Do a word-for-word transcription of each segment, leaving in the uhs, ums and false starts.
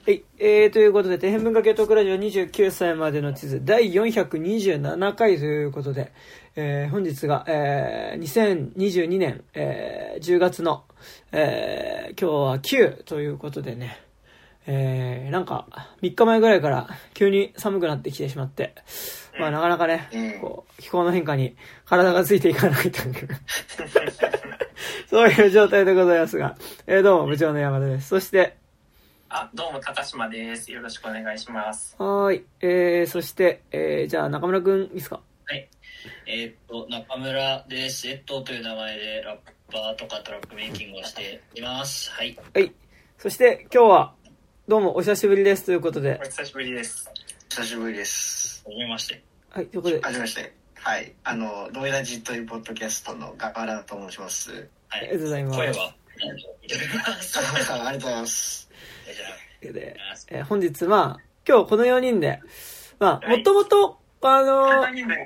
はい、えー、ということで、底辺文化系トークラジオにじゅうきゅうさいまでの地図だいよんひゃくにじゅうななかいということで、えー、本日が、えー、にせんにじゅうにねん、えー、じゅうがつの、えー、今日はきゅうということでね、えー、なんかみっかまえぐらいから急に寒くなってきてしまって、まあなかなかね、こう気候の変化に体がついていかないというそういう状態でございますが、えー、どうも部長の山田です。そしてあ、どうも高島です。よろしくお願いします。 はーい、えー、そして、えー、じゃあ中村くんいいですか。 はい、えー、っと中村です。エットという名前でラッパーとかトラックメイキングをしています。はい。 はい。そして今日はどうもお久しぶりですということで。 お久しぶりです。 久しぶりです。 はじめまして。 はい、ということで。 はじめまして。はい。あのロイラジというポッドキャストのガガラと申します。 はい。 ありがとうございます。 声は。 ありがとうございます。 で、えー、本日まあ今日このよにんでまあもともとあのー、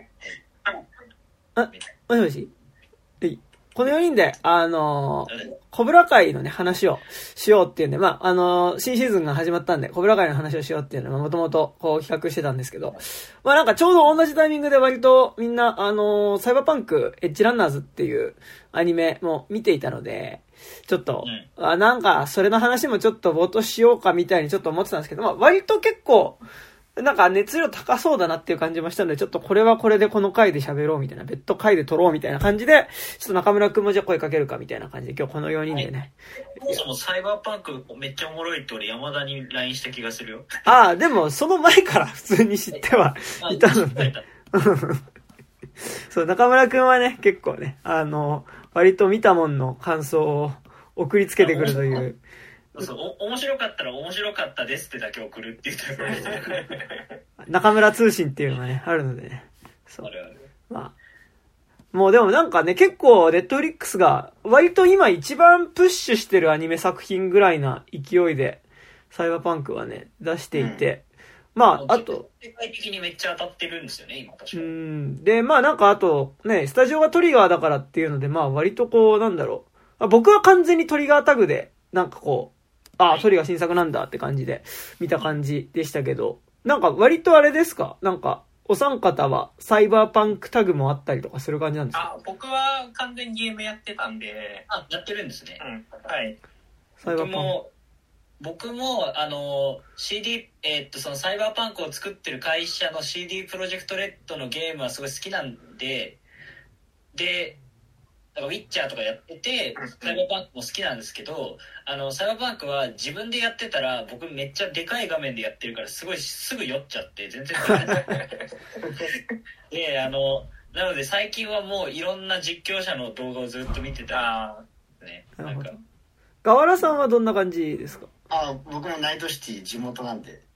あ、もしもし、はい、このよにんであのー、コブラ会のね話をしようっていうんで、まああのー、新シーズンが始まったんでコブラ会の話をしようっていうのはもともとこう企画してたんですけど、まあなんかちょうど同じタイミングで割とみんなあのー、サイバーパンクエッジランナーズっていうアニメも見ていたので。ちょっと、うん、あなんかそれの話もちょっと冒頭しようかみたいにちょっと思ってたんですけど、まあ割と結構なんか熱量高そうだなっていう感じもしたので、ちょっとこれはこれでこの回で喋ろうみたいな、別途回で撮ろうみたいな感じで、ちょっと中村くんもじゃあ声かけるかみたいな感じで今日このよにんでね。 そもそもサイバーパンクめっちゃおもろいって俺山田に ライン した気がするよ。 ああ、でもその前から普通に知ってはいたので。そう、中村くんはね、結構ね、あの、割と見たもんの感想を送りつけてくるという。 そうそう、お面白かったら面白かったですってだけ送るっていうタイプです中村通信っていうのがねあるのでね。そう。 あるある。 まあもうでもなんかね結構ネットフリックスが割と今一番プッシュしてるアニメ作品ぐらいな勢いでサイバーパンクはね出していて、うん、まああと世界的にめっちゃ当たってるんですよね今確かに。 うんでまあなんかあとねスタジオがトリガーだからっていうのでまあ割とこうなんだろう、僕は完全にトリガータグでなんかこうああ、トリガー新作なんだって感じで見た感じでしたけど、なんか割とあれですか、なんかお三方はサイバーパンクタグもあったりとかする感じなんですか。 あ、僕は完全にゲームやってたんで。 あ、やってるんですね。 うん、はい。 サイバーパンク。 僕も僕もあの シーディー えー、っとそのサイバーパンクを作ってる会社の シーディー プロジェクトレッドのゲームはすごい好きなんで、で。だからウィッチャーとかやっててサイバーパンクも好きなんですけど、あのサイバーパンクは自分でやってたら僕めっちゃでかい画面でやってるからすごいすぐ酔っちゃって全然撮れないで、あのなので最近はもういろんな実況者の動画をずっと見てたね。なんか河原さんはどんな感じですか。 あ、僕もナイトシティ地元なんで。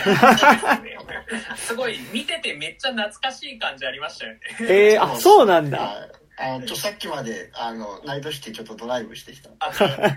すごい見ててめっちゃ懐かしい感じありましたよね。 えー、あ、そうなんだ。 あのちょさっきまであのナイトシティちょっとドライブしてきた。 あのなん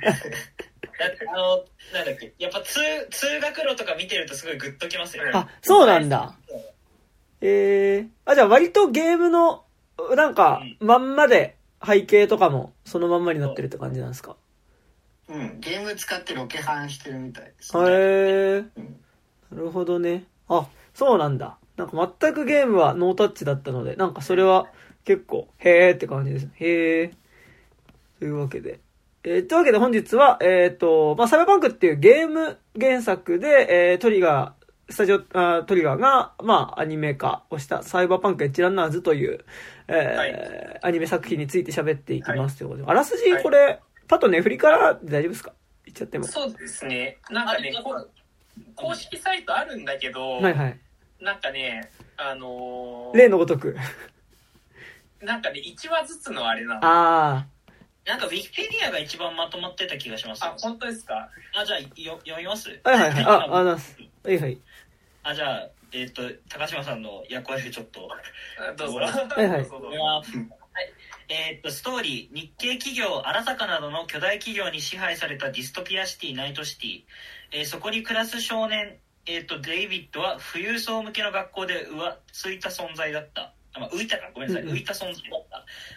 だっけ、やっぱ通通学路とか見てるとすごいグッときますよね。 あ、そうなんだ。えー、あじゃあ割とゲームのなんかまんまで背景とかもそのまんまになってるって感じなんですか。 うん、ゲーム使ってロケハンしてるみたいですね。 へー、うん、なるほどね。あ、そうなんだ。なんか全くゲームはノータッチだったので、なんかそれは結構へーって感じです。へー。というわけで。えー、というわけで本日は、えっと、まあ、サイバーパンクっていうゲーム原作で、えー、トリガー、スタジオ、あトリガーが、まあ、アニメ化をしたサイバーパンクエッジランナーズという、えーはい、アニメ作品について喋っていきますということで。あらすじこれ、はい、パッとね、振りからで大丈夫ですか？言っちゃっても。 そうですね。なんかね、公式サイトあるんだけど、 はいはい。 なんかね、あのー、例のごとく。 なんかね、いちわずつのあれなの。 あー。 なんかウィキペディアが一番まとまってた気がします。 あ、本当ですか？ あ、じゃあよ読みます？ はいはいはい。あ、あ、はいはい。 あ、じゃあ、えっと、高島さんの役割ちょっと。 どうぞ。 はいはい。 えー、っと、ストーリー、日系企業、アラサカなどの巨大企業に支配されたディストピアシティ、ナイトシティ。えー、そこに暮らす少年、えー、っと、デイビッドは富裕層向けの学校で浮ついた存在だった。あ、まあ、浮いたか、ごめんなさい、うんうん、浮いた存在だった。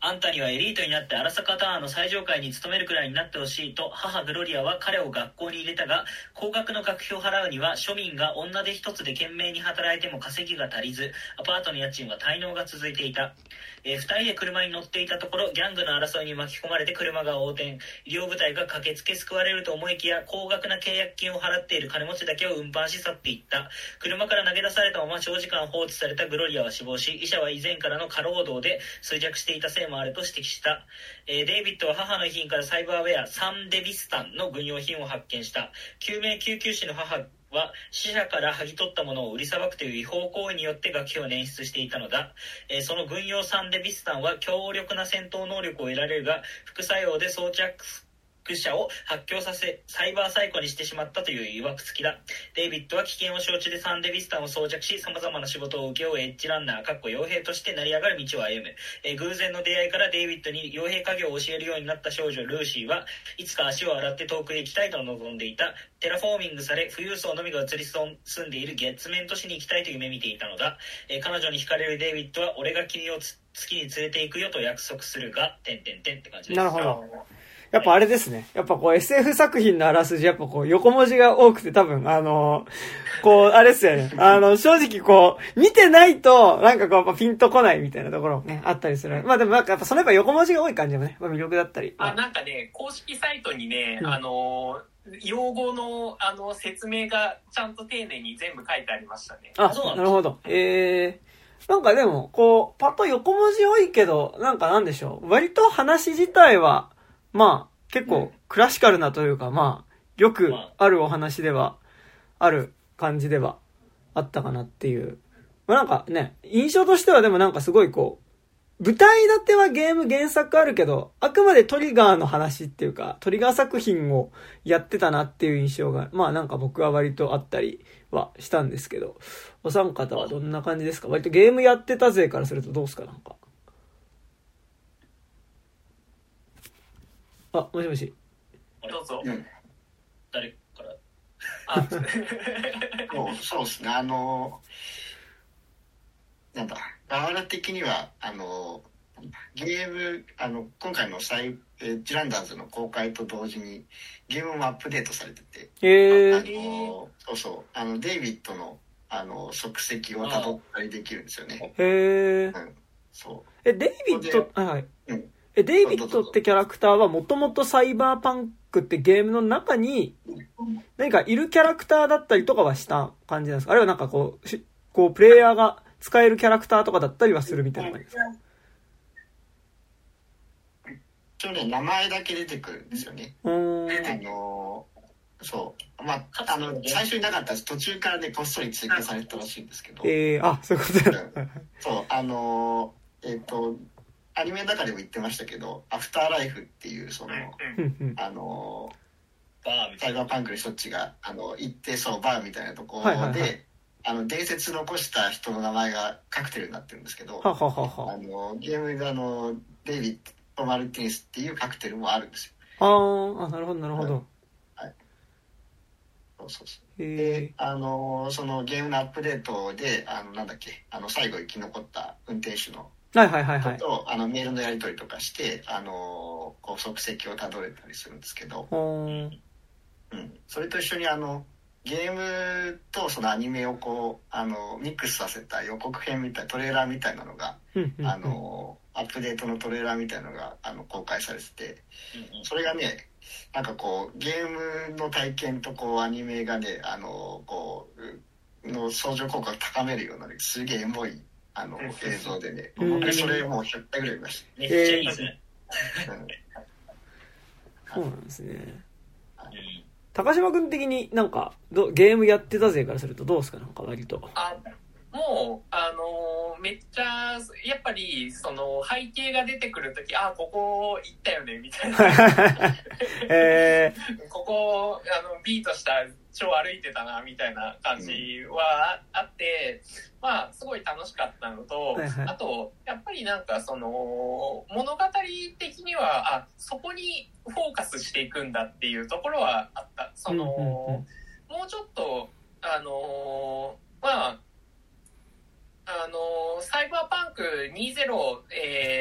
あんたにはエリートになってアラサカターンの最上階に勤めるくらいになってほしいと母グロリアは彼を学校に入れたが、高額の学費を払うには庶民が女手一つで懸命に働いても稼ぎが足りず、アパートの家賃は滞納が続いていた。えー、ふたりで車に乗っていたところ、ギャングの争いに巻き込まれて車が横転、医療部隊が駆けつけ救われると思いきや、高額な契約金を払っている金持ちだけを運搬し去っていった。車から投げ出されたまま長時間放置されたグロリアは死亡し、医者は以前からの過労働で衰弱していたせいもあると指摘した。えー、デイビッドは母の遺品からサイバーウェアサンデビスタンの軍用品を発見した。救命救急士の母は死者から剥ぎ取ったものを売りさばくという違法行為によって学費を捻出していたのだ。えー、その軍用サンデビスタンは強力な戦闘能力を得られるが、副作用で装着者を発狂させサイバーサイコにしてしまったという曰くつきだ。デイビッドは危険を承知でサンデビスタンを装着し、様々な仕事を請け負うエッジランナーかっこ傭兵として成り上がる道を歩む。えー、偶然の出会いからデイビッドに傭兵家業を教えるようになった少女ルーシーはいつか足を洗って遠くへ行きたいと望んでいた。テラフォーミングされ富裕層のみが移り住んでいる月面都市に行きたいと夢見ていたのだ。えー、彼女に惹かれるデイビッドは俺が君を月に連れて行くよと約束するがてんてんてんって感じです。 なるほど。やっぱあれですね。やっぱこう エスエフ 作品のあらすじ、やっぱこう横文字が多くて多分、あのー、こう、あれですよね。あの、正直こう、見てないと、なんかこう、やっぱピンとこないみたいなところもね、あったりする。まあでもなんかやっぱそのやっぱ横文字が多い感じもね、まあ、魅力だったり。 あ、なんかね、公式サイトにね、うん、あのー、用語の、あの、説明がちゃんと丁寧に全部書いてありましたね。 あ、そうなるほど。えー。なんかでも、こう、パッと横文字多いけど、なんかなんでしょう。割と話自体は、まあ、結構クラシカルなというか、まあ、よくあるお話では、ある感じではあったかなっていう。まあなんかね、印象としてはでもなんかすごいこう、舞台立てはゲーム原作あるけど、あくまでトリガーの話っていうか、トリガー作品をやってたなっていう印象が、まあなんか僕は割とあったりはしたんですけど、お三方はどんな感じですか？割とゲームやってた勢からするとどうですか？なんか。あ、もしもし。 どうぞ。 うん、 誰から？ あ、 そうそうですね。あのなんだ、ガワラ的にはあのゲームあの今回のサイエッジランダーズの公開と同時にゲームもアップデートされてて、 へー。 あのそうそうあのデイビッドのあの足跡を辿ったりできるんですよね。 へー。 うん、そう。 え、デイビッド、はい。 うん。 え、デイビッドってキャラクターはもともとサイバーパンクってゲームの中に何かいるキャラクターだったりとかはした感じなんですか？あるいはなんかこう、こうプレイヤーが使えるキャラクターとかだったりはするみたいな感じですか？ 一応ね、名前だけ出てくるんですよね。 うーん。 あのそう。まあ、あの、最初になかったし、途中からね、こっそり追加されたらしいんですけど。 えー、あ、そういうことだ。 そう、あのえっと、アニメの中でも言ってましたけど、アフターライフっていうその、あのサイバーパンクの人たちがあの行ってそうバーみたいなところで、はいはいはい、あの伝説残した人の名前がカクテルになってるんですけど、 ははははあのゲームであのデイビッド・マルティネスっていうカクテルもあるんですよ。 ああ、なるほどなるほど。 はい。そうそうそう。で、あのそのゲームのアップデートであのなんだっけあの最後生き残った運転手のはいはいはいはい。 とあのメールのやり取りとかしてあのこう足跡をたどれたりするんですけど、 うん、 それと一緒にあのゲームとそのアニメをこうあのミックスさせた予告編みたいトレーラーみたいなのが、 うんうんうん、 あのアップデートのトレーラーみたいなのがあの公開されてて、それがねなんかこうゲームの体験とこうアニメがねあのこうの相乗効果を高めるような、ね、すげえエモいあの映像でね、僕それもうひゃっかいぐらい見ました。 めっちゃいいですね。 そうなんですね。高島君的になんかどゲームやってたぜからするとどうですか？なんか割と。 あ、もうあのめっちゃやっぱりその背景が出てくるとき、あ、ここ行ったよねみたいな。えー、ここあのビートした超歩いてたなみたいな感じはあって、うん、まあすごい楽しかったのと、はいはい、あとやっぱりなんかその物語的にはあそこにフォーカスしていくんだっていうところはあった。その、うんうんうん、もうちょっとあのまああのサイバーパンクにじゅう、えー、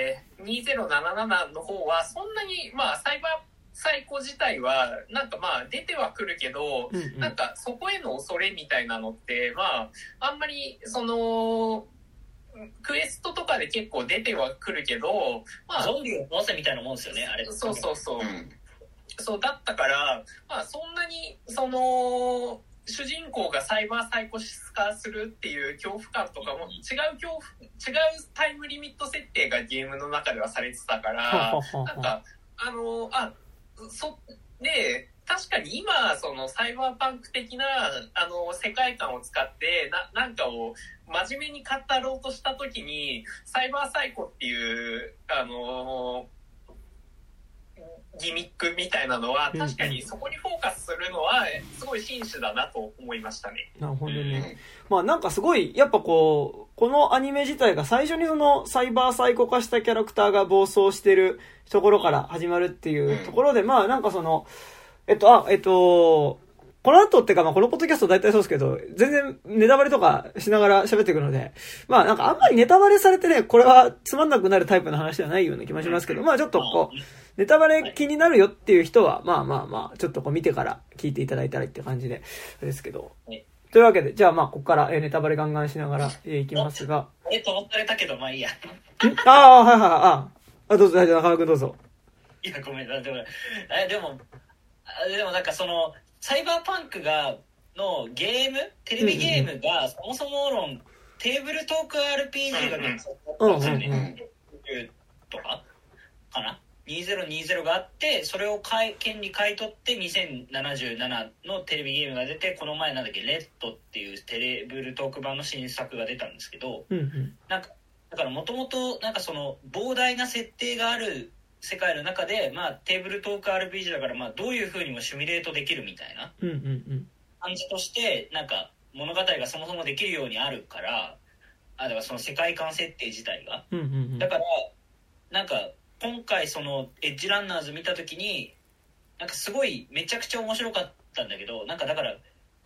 にせんななじゅうななの方はそんなに、まあ、サイバーサイコ自体はなんかまあ出てはくるけど、うんうん、なんかそこへの恐れみたいなのってまああんまりそのクエストとかで結構出てはくるけど、まあゾンビを倒せみたいなもんですよねあれ。 そうそうそう、うん、そうだったからまあそんなにその主人公がサイバーサイコシス化するっていう恐怖感とかも違う恐怖違うタイムリミット設定がゲームの中ではされてたからなんかあのあそで確かに今そのサイバーパンク的なあの世界観を使ってななんかを真面目に語ろうとした時にサイバーサイコっていうあのギミックみたいなのは確かにそこにフォーカスするのはすごい真摯だなと思いましたね。 なるほどね。まあなんかすごいやっぱこうこのアニメ自体が最初にそのサイバーサイコ化したキャラクターが暴走してるところから始まるっていうところで、まあなんかそのえっとあえっとこの後ってかまあこのポッドキャスト大体そうですけど全然ネタバレとかしながら喋っていくのでまあなんかあんまりネタバレされてねこれはつまんなくなるタイプの話ではないような気もしますけどまあちょっとこうネタバレ気になるよっていう人はまあまあまあちょっとこう見てから聞いていただいたらって感じでですけどというわけでじゃあまあここからネタバレガンガンしながらいきますがえっと思ったれたけどまあいいやああはいはいああどうぞじゃあ中村君どうぞ。 いやごめんでもえでもでもなんかそのサイバーパンクがのゲームテレビゲームがそもそも論テーブルトーク アールピージー が原作だったんですよねとかかなにせんにじゅうがあってそれを買い権利買い取ってにせんななじゅうななのテレビゲームが出てこの前なんだっけレッドっていうテレブルトーク版の新作が出たんですけど、 うんうん、 なんかだからもともとなんかその膨大な設定がある世界の中で、まあ、テーブルトーク アールピージー だから、まあ、どういう風にもシミュレートできるみたいな感じとしてなんか物語がそもそもできるようにあるからあだからその世界観設定自体が、 うんうんうん、 だからなんか今回そのエッジランナーズ見た時になんかすごいめちゃくちゃ面白かったんだけどなんかだから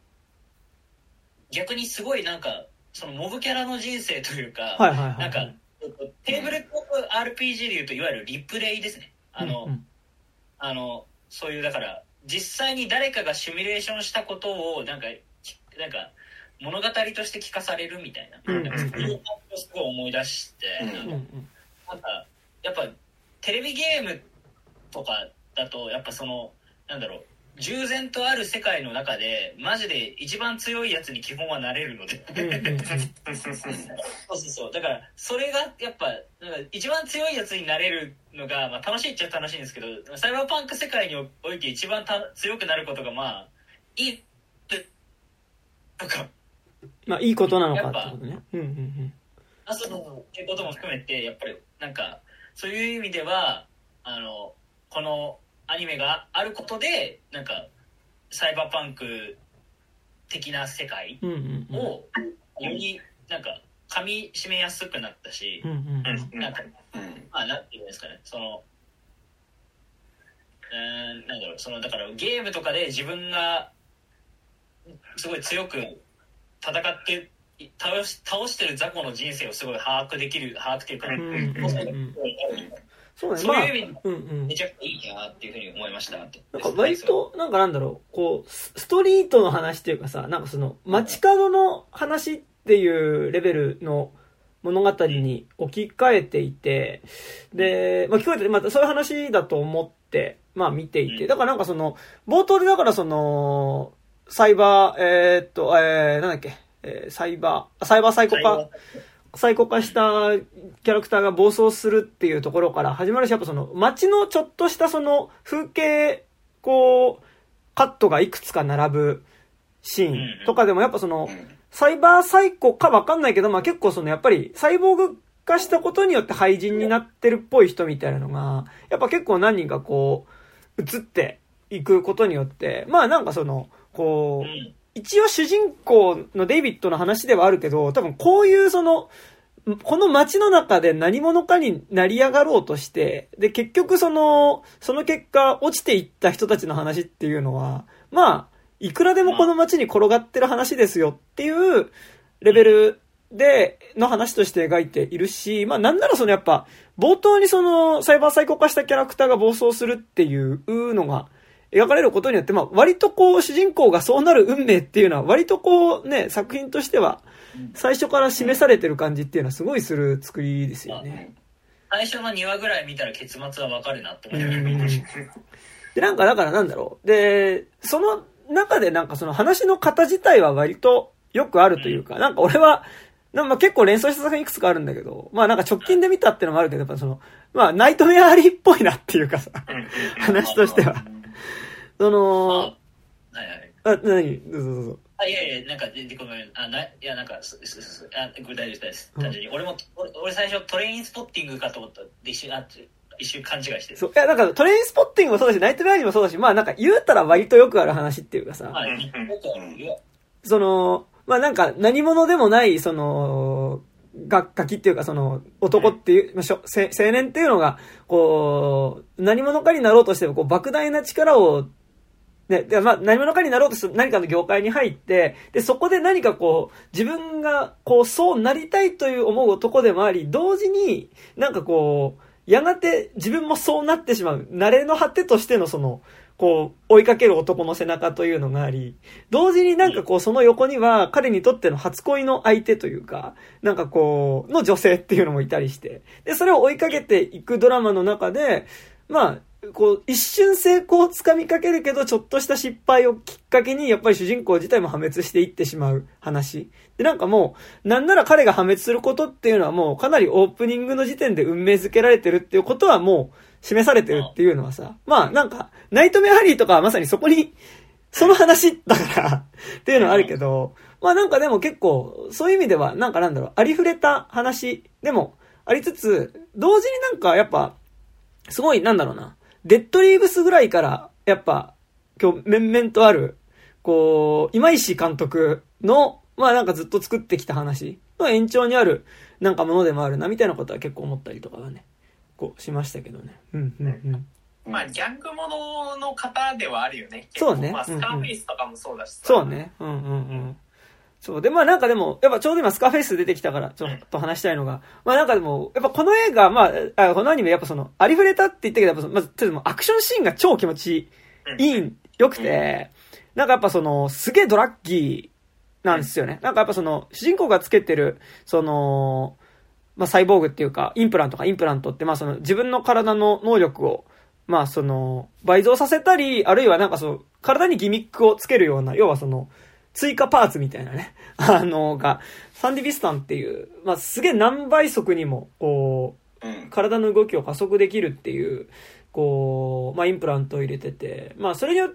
逆にすごいなんかそのモブキャラの人生というか、 はいはいはいはい、 なんかテーブルトーク アールピージー でいうといわゆるリプレイですねあの、うんうん、あのそういうだから実際に誰かがシミュレーションしたことをなんかなんか物語として聞かされるみたいな、うんうんうん、なんかそういう感じをすごい思い出して、うんうんうん、なんかやっぱテレビゲームとかだとやっぱそのなんだろう従前とある世界の中でマジで一番強いやつに基本はなれるのでそうそうそうだからそれがやっぱなんか一番強いやつになれるのが、まあ、楽しいっちゃ楽しいんですけどサイバーパンク世界において一番た強くなることがまあいいってなんかまあいいことなのかってことねうんうんうんあそうっていうことも含めてやっぱりなんかそういう意味ではあのこのアニメがあることでなんかサイバーパンク的な世界をよりなんか噛み締めやすくなったし、 うんうんうん、なんかまあなんていうんですかねそのうーんなんだろうそのだからゲームとかで自分がすごい強く戦って倒し倒してる雑魚の人生をすごい把握できる把握っていうか、うんうんうんそうね、 そういう意味で、 まあ、うんうん、 めちゃくちゃいいなっていうふうに思いましたって。 なんか割と、なんかなんだろう、こう、ストリートの話っていうかさ、なんかその、街角の話っていうレベルの物語に置き換えていて、で、まあ聞こえて、またそういう話だと思って、まあ見ていて、だからなんかその、冒頭でだからその、サイバー、えー、っと、えー、なんだっけ、えー、サイバー、サイバーサイコパ、サイコ化したキャラクターが暴走するっていうところから始まるし、やっぱその街のちょっとしたその風景、こう、カットがいくつか並ぶシーンとかでもやっぱその、サイバーサイコかわかんないけど、まあ結構そのやっぱりサイボーグ化したことによって廃人になってるっぽい人みたいなのが、やっぱ結構何人かこう、映っていくことによって、まあなんかその、こう、一応主人公のデイビッドの話ではあるけど、多分こういうその、この街の中で何者かになり上がろうとして、で、結局その、その結果落ちていった人たちの話っていうのは、まあ、いくらでもこの街に転がってる話ですよっていうレベルで、の話として描いているし、まあなんならそのやっぱ、冒頭にその、サイバーサイコ化したキャラクターが暴走するっていうのが、描かれることによって、まあ割とこう、主人公がそうなる運命っていうのは、割とこうね、作品としては、最初から示されてる感じっていうのはすごいする作りですよね。 最初のにわぐらい見たら結末はわかるなって思いながら見ました。 で、なんかだからなんだろう。で、その中でなんかその話の型自体は割とよくあるというか、うん、なんか俺は、なんか結構連想した作品いくつかあるんだけど、まあなんか直近で見たってのもあるけど、やっぱその、まあナイトメアリーっぽいなっていうかさ、話としては。その、 はいはい。 あ、何どうぞどうぞ。 あ、いやいや、なんか、で、ごめん、あ、な、いや、なんか、す、す、す、あ、これ大丈夫です。単純に。俺も、俺、俺最初トレインスポッティングかと思った一瞬、あ、一瞬勘違いしてる。 そう。いや、なんかトレインスポッティングもそうだし、ナイトメアリーもそうだし、まあなんか言うたら割とよくある話っていうかさ、 はい、よくあるよ。 その、まあなんか何者でもない、その、が、ガキっていうかその、男っていう、まあ、しょ、青年っていうのが、こう、何者かになろうとしても、こう、莫大な力を、ね、で、まあ、何者かになろうとする何かの業界に入って、で、そこで何かこう、自分が、こう、そうなりたいという思う男でもあり、同時に、なんかこう、やがて自分もそうなってしまう、慣れの果てとしてのその、こう、追いかける男の背中というのがあり、同時になんかこう、その横には、彼にとっての初恋の相手というか、なんかこう、の女性っていうのもいたりして、で、それを追いかけていくドラマの中で、まあ、こう、一瞬成功をつかみかけるけど、ちょっとした失敗をきっかけに、やっぱり主人公自体も破滅していってしまう話。で、なんかもう、なんなら彼が破滅することっていうのはもう、かなりオープニングの時点で運命づけられてるっていうことはもう、示されてるっていうのはさ、まあ、なんか、ナイトメアリーとかはまさにそこに、その話だからっていうのはあるけど、まあなんかでも結構、そういう意味では、なんかなんだろう、ありふれた話でもありつつ、同時になんかやっぱ、すごい、なんだろうな、デッドリーブスぐらいから、やっぱ、今日、面々とある、こう、今石監督の、まあなんかずっと作ってきた話の延長にある、なんかものでもあるな、みたいなことは結構思ったりとかはね、こう、しましたけどね。うんうんうん。 まあ、ギャングものの方ではあるよね。 そうね。 まあ、スカーフェイスとかもそうだしさ。 そうね。うんうんうん。そう。で、まあなんかでも、やっぱちょうど今スカーフェイス出てきたから、ちょっと話したいのが、まあなんかでも、やっぱこの映画、まあ、あこのアニメ、やっぱその、ありふれたって言ったけど、やっぱそのまず、とりあえずアクションシーンが超気持ちいい、良くて、なんかやっぱその、すげえドラッギーなんですよね。なんかやっぱその、主人公がつけてる、その、まあサイボーグっていうか、インプラントか、インプラントって、まあその、自分の体の能力を、まあその、倍増させたり、あるいはなんかそう、体にギミックをつけるような、要はその、追加パーツみたいなね。あの、が、サンディビスタンっていう、まあ、すげえ何倍速にも、こう、体の動きを加速できるっていう、こう、まあ、インプラントを入れてて、まあ、それによって、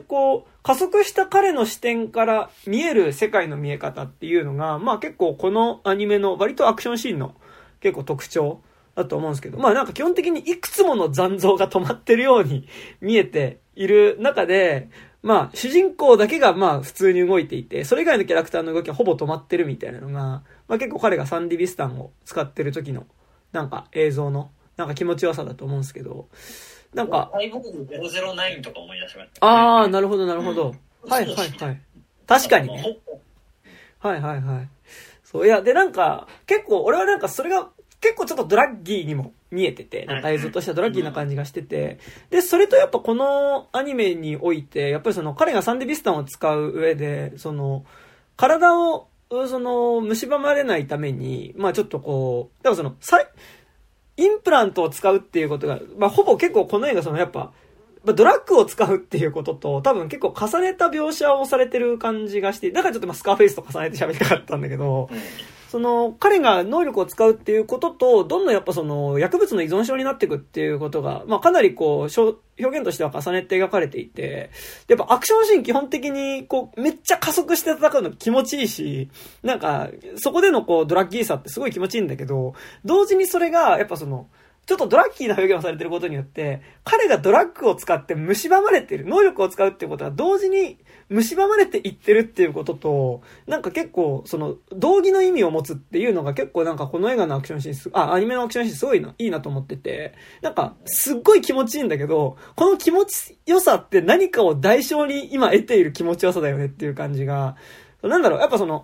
こう、加速した彼の視点から見える世界の見え方っていうのが、まあ、結構このアニメの割とアクションシーンの結構特徴だと思うんですけど、まあ、なんか基本的にいくつもの残像が止まってるように見えている中で、まあ、主人公だけがまあ普通に動いていて、それ以外のキャラクターの動きはほぼ止まってるみたいなのが、まあ結構彼がサンディビスタンを使ってる時の、なんか映像の、なんか気持ちよさだと思うんですけど、なんか。 サイボーグゼロゼロナインとか思い出しました。 ああ、なるほどなるほど。うん、はいはいはい。確かにね。はいはいはい。そう、いや、でなんか、結構俺はなんかそれが、結構ちょっとドラッギーにも見えてて、なんか映像としてはドラッギーな感じがしてて、で、それとやっぱこのアニメにおいて、やっぱりその彼がサンディビスタンを使う上で、その、体を、その、蝕まれないために、まあちょっとこう、だからその、インプラントを使うっていうことが、まあほぼ結構この映画そのやっぱ、ドラッグを使うっていうことと、多分結構重ねた描写をされてる感じがして、だからちょっとまあスカーフェイスと重ねて喋りたかったんだけど、その、彼が能力を使うっていうことと、どんどんやっぱその、薬物の依存症になっていくっていうことが、まあかなりこう、表現としては重ねて描かれていて、やっぱアクションシーン基本的に、こう、めっちゃ加速して戦うの気持ちいいし、なんか、そこでのこう、ドラッギーさってすごい気持ちいいんだけど、同時にそれが、やっぱその、ちょっとドラッキーな表現をされていることによって、彼がドラッグを使って蝕まれている、能力を使うっていうことが同時に蝕まれていってるっていうことと、なんか結構、その、同義の意味を持つっていうのが結構なんかこの映画のアクションシーン、あ、アニメのアクションシーンすごいな、いいなと思ってて、なんか、すっごい気持ちいいんだけど、この気持ちよさって何かを代償に今得ている気持ちよさだよねっていう感じが、なんだろう、やっぱその、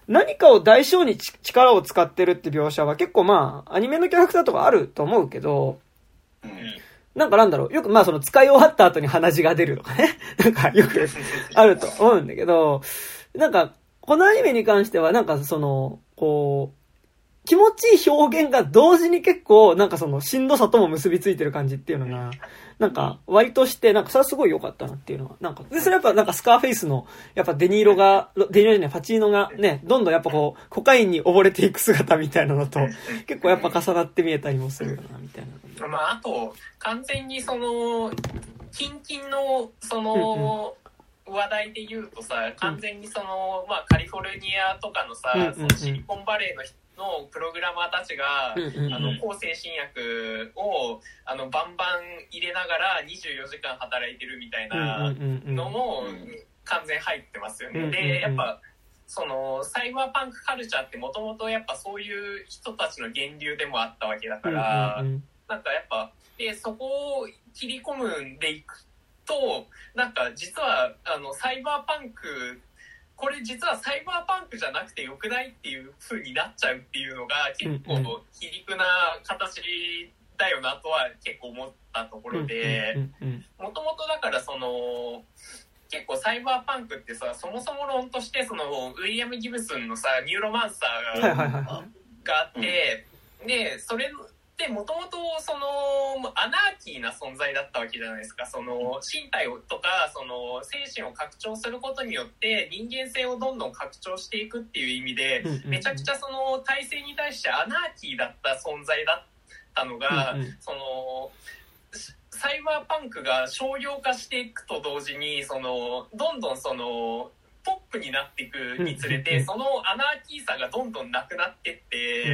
何かを代償に力を使ってるって描写は結構まあ、アニメのキャラクターとかあると思うけど、うん、なんかなんだろう、よくまあその使い終わった後に鼻血が出るとかね、なんかよくあると思うんだけど、なんか、このアニメに関してはなんかその、こう、気持ちいい表現が同時に結構なんかそのしんどさとも結びついてる感じっていうのが、なんか割としてなんかそれはすごい良かったなっていうのは、なんか、で、それやっぱなんかスカーフェイスの、やっぱデニーロが、デニーロじゃない、パチーノがね、どんどんやっぱこう、コカインに溺れていく姿みたいなのと、結構やっぱ重なって見えたりもするよな、みたいな。 まあ、あと、完全にその、キンキンの、その、うんうん、話題で言うとさ、完全にその、まあカリフォルニアとかのさ、うんうんうん、そのシリコンバレーの人のプログラマーたちが、うんうんうん、あの抗精神薬をあのバンバン入れながらにじゅうよじかん働いてるみたいなのも完全入ってますよね。うんうんうん、でやっぱそのサイバーパンクカルチャーってもともとやっぱそういう人たちの源流でもあったわけだから、うんうんうん、なんかやっぱでそこを切り込むんでいくとなんか実はあのサイバーパンクこれ実はサイバーパンクじゃなくてよくないっていう風になっちゃうっていうのが結構皮肉な形だよなとは結構思ったところで、もともとだからその結構サイバーパンクってさ、そもそも論としてそのウィリアム・ギブスンのさニューロマンサーが、があって、でそれでもともとそのアナーキーな存在だったわけじゃないですか。その身体とかその精神を拡張することによって人間性をどんどん拡張していくっていう意味で、めちゃくちゃその体制に対してアナーキーだった存在だったのが、そのサイバーパンクが商業化していくと同時にそのどんどんそのポップになっていくにつれて、そのアナーキーさがどんどんなくなってって、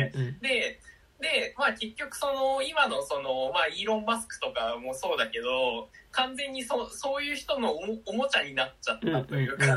でで、まあ結局その今のその、まあイーロン・マスクとかもそうだけど、完全にそそういう人の お, おもちゃになっちゃったというか、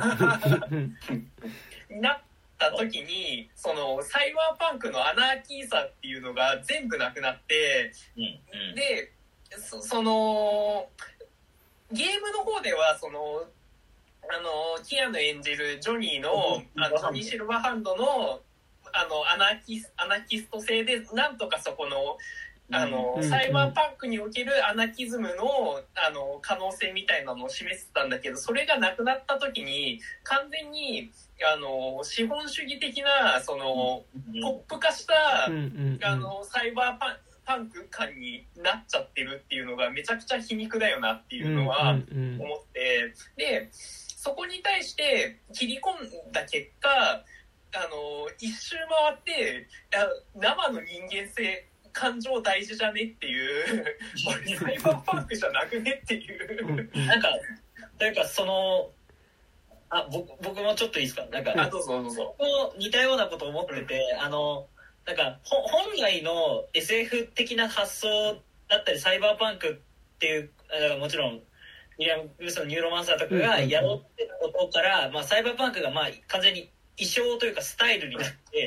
なった時に、そのサイバーパンクのアナーキーさっていうのが全部なくなって、で、そ, その、ゲームの方ではその、あの、キアヌ演じるジョニーの、あのジョニー・シルバーハンドのあのアナキス、アナキスト性でなんとかそこのあの、うん、サイバーパンクにおけるアナキズムのあの可能性みたいなのを示してたんだけど、それがなくなった時に完全にあの資本主義的なその、うん、ポップ化した、うん、あのサイバーパンパンク感になっちゃってるっていうのがめちゃくちゃ皮肉だよなっていうのは思って、でそこに対して切り込んだ結果あの一周回って生の人間性感情大事じゃねっていうサイバーパンクじゃなくねっていうなんかというかそのあ僕僕もちょっといいですかなんかあどうぞどうぞ似たようなこと思ってて、うん、あのなんか本来の エスエフ 的な発想だったりサイバーパンクっていうもちろんウィリアム・ブースのニューロマンサーとかがやろうってことから、うんうんまあ、サイバーパンクがまあ完全に衣装というかスタイルになって、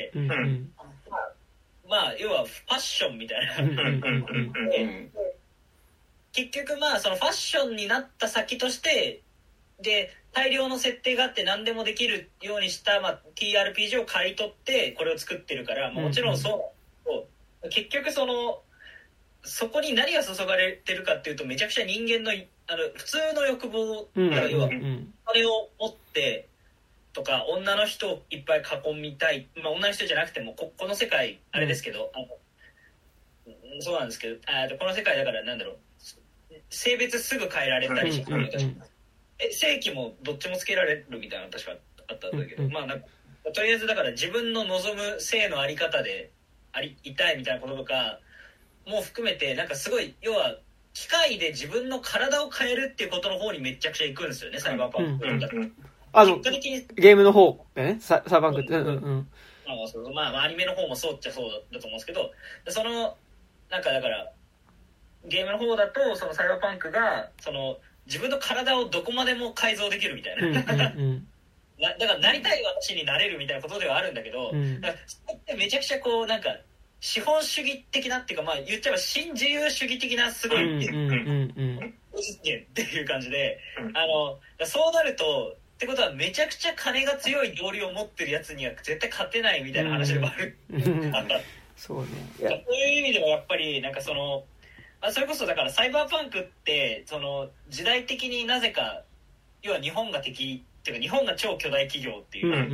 うんうんまあ、まあ要はファッションみたいなで結局まあそのファッションになった先としてで大量の設定があって何でもできるようにした、まあ、ティーアールピージー を買い取ってこれを作ってるから、まあ、もちろんそう、うんうん、結局そのそこに何が注がれてるかっていうとめちゃくちゃ人間の、あの普通の欲望が要はそれを持ってとか女の人をいっぱい囲みたい、まあ、女の人じゃなくても こ, この世界あれですけど、うん、あのそうなんですけどあこの世界だからなんだろう性別すぐ変えられたりして、うんうんうん、え正規もどっちもつけられるみたいなの確かあったんだけど、うんうん、まあなんかとりあえずだから自分の望む性のあり方でありいたいみたいなこととかも含めてなんかすごい要は機械で自分の体を変えるっていうことの方にめちゃくちゃ行くんですよねサイバーパンクだと、うんうんうんあの、ゲームの方でね、サイバーパンクって。うんうん。 まあ、まあ、アニメの方もそうっちゃそうだと思うんですけど、その、なんかだから、ゲームの方だと、そのサイバーパンクが、その、自分の体をどこまでも改造できるみたいな。うんうんうん、だから、なりたい私になれるみたいなことではあるんだけど、うん、だからそれってめちゃくちゃこう、なんか、資本主義的なっていうか、まあ、言っちゃえば新自由主義的なすごい、っていう感じで、あの、そうなると、 ってことはめちゃくちゃ金が強い道理を持ってるやつには絶対勝てないみたいな話でもある、うん、 そうね。 そういう意味でもやっぱりなんかそのそれこそだからサイバーパンクってその時代的になぜか要は日本が敵っていうか日本が超巨大企業っていう、うんうんうん、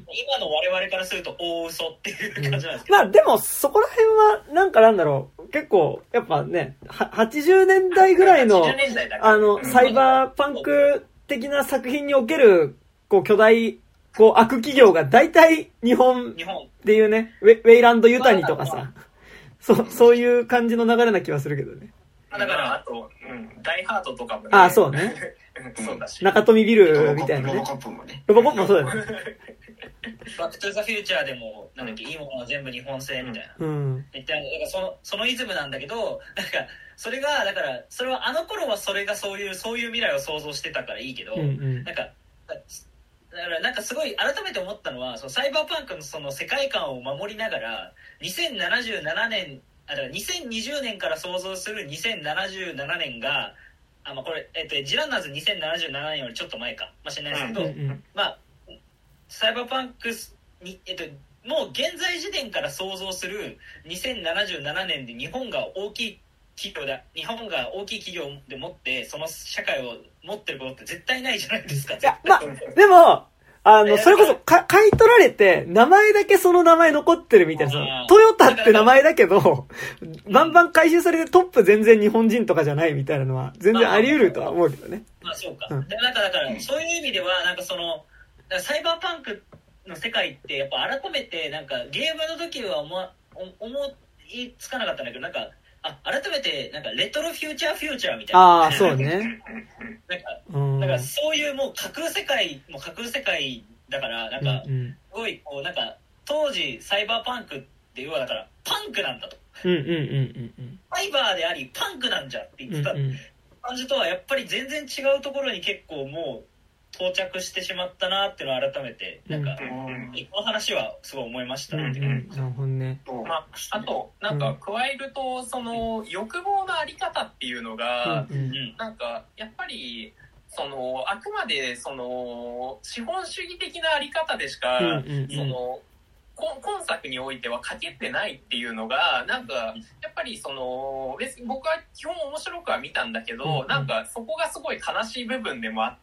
今の我々からすると大嘘っていう感じなんですけど、 うん、まあでもそこら辺はなんかなんだろう結構やっぱねはちじゅうねんだいぐらいのあのサイバーパンク的な作品におけるこう巨大こう悪企業が大体日本っていうねウェ、ウェイランドユタニとかさ、そそういう感じの流れな気はするけどね。 だからあと、うん、ダイハートとかもね。 ああそうね。 そうだし。 中富ビルみたいなね。 ロボコップもね。 ロボコップもそうだね。 バックトゥザフューチャーでもなんだっけいいものは全部日本製みたいな。 うん。 だからそのそのイズムなんだけど、なんかそれがだからそれはあの頃はそれがそういうそういう未来を想像してたからいいけど、 うんうん、 なんか。だからなんかすごい改めて思ったのはそのサイバーパンクのその世界観を守りながらにせんななじゅうななねんあだからにせんにじゅうねんから想像するにせんななじゅうななねんがあ、まあ、これ、えっと、ジランナーズにせんななじゅうななねんよりちょっと前かもしれないですけど、うんうん、まあサイバーパンクに、えっと、もう現在時点から想像するにせんななじゅうななねんで日本が大きい企業だ日本が大きい企業で持ってその社会を持ってることって絶対ないじゃないですか。 いや、まあ、でもあのそれこそか買い取られて名前だけその名前残ってるみたいなトヨタって名前だけどバンバン回収されてトップ全然日本人とかじゃないみたいなのは全然あり得るとは思うけどね。 まあそうか。うん、なんかだからそういう意味ではなんかそのサイバーパンクの世界ってやっぱ改めてなんかゲームの時は思思いつかなかったんだけどなんか。あ改めてなんかレトロフューチャーフューチャーみたいなああそうねなんかうんなんかそういうもう架空世界もう架空世界だからなんかすごいこうなんか当時サイバーパンクって要はだからパンクなんだとうんうんうんうんうんサイバーでありパンクなんじゃって言ってた感じとはやっぱり全然違うところに結構もう到着してしまったなっていうのを改めてなんか、うん、この話はすごい思いましたね。 うんうん、なるほどね。 まあ、あとなんか加えるとその欲望のあり方っていうのが、うんうん、なんかやっぱりそのあくまでその資本主義的なあり方でしか、うんうんうん、その今作においては書けてないっていうのがなんかやっぱりその別に僕は基本面白くは見たんだけど、うんうん、なんかそこがすごい悲しい部分でもあって、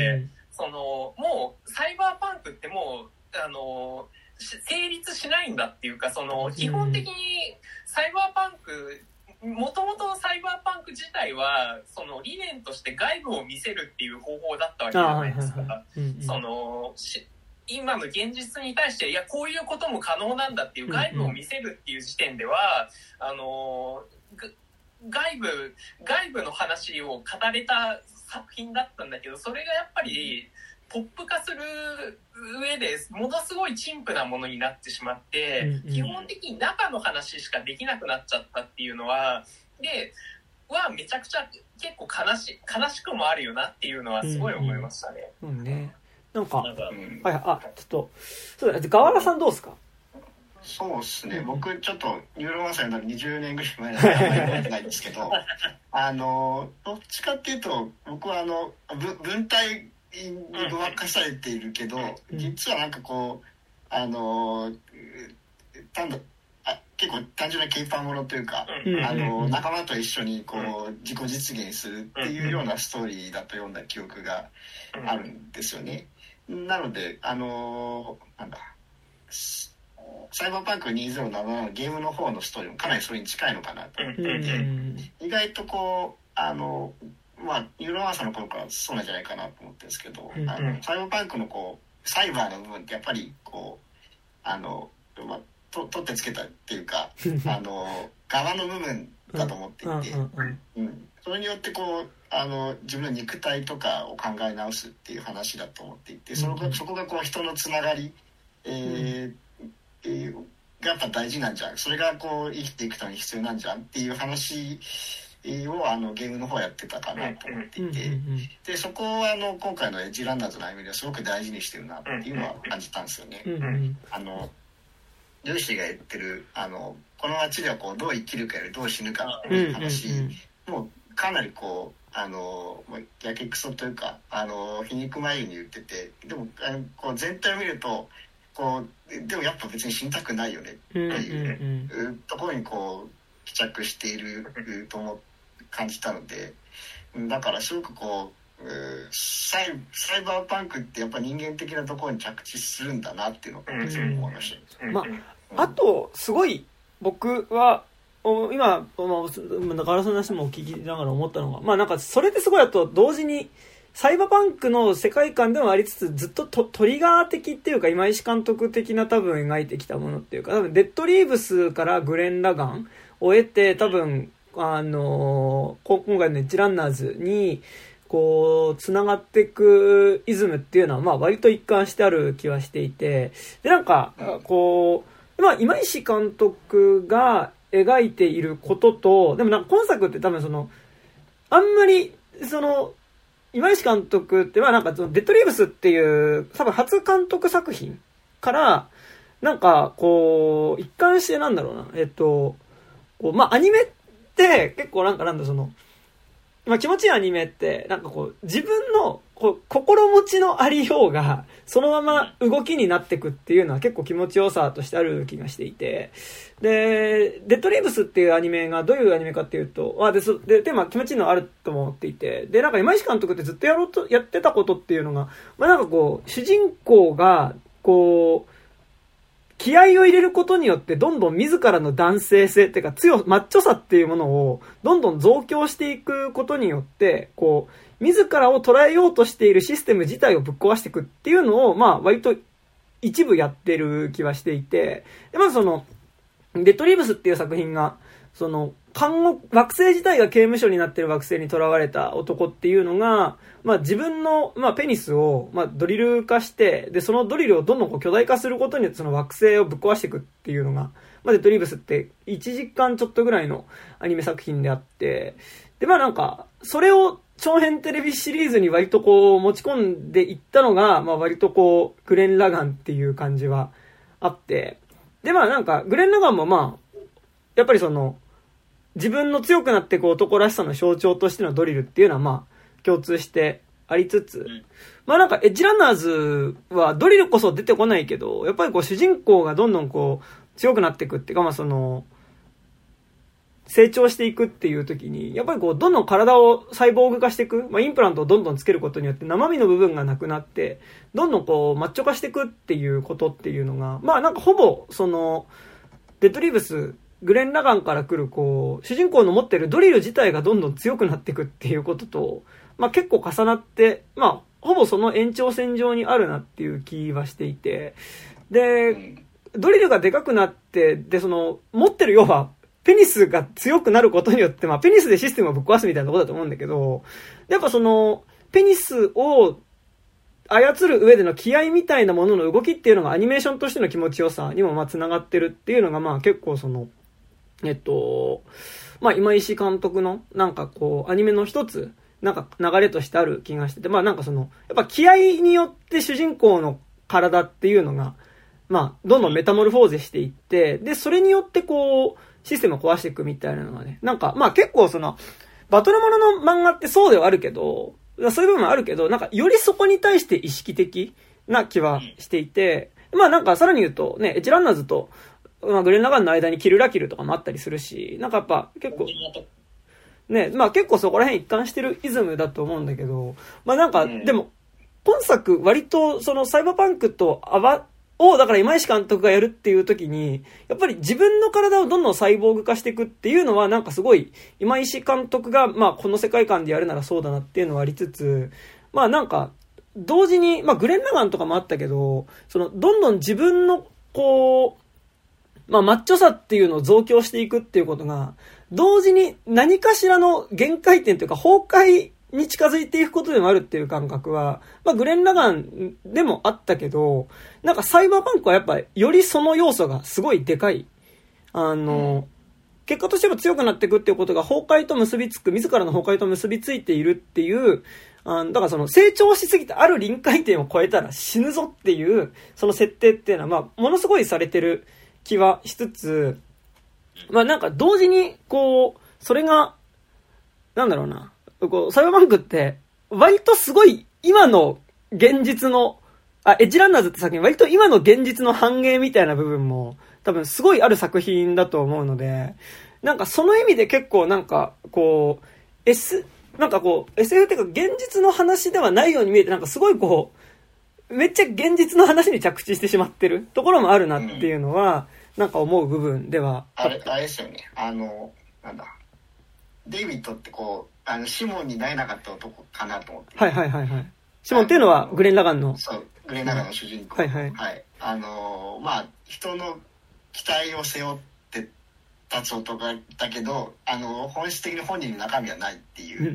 うん、そのもうサイバーパンクってもうあの成立しないんだっていうかその基本的にサイバーパンクもともとサイバーパンク自体はその理念として外部を見せるっていう方法だったわけじゃないですか。その今の現実に対していやこういうことも可能なんだっていう外部を見せるっていう時点では、うんうん、あの外部外部の話を語れた作品だったんだけどそれがやっぱりポップ化する上でものすごい陳腐なものになってしまって、うんうん、基本的に中の話しかできなくなっちゃったっていうのはではめちゃくちゃ結構悲し悲しくもあるよなっていうのはすごい思いましたね。 うんうんうんねなんか、なんかうん、はい、あ、ちょっと、そうだね、河原さんどうですか？ そうですね、僕ちょっとニューロマンサーになるにじゅうねんぐらい前なんであんまり覚えてないんですけどあのどっちかっていうと僕はあの文体にごまかされているけど、うん、実はなんかこうあの単だあ結構単純なケーパーものというか、うん、あの仲間と一緒にこう自己実現するっていうようなストーリーだと読んだ記憶があるんですよね。なのであのー、なんだサイバーパンクにせんななじゅうななのゲームの方のストーリーもかなりそれに近いのかなと思っていて、うん、意外とこうあのまあユーロマンサーの頃からそうなんじゃないかなと思ってるんですけど、うん、あのサイバーパンクのこうサイバーの部分ってやっぱりこうあの、まあ、と取ってつけたっていうかあの側の部分だと思っていて、うんうんうん、それによってこうあの自分の肉体とかを考え直すっていう話だと思っていて、そのそこがこう人のつながり、えーえー、がやっぱ大事なんじゃん、それがこう生きていくために必要なんじゃんっていう話をあのゲームの方やってたかなと思っていて、でそこはあの今回のエッジランナーズの歩みではすごく大事にしてるなっていうのは感じたんですよね。あのルーシーが言ってるあのこの街ではこうどう生きるかよりどう死ぬかっていう話もかなりこうあのやけくそというかあの皮肉まゆに言ってて、でもあのこう全体を見るとこうでもやっぱ別に死にたくないよねっていうところにこう帰着していると思感じたので、だからすごくこうサイ、サイバーパンクってやっぱ人間的なところに着地するんだなっていうのをすごく思いました。 まあ、あとすごい僕は今、まあ、ガラスの話も聞きながら思ったのが、まあなんかそれってすごいあと同時にサイバーパンクの世界観でもありつつずっと ト, トリガー的っていうか今石監督的な多分描いてきたものっていうか、多分デッドリーブスからグレン・ラガンを得て多分あのー、今回のエッジランナーズにこう繋がっていくイズムっていうのはまあ割と一貫してある気はしていて、でなんかこうまあ今石監督が描いていることと、でもなんか今作って多分そのあんまりその今石監督ってまあなんかそのデッドリーブスっていう多分初監督作品からなんかこう一貫してなんだろうなえっとこうまあアニメって結構なんかなんだそのまあ気持ちいいアニメってなんかこう自分のこう心持ちのありようがそのまま動きになってくっていうのは結構気持ちよさとしてある気がしていて、でデッドリーブスっていうアニメがどういうアニメかっていうとあでそででまあ気持ちいいのあると思っていて、でなんか今石監督ってずっとやろうとやってたことっていうのがまあなんかこう主人公がこう気合を入れることによってどんどん自らの男性性っていうか強マッチョさっていうものをどんどん増強していくことによってこう自らを捉えようとしているシステム自体をぶっ壊していくっていうのをまあ割と一部やってる気はしていて、でまずそのデッドリーブスっていう作品がその監獄惑星自体が刑務所になっている惑星に囚われた男っていうのがまあ自分のまあペニスをまあドリル化してでそのドリルをどんどんこう巨大化することによってその惑星をぶっ壊していくっていうのがまあデッドリーブスっていちじかんちょっとぐらいのアニメ作品であって、でまあなんかそれを長編テレビシリーズに割とこう持ち込んでいったのがまあ割とこうグレン・ラガンっていう感じはあって、でまあなんかグレン・ラガンもまあやっぱりその自分の強くなっていく男らしさの象徴としてのドリルっていうのはまあ共通してありつつ、まあなんかエッジランナーズはドリルこそ出てこないけどやっぱりこう主人公がどんどんこう強くなっていくっていうかまあその成長していくっていう時にやっぱりこうどんどん体を細胞化していく、まあインプラントをどんどんつけることによって生身の部分がなくなってどんどんこうマッチョ化していくっていうことっていうのがまあなんかほぼそのデッドリーブスグレン・ラガンから来るこう主人公の持ってるドリル自体がどんどん強くなっていくっていうことと、まあ、結構重なってまあほぼその延長線上にあるなっていう気はしていて、でドリルがでかくなってでその持ってる要はペニスが強くなることによってまあペニスでシステムをぶっ壊すみたいなところだと思うんだけど、やっぱそのペニスを操る上での気合みたいなものの動きっていうのがアニメーションとしての気持ちよさにもまあ繋がってるっていうのがまあ結構そのえっと、まあ、今石監督のなんかこうアニメの一つなんか流れとしてある気がしてて、まあなんかそのやっぱ気合によって主人公の体っていうのがまあどんどんメタモルフォーゼしていって、でそれによってこうシステムを壊していくみたいなのがね、なんかまあ結構そのバトルものの漫画ってそうではあるけどそういう部分はあるけどなんかよりそこに対して意識的な気はしていて、まあなんかさらに言うとねエッジランナーズとまあ、グレン・ラガンの間にキルラキルとかもあったりするし、なんかやっぱ結構ね、まあ結構そこら辺一貫してるイズムだと思うんだけど、まあなんかでも今作割とそのサイバーパンクとアバをだから今石監督がやるっていう時にやっぱり自分の体をどんどんサイボーグ化していくっていうのはなんかすごい今石監督がまあこの世界観でやるならそうだなっていうのはありつつ、まあなんか同時にまあグレン・ラガンとかもあったけどそのどんどん自分のこうまあ、マッチョさっていうのを増強していくっていうことが、同時に何かしらの限界点というか、崩壊に近づいていくことでもあるっていう感覚は、まあ、グレン・ラガンでもあったけど、なんかサイバーパンクはやっぱりよりその要素がすごいでかい。あの、結果としても強くなっていくっていうことが崩壊と結びつく、自らの崩壊と結びついているっていう、あだからその成長しすぎてある臨界点を超えたら死ぬぞっていう、その設定っていうのは、まあ、ものすごいされてる気はしつつ、まあなんか同時にこうそれがなんだろうな、 こう、サイバーパンクって、割とすごい今の現実の、あ、エッジランナーズって作品、割と今の現実の反映みたいな部分も、多分すごいある作品だと思うので、なんかその意味で結構なんか、こう、S、なんかこう、エスエフ っていうか現実の話ではないように見えて、なんかすごいこう、めっちゃ現実の話に着地してしまってるところもあるなっていうのは、うん、なんか思う部分ではあれ、あれですよね。あの、なんだ。デイビッドってこう、あの、シモンになれなかった男かなと思って。 はいはいはいはい。シモンっていうのはグレン・ラガンの。 そう、グレン・ラガンの主人公。 はいはい。 はい。あの、まあ、人の期待を背負って立つ男だけど、あの、本質的に本人の中身はないっていう。うん。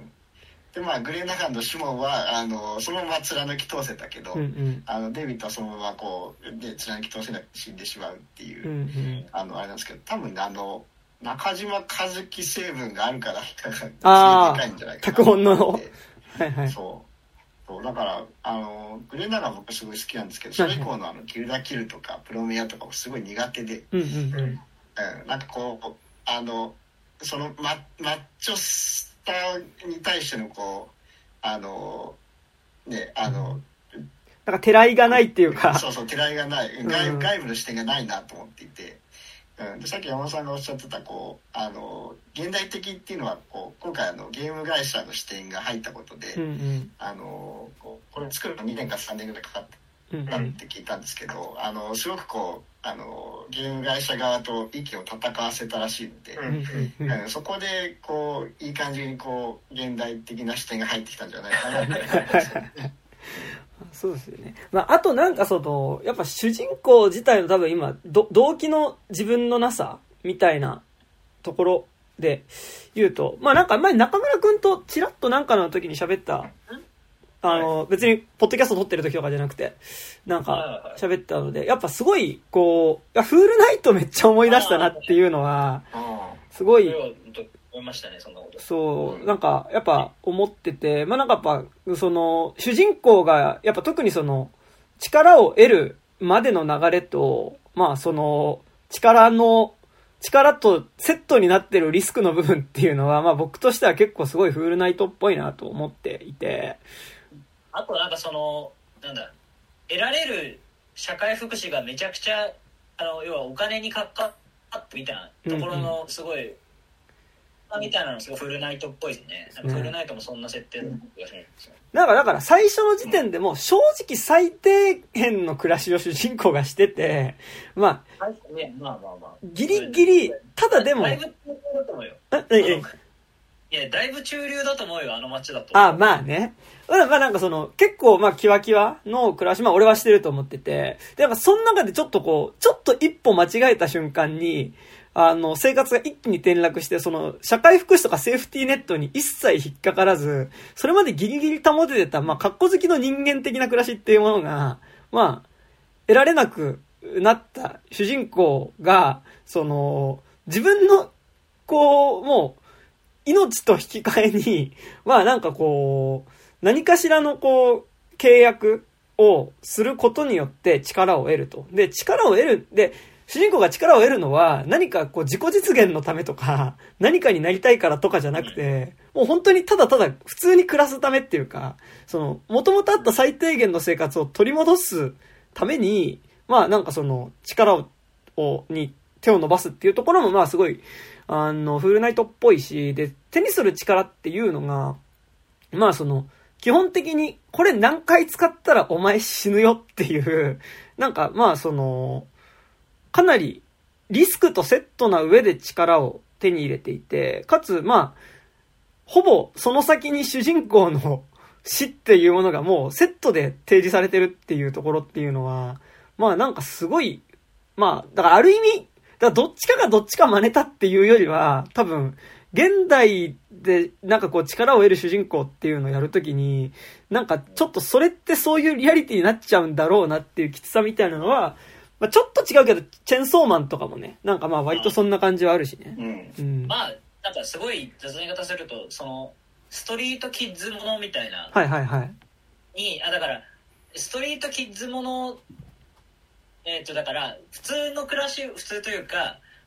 で、まあ、グレン・ラガンのシモンは、あの、そのまま貫き通せたけど、うんうん、あの、デイビッドはそのままこう、で、貫き通せなく死んでしまうっていう、うんうん、あの、あれなんですけど、多分ね、あの、中島和樹成分があるから、 ああ、脚本の。はいはい。 そう。そうだから、あの、グレン・ラガン僕すごい好きなんですけど、それ以降のあの、キルダキルとか、プロメアとかもすごい苦手で、うんうんうん、うん、なんかこう、あの、そのマ、マッチョスターに対してのこう、あの、ね、あの、 なんか、てらいがないっていうか。 そうそう、てらいがない。外、うん、外部の視点がないなと思っていて、うん、でさっき山田さんがおっしゃってたこうあの現代的っていうのはこう今回あのゲーム会社の視点が入ったことで、うんうん、あのこうこれ作るのにねんかさんねんぐらいかかったって聞いたんですけど、うんうん、あのすごくこうあのゲーム会社側と意見を戦わせたらしいので、うんうんうん、そこでこういい感じにこう現代的な視点が入ってきたんじゃないかなって思いますね。 そうですよね。まあ、あとなんかその、やっぱ主人公自体の多分今、ど動機の自分のなさみたいなところで言うと、まあなんか前中村くんとチラッとなんかの時に喋った、あの、別にポッドキャスト撮ってる時とかじゃなくて、なんか喋ったので、やっぱすごい、こう、いやフールナイトめっちゃ思い出したなっていうのは、すごい、 思いましたね、そんなこと。 そう、なんか、やっぱ思ってて、まあなんかやっぱ、その、主人公が、やっぱ特にその、力を得るまでの流れと、まあその、力の、力とセットになってるリスクの部分っていうのは、まあ僕としては結構すごいフールナイトっぽいなと思っていて。 あとなんかその、なんだ、得られる社会福祉がめちゃくちゃ、あの、要はお金にかかってみたいなところのすごい、うんうんみたいなのすごいフルナイトっぽいですね。なんかフルナイトもそんな設定の気がしないですよ。 なんかだから最初の時点でも正直最低限の暮らしを主人公がしてて、まあ、 ね、まあまあまあ。 ギリギリ、ただでも。 だいぶ中流だと思うよ。 ええいや、だいぶ中流だと思うよ、あの街だと。 あ、まあね。まあなんかその、結構まあキワキワの暮らし、まあ俺はしてると思ってて、で、なんかその中でちょっとこう、ちょっと一歩間違えた瞬間に、あの、生活が一気に転落して、その、社会福祉とかセーフティーネットに一切引っかからず、それまでギリギリ保ててた、まあ、格好好きの人間的な暮らしっていうものが、まあ、得られなくなった主人公が、その、自分の、こう、もう、命と引き換えに、まあなんかこう、何かしらのこう、契約をすることによって力を得ると。で、力を得る、で、主人公が力を得るのは何かこう自己実現のためとか何かになりたいからとかじゃなくて、もう本当にただただ普通に暮らすためっていうか、その元々あった最低限の生活を取り戻すために、まあなんかその力ををに手を伸ばすっていうところもまあすごいあのフールナイトっぽいし、で手にする力っていうのがまあその基本的にこれ何回使ったらお前死ぬよっていうなんかまあそのかなりリスクとセットな上で力を手に入れていて、かつまあほぼその先に主人公の死っていうものがもうセットで提示されてるっていうところっていうのはまあなんかすごい、まあだからある意味だからどっちかがどっちか真似たっていうよりは多分現代でなんかこう力を得る主人公っていうのをやるときになんかちょっとそれってそういうリアリティになっちゃうんだろうなっていうきつさみたいなのはまあ、ちょっと違うけどチェンソーマンとかもねなんかまあ割とそんな感じはあるしね、 うんうん、まあなんかすごい雑な言い方するとそのストリートキッズものみたいなはいはいはいにあだからストリートキッズものえっとだから普通の暮らし普通というか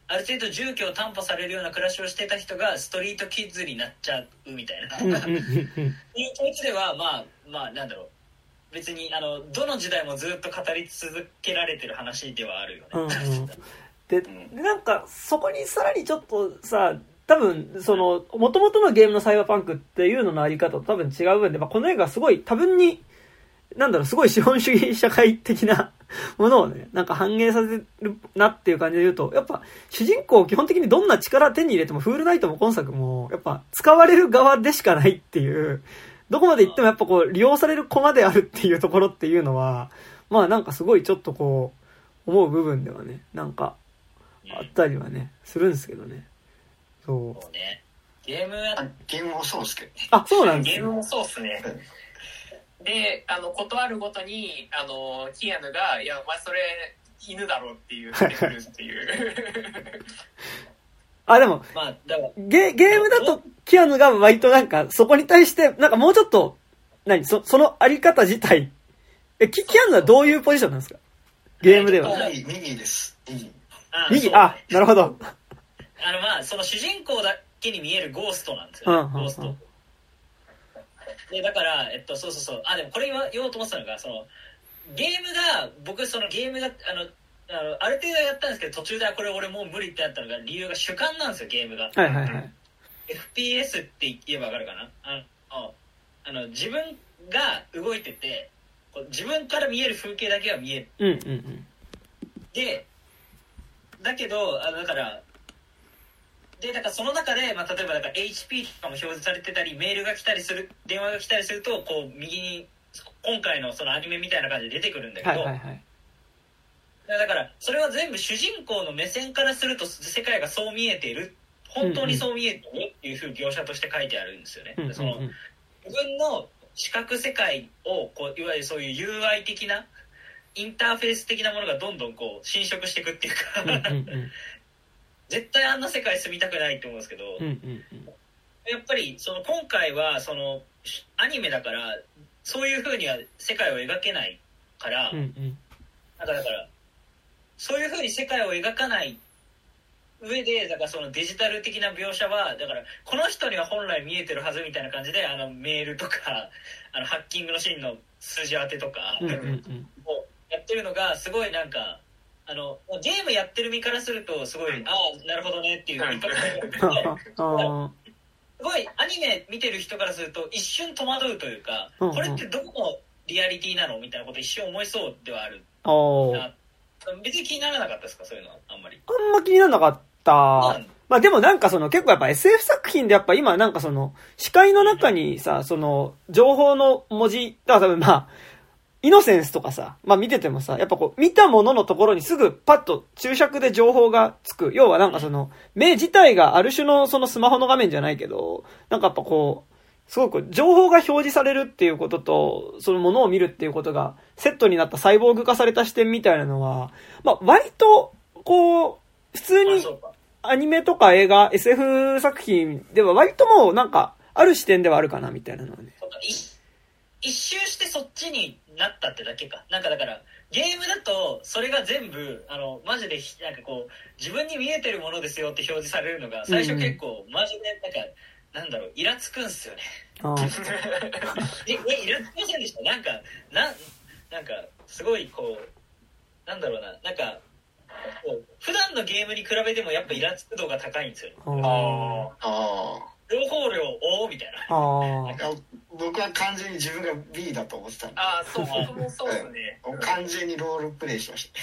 ある程度住居を担保されるような暮らしをしてた人がストリートキッズになっちゃうみたいなっていう気持ちではまあまあなんだろう、別にあのどの時代もずっと語り続けられてる話ではあるよね、うんうん、 で, でなんかそこにさらにちょっとさ、多分その元々のゲームのサイバーパンクっていうののあり方と多分違う分で、まあ、この映画はすごい多分になんだろう、すごい資本主義社会的なものをね、なんか反映させるなっていう感じで言うと、やっぱ主人公基本的にどんな力手に入れてもフールナイトも今作もやっぱ使われる側でしかないっていう、どこまで行ってもやっぱこう利用される駒であるっていうところっていうのは、まあなんかすごいちょっとこう思う部分ではね、なんかあったりはねするんですけどね。そう。 そうね。ゲームはゲームもそうですけどね。 あ、そうなんですね。 ゲームもそうっすね。で、あのことあるごとにあのキアヌがいやお前それ犬だろっていう出てくるっていうあ、でも、 まあ、だからゲゲームだとキアヌが割となんかそこに対してなんかもうちょっと何 そ, そのあり方自体え キ, キアヌはどういうポジションなんですかゲームでは。 右です右あ右、あ、なるほど。 あのまあその主人公だけに見えるゴーストなんですよね、うんうんうん、ゴーストでだからえっとそうそうそうあでもこれ言おうと思ってたのが、そのゲームが僕そのゲームがあのあのある程度やったんですけど途中ではこれ俺もう無理ってなったのが理由が主観なんですよゲームが。 はいはいはい。 エフピーエス って言えばわかるかな。あのあの自分が動いててこう自分から見える風景だけは見える。 うんうんうん。 でだけどあのだからでだからその中で、まあ、例えばだから エイチピー とかも表示されてたりメールが来たりする電話が来たりするとこう右に今回のそのアニメみたいな感じで出てくるんだけど、 はいはいはい、 だからそれは全部主人公の目線からすると世界がそう見えている、本当にそう見えているっていうふう描写として書いてあるんですよね、うんうん、その自分の視覚世界をこういわゆるそういう ユーアイ 的なインターフェース的なものがどんどんこう侵食していくっていうかうんうん、うん絶対あんな世界住みたくないと思うんですけど、 うんうんうん、 やっぱりその今回はそのアニメだからそういう風には世界を描けないから、 うんうん、 だからだからそういう風に世界を描かない上でだからそのデジタル的な描写はだからこの人には本来見えてるはずみたいな感じであのメールとかあのハッキングのシーンの数字当てとか、 うんうんうん、 をやってるのがすごいなんかあのゲームやってる身からするとすごい、うん、ああなるほどねっていうすごいアニメ見てる人からすると一瞬戸惑うというか、うんうん、これってどこのリアリティなのみたいなこと一瞬思いそうではあるな。別に気にならなかったですかそういうのはあんまり。 あんま気にならなかった、うん、まあでもなんかその結構やっぱ エスエフ 作品でやっぱ今なんかその視界の中にさその情報の文字だから多分まあイノセンスとかさ、まあ見ててもさ、やっぱこう見たもののところにすぐパッと注釈で情報がつく。要はなんかその目自体がある種のそのスマホの画面じゃないけど、なんかやっぱこう、すごく情報が表示されるっていうことと、そのものを見るっていうことがセットになったサイボーグ化された視点みたいなのは、まあ割とこう、普通にアニメとか映画、エスエフ 作品では割ともうなんかある視点ではあるかなみたいなのはね。 一周してそっちになったってだけか。なんかだからゲームだとそれが全部あのマジでなんかこう自分に見えてるものですよって表示されるのが最初結構マジでなんか、うん、なんだろうイラつくんすよね。 あええイラつきませんでした？なんかななんかすごいこうなんだろうななんかこう普段のゲームに比べてもやっぱイラつく度が高いんですよ。 ああ。 情報量多みたいな。 あ僕は完全に自分が B だと思ってたんで。 ああ、そう、僕もそうですね。 完全にロールプレイしました。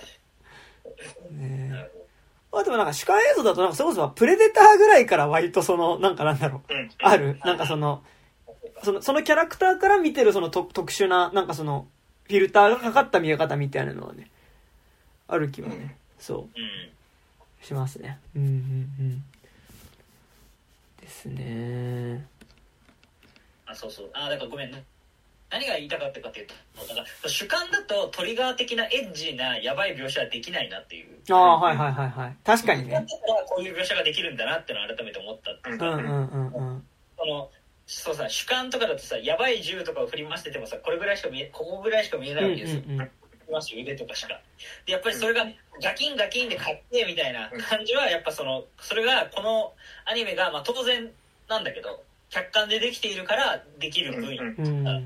ねあでもなんか主観映像だとなんかそれこそプレデターぐらいから割とそのなんかなんだろう、うん、あるなんかそのそのそのキャラクターから見てるそのと特殊ななんかそのフィルターがかかった見え方みたいなのはねある気はね、うん、そう、うん、しますね。うんうんうんですね。 あそうそうあだからごめんね何が言いたかったかっていうとだから主観だとトリガー的なエッジなやばい描写はできないなっていうああはいはいはいはい確かにねだからこういう描写ができるんだなってのを改めて思ったっていうか、 うんうんうんうん、 そのそうさ主観とかだとさやばい銃とかを振り回しててもさこれぐらいしか見えここぐらいしか見えないわけですよ、 うんうんうん、 きますよ、腕とかしか。で、やっぱりそれがガキンガキンでかっけえみたいな感じは、やっぱその、それがこのアニメが、まあ当然なんだけど、客観でできているからできる分野、うん、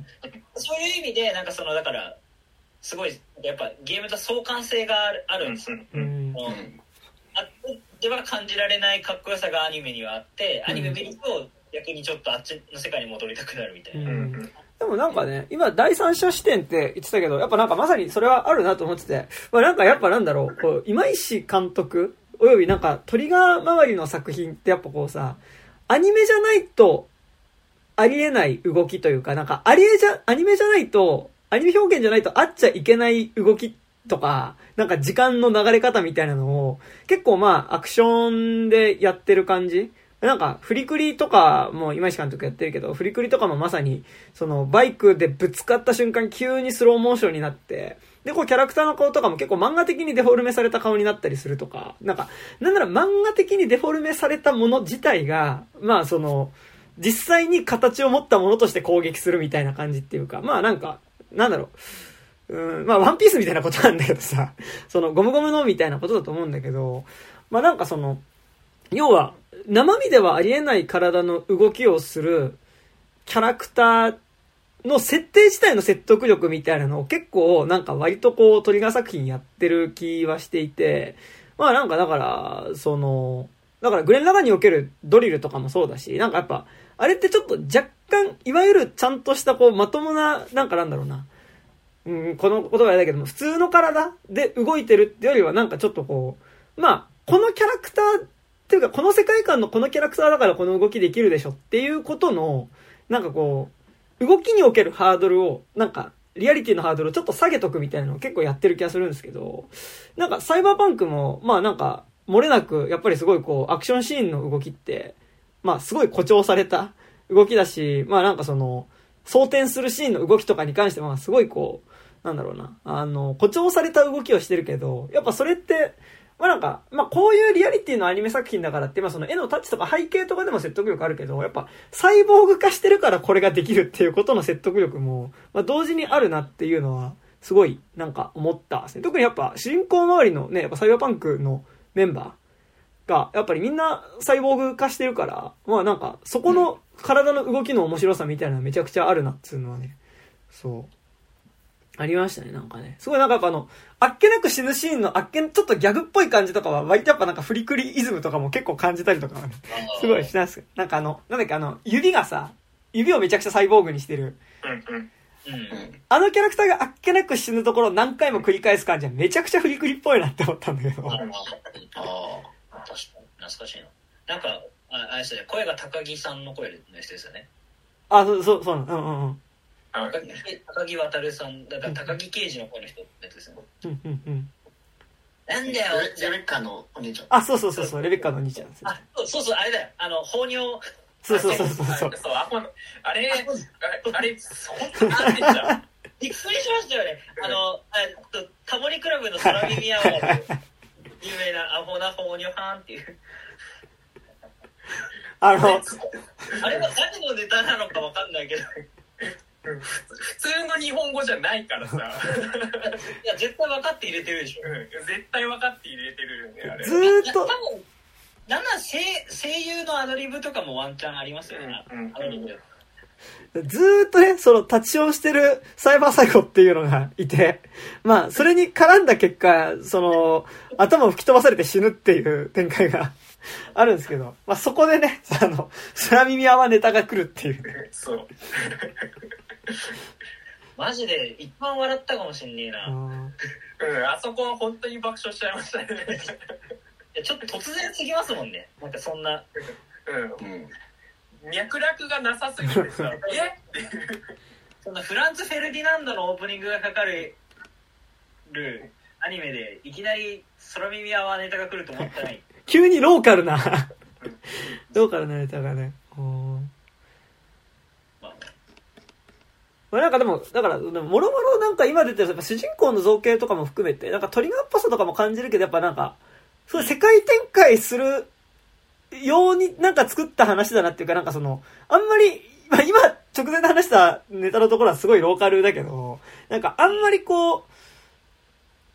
そういう意味でなんかそのだからすごいやっぱゲームと相関性があるんですよ、うん、あでは感じられないかっこよさがアニメにはあって、アニメ見ると逆にちょっとあっちの世界に戻りたくなるみたいな、うん、 でもなんかね今第三者視点って言ってたけどやっぱなんかまさにそれはあるなと思ってて、まあ、なんかやっぱなんだろうこう今石監督およびなんかトリガー周りの作品ってやっぱこうさアニメじゃないとありえない動きというか、なんか、ありえじゃ、アニメじゃないと、アニメ表現じゃないとあっちゃいけない動きとか、なんか時間の流れ方みたいなのを、結構まあ、アクションでやってる感じ？なんか、フリクリとかも今石監督やってるけど、フリクリとかもまさに、その、バイクでぶつかった瞬間急にスローモーションになって、で、こうキャラクターの顔とかも結構漫画的にデフォルメされた顔になったりするとか、なんか、なんなら漫画的にデフォルメされたもの自体が、まあその、実際に形を持ったものとして攻撃するみたいな感じっていうか、まあなんか、なんだろう、うん、まあワンピースみたいなことなんだけどさ、そのゴムゴムのみたいなことだと思うんだけど、まあなんかその、要は、生身ではありえない体の動きをするキャラクターの設定自体の説得力みたいなのを結構なんか割とこうトリガー作品やってる気はしていて、まあなんかだから、その、だからグレン・ラガンにおけるドリルとかもそうだし、なんかやっぱ、あれってちょっと若干、いわゆるちゃんとしたこうまともな、なんかなんだろうな、うん、この言葉はあれだけども、普通の体で動いてるってよりはなんかちょっとこう、まあ、このキャラクターっていうか、この世界観のこのキャラクターだからこの動きできるでしょっていうことの、なんかこう、動きにおけるハードルを、なんか、リアリティのハードルをちょっと下げとくみたいなのを結構やってる気がするんですけど、なんかサイバーパンクも、まあなんか、漏れなく、やっぱりすごいこう、アクションシーンの動きって、まあすごい誇張された動きだし、まあなんかその、装填するシーンの動きとかに関しては、すごいこう、なんだろうな、あの、誇張された動きをしてるけど、やっぱそれって、まあなんか、まあこういうリアリティのアニメ作品だからって、まあその絵のタッチとか背景とかでも説得力あるけど、やっぱサイボーグ化してるからこれができるっていうことの説得力も、まあ同時にあるなっていうのは、すごいなんか思ったですね。特にやっぱ主人公周りのね、やっぱサイバーパンクのメンバーが、やっぱりみんなサイボーグ化してるから、まあなんかそこの体の動きの面白さみたいなのめちゃくちゃあるなっていうのはね、そう。ありましたね、なんかね。すごいなんかやっぱあの、あっけなく死ぬシーンのあっけ、ちょっとギャグっぽい感じとかは、割とやっぱなんかフリクリイズムとかも結構感じたりとか、ね、すごいしたんですよ。なんかあの、なんだっけあの、指がさ、指をめちゃくちゃサイボーグにしてる。あのキャラクターがあっけなく死ぬところを何回も繰り返す感じはめちゃくちゃフリクリっぽいなって思ったんだけど。ああ、確かに。 懐かしいな。なんか、あ、あれですよね、声が高木さんの声の人ですよね。 あ、そう、そう、そう、うんうんうん。 高木渉さんだから高木刑事の声の人ってやつですね。 うんうんうん。 なんだよ。 レベッカのお兄ちゃん。 あ、そうそうそうそう、レベッカのお兄ちゃんです。 あ、そうそう、あれだよ。あの放尿。 そうそうそうそうそう。 そう、あ、あれ、あれ、本当なんでした。 びっくりしましたよね。あの、えっとタモリクラブの空耳アワーで有名なアホな放尿ハンっていう。 あの、 あれは誰のネタなのかわかんないけど。 普通の日本語じゃないからさ。いや絶対分かって入れてるでしょ。 うん、絶対分かって入れてるよねあれ。 ずーっと。 なんなら声声優のアドリブとかもワンチャンありますよね。うんうんうん、ずーっとねその立ちションしてるサイバーサイコっていうのがいて、まあそれに絡んだ結果その頭を吹き飛ばされて死ぬっていう展開が。あるんですけど、まあ、そこでね、あの、空耳泡ネタが来るっていう。 そう。 マジで一番笑ったかもしんねえな。うん、 あそこは本当に爆笑しちゃいましたね。 いやちょっと突然すぎますもんね。なんかそんな。 うん。うん、脈絡がなさすぎてさ、えそんなフランツ・フェルディナンドのオープニングがかかるアニメでいきなり空耳泡ネタが来ると思ってない。 急にローカルなローカルなネタがね。まあ、なんかでもだからもろもろなんか今出てるやっぱ主人公の造形とかも含めてなんかトリガーっぽさとかも感じるけどやっぱなんかそういう世界展開するようになんか作った話だなっていうかなんかそのあんまり、まあ、今直前で話したネタのところはすごいローカルだけどなんかあんまりこう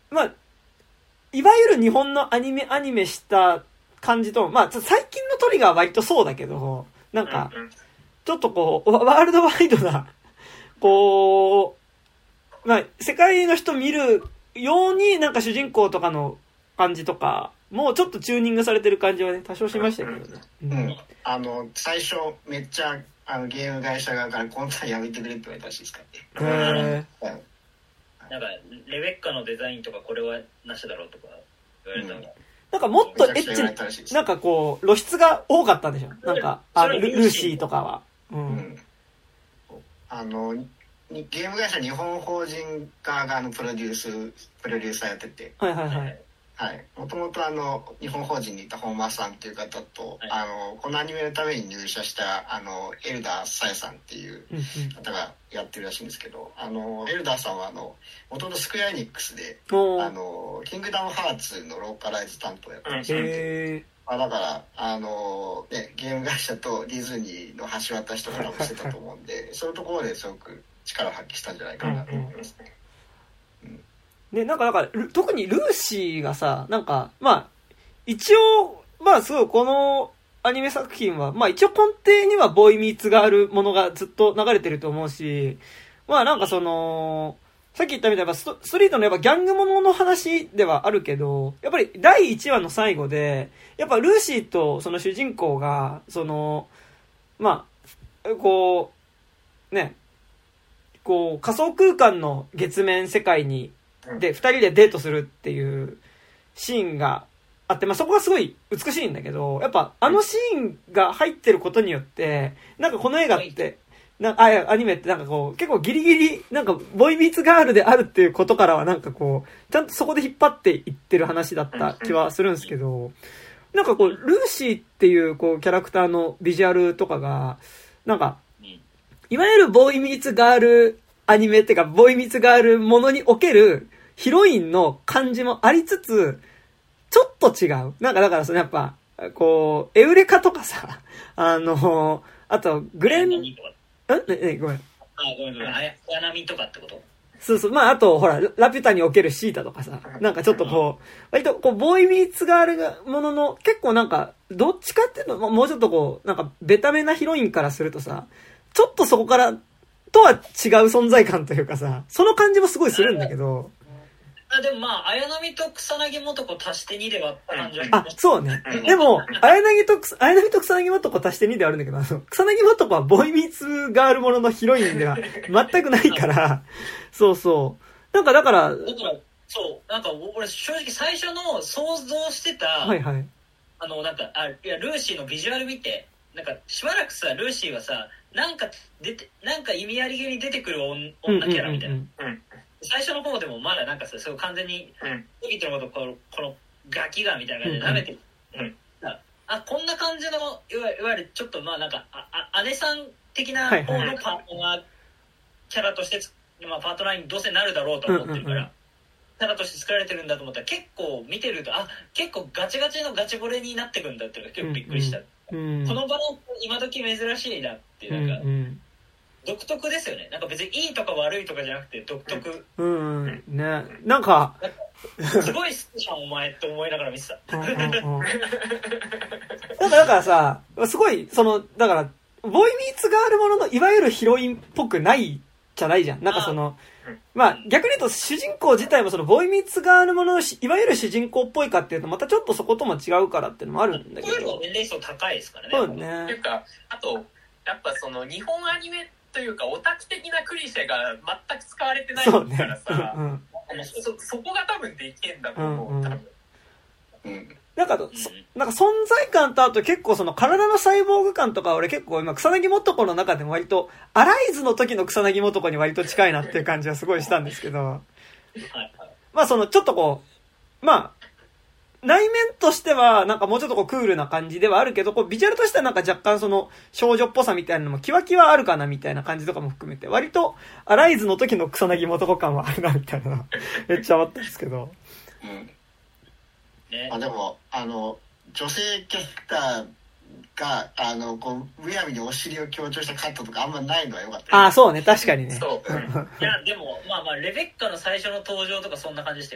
まあ、いわゆる日本のアニメアニメした感じと、まあ、最近のトリガーは割とそうだけど、なんか、ちょっとこう、ワールドワイドな、こう、まあ、世界の人見るように、なんか主人公とかの感じとか、もうちょっとチューニングされてる感じはね、多少しましたけどね。 うん。うん、あの、最初、めっちゃ、あの、ゲーム会社側からこんなんやめてくれって言われたらしいですからね。 へー。なんか、レベッカのデザインとかこれはなしだろうとか言われたのが、うん、 なんかもっとエッチ、なんかこう、露出が多かったでしょ。なんか、あの、ルーシーとかは。うん。うん、 あの、ゲーム会社日本法人側があのプロデュース、プロデューサーやってて。 はいはいはい。 はい。もともとあの、日本法人にいた本間さんっていう方と、はい、あの、このアニメのために入社した、あの、エルダーさやさんっていう方がやってるらしいんですけど、あの、エルダーさんはあの、もともとスクエアエニックスで、あの、キングダムハーツのローカライズ担当やってるんですよ。まあ、だから、あの、ね、ゲーム会社とディズニーの橋渡しとかもしてたと思うんで、そういうところですごく力を発揮したんじゃないかなと思いますね。 で、なんか、なんか、特にルーシーがさ、なんか、まあ、一応、まあ、すごい、このアニメ作品は、まあ、一応根底にはボーイミーツがあるものがずっと流れてると思うし、まあ、なんかその、さっき言ったみたいな、ストリートのやっぱギャングものの話ではあるけど、やっぱりだいいちわの最後で、やっぱルーシーとその主人公が、その、まあ、こう、ね、こう、仮想空間の月面世界に、で、二人でデートするっていうシーンがあって、まあ、そこがすごい美しいんだけど、やっぱあのシーンが入ってることによって、なんかこの映画って、なあ、いや、アニメってなんかこう、結構ギリギリ、なんか、ボーイミーツガールであるっていうことからはなんかこう、ちゃんとそこで引っ張っていってる話だった気はするんですけど、なんかこう、ルーシーっていうこう、キャラクターのビジュアルとかが、なんか、いわゆるボーイミーツガールアニメっていうか、ボーイミーツガールものにおけるヒロインの感じもありつつ、ちょっと違う。なんかだからそのやっぱ、こう、エウレカとかさ、あの、あと、グレン、んね、ね、ごめん。 あ、ごめんごめん。あや、やなみとかってこと？ そうそう。まあ、あと、ほら、ラピュタにおけるシータとかさ、なんかちょっとこう、割と、こう、ボーイミーツガールがものの、結構なんか、どっちかっていうと、もうちょっとこう、なんか、ベタめなヒロインからするとさ、ちょっとそこから、とは違う存在感というかさ、その感じもすごいするんだけど、 あ、でもまあ、綾波と草薙素子足してにでは感じはあ、そうね。でも、綾波と、綾波と草薙素子足してにではあるんだけど、あの、草薙素子はボーイミーツガールもののヒロインでは全くないから、そうそう。なんかだから、 だから、そう、なんか俺正直最初の想像してた、 はいはい。 あの、なんか、あ、いや、ルーシーのビジュアル見て、なんかしばらくさ、ルーシーはさ、なんか出て、なんか意味ありげに出てくる女キャラみたいな。うんうんうんうん、最初の方でもまだなんかさ、すごい完全に、ネギトのことこの、このガキがみたいな感じで舐めてる。うんうん、あ、こんな感じの、いわいわゆるちょっとまあなんか、あ、あ姉さん的な方のパートナーキャラとして、まあパートナーにどうせなるだろうと思ってるから、うんうんうん、キャラとして作られてるんだと思ったら結構見てると、あ、結構ガチガチのガチボレになってくんだっていうのが結構びっくりした。うんうんうん、このバランス今時珍しいなっていう、なんか、うんうん、独特ですよね。なんか別にいいとか悪いとかじゃなくて独特。 うん、うん、ね。なんか、 すごい好きじゃんお前って思いながら見てた。うんうんうん、 なんかだからさ、すごい、その、だから、ボーイミーツガールもののいわゆるヒロインっぽくないじゃないじゃん。なんかその、まあ逆に言うと主人公自体もそのボーイミーツガールもののいわゆる主人公っぽいかっていうとまたちょっとそことも違うからっていうのもあるんだけど。 年齢層高いですからね。 そうね。 っていうか、あと、やっぱその日本アニメというかオタク的なクリシェが全く使われてないからさ、ねうん、そ, そこが多分できんだと思う、うんうん、多分。うんなんか、なんか存在感とあと結構その体のサイボーグ感とか俺結構今草薙素子の中でも割とアライズの時の草薙素子に割と近いなっていう感じはすごいしたんですけどまあそのちょっとこうまあ内面としてはなんかもうちょっとこうクールな感じではあるけどこうビジュアルとしてはなんか若干その少女っぽさみたいなのもキワキワあるかなみたいな感じとかも含めて割とアライズの時の草薙素子感はあるなみたいなめっちゃ思ったんですけどうんね、あでもあの女性キャラクターがあのこうむやみにお尻を強調したカットとかあんまないのは良かった、ね、 ああそうね確かにねそういやでもまあまあレベッカの最初の登場とかそんな感じでしたよ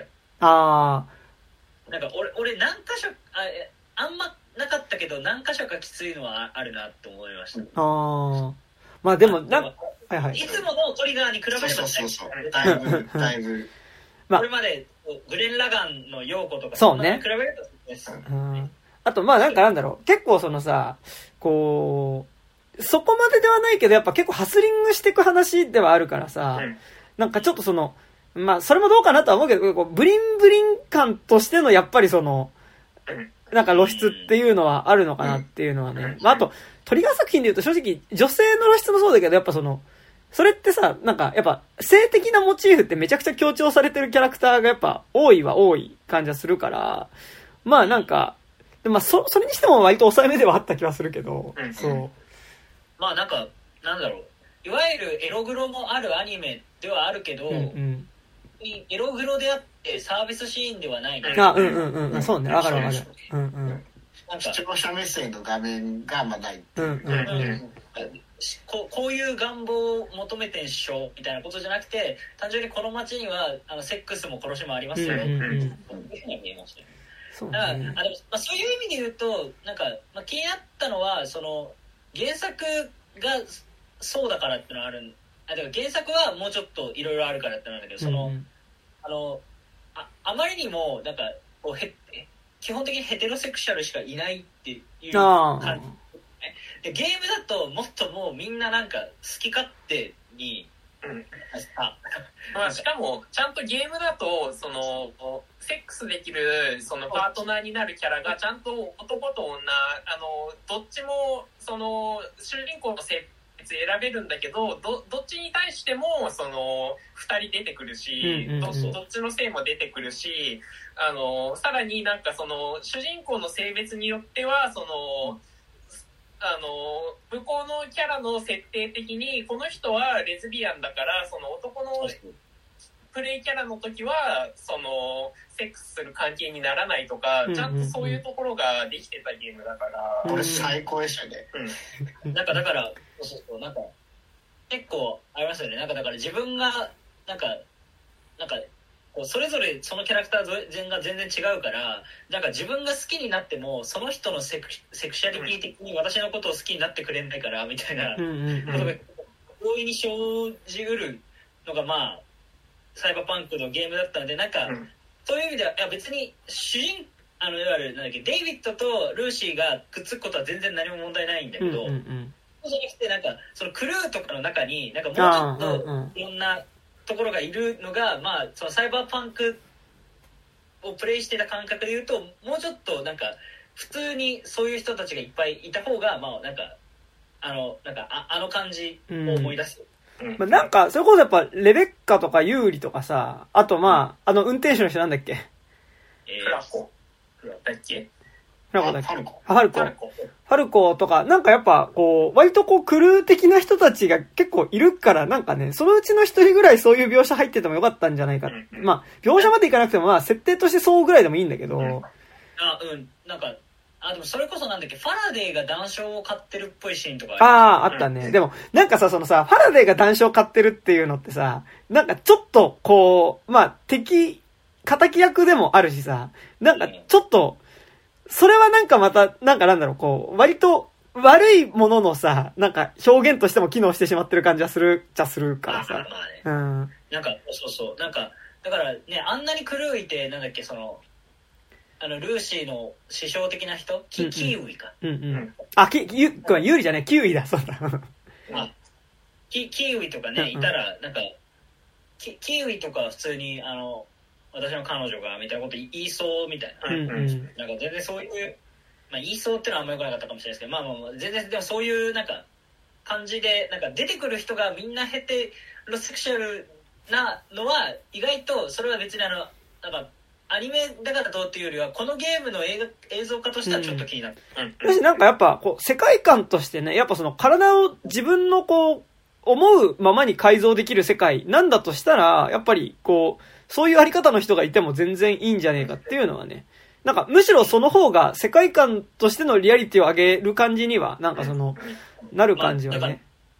ああ。なんか俺、俺何箇所、あ、あんまなかったけど、何箇所かきついのはあるなって思いました。 ああ。まあでも、なんか、はいはい。 いつものトリガーに比べれば、ね、 そうそうそう。だいぶ、だいぶ。 まあ、これまで、グレン・ラガンのヨーコとか、 そうね。 比べるとです。 うん。あと、まあなんかなんだろう。結構そのさ、こう、そこまでではないけど、やっぱ結構ハスリングしていく話ではあるからさ、うん、なんかちょっとその、まあそれもどうかなとは思うけど、こうブリンブリン感としてのやっぱりその、なんか露出っていうのはあるのかなっていうのはね。まああと、トリガー作品で言うと正直、女性の露出もそうだけど、やっぱその、それってさ、なんかやっぱ性的なモチーフってめちゃくちゃ強調されてるキャラクターがやっぱ多いは多い感じはするから、まあなんか、まあそ、それにしても割と抑えめではあった気はするけど、そう。 まあなんか、なんだろう。いわゆるエログロもあるアニメではあるけど、うんうん、エログロであってサービスシーンではないの。 あ、うんうんうん、そうね、わかるわかる。うんうん。 視聴者目線の画面があんまない。 うんうんうん。 こ, こういう願望を求めてんしょみたいなことじゃなくて、単純にこの街にはあのセックスも殺しもありますよねっていうふうに見えましたね。 そうね。 だからあの、まあ、そういう意味で言うとなんか、まあ、気になったのはその原作がそうだからってのはある。あ、だから原作はもうちょっといろいろあるからってなんだけど、その、うん、あの あ, あまりにもなんかこうへ基本的にヘテロセクシャルしかいないっていう感じ。でゲームだともっともうみんななんか好き勝手に、 うん、あまあ、しかもちゃんとゲームだとそのセックスできるそのパートナーになるキャラがちゃんと男と女あのどっちもその主人公の性別選べるんだけど ど, どっちに対してもそのふたり出てくるし、うんうんうん、ど, どっちの性も出てくるしあのさらになんかその主人公の性別によってはそのあの向こうのキャラの設定的にこの人はレズビアンだからその男のプレイキャラの時はそのセックスする関係にならないとか、うんうんうん、ちゃんとそういうところができてたゲームだからこれ最高でしたね、 うん、なんかだからそうそうなんか結構ありますよね。なんかだから自分がなんかなんかそれぞれそのキャラクターが全然違うからなんか自分が好きになってもその人のセク、セクシャリティ的に私のことを好きになってくれないからみたいなことが容易に生じうるのがまあサイバーパンクのゲームだったのでなんかそういう意味ではいや別に主人あのいわゆるなんだっけデイビッドとルーシーがくっつくことは全然何も問題ないんだけど、うんうんうん、そうじゃなくてなんかそのクルーとかの中になんかもうちょっといろんなところがいるのが、まあ、そのサイバーパンクをプレイしてた感覚で言うともうちょっとなんか普通にそういう人たちがいっぱいいた方がまあなんかあのなんか あ, あの感じを思い出す、 うんうんまあ、なんかそれこそやっぱレベッカとかユーリとかさあとまあ、うん、あの運転手の人なんだっけえー、フラコだっけファルコファルコファルコとかなんかやっぱこう割とこうクルー的な人たちが結構いるからなんかねそのうちの一人ぐらいそういう描写入っててもよかったんじゃないか、うん、まあ描写までいかなくてもまあ設定としてそうぐらいでもいいんだけど、うん、 あうんなんかあでもそれこそなんだっけファラデーが談笑を買ってるっぽいシーンとかあ, あああったね、うん、でもなんかさそのさファラデーが談笑を買ってるっていうのってさなんかちょっとこうまあ敵敵役でもあるしさなんかちょっと、うんそれはなんかまた、なんかなんだろう、こう、割と悪いもののさ、なんか表現としても機能してしまってる感じはするっちゃするからさ。 まあまあね。うん。なんか、そうそう、なんか、だからね、あんなに狂いて、なんだっけ、その、あの、ルーシーの師匠的な人、キ、うんうん、キーウイか。 うんうん。あ、キ、ユ、これ有利じゃない、キウイだ、そうだ。 あ、キ、キーウイとかね、いたら、なんか、キ、キーウイとか普通に、あの、私の彼女がみたいなこと言いそうみたいな、うんうん、なんか全然そういう、まあ、言いそうってのはあんまり良くなかったかもしれないですけど、まあまあまあ全然でもそういうなんか感じでなんか出てくる人がみんなヘテロセクシャルなのは意外とそれは別にあのなんかアニメだからどうっていうよりはこのゲームの映画映像化としてはちょっと気になる。 うん、私なんかやっぱこう世界観としてねやっぱその体を自分のこう思うままに改造できる世界なんだとしたらやっぱりこうそういうあり方の人がいても全然いいんじゃねえかっていうのはね。なんかむしろその方が世界観としてのリアリティを上げる感じにはなんかそのなる感じはね。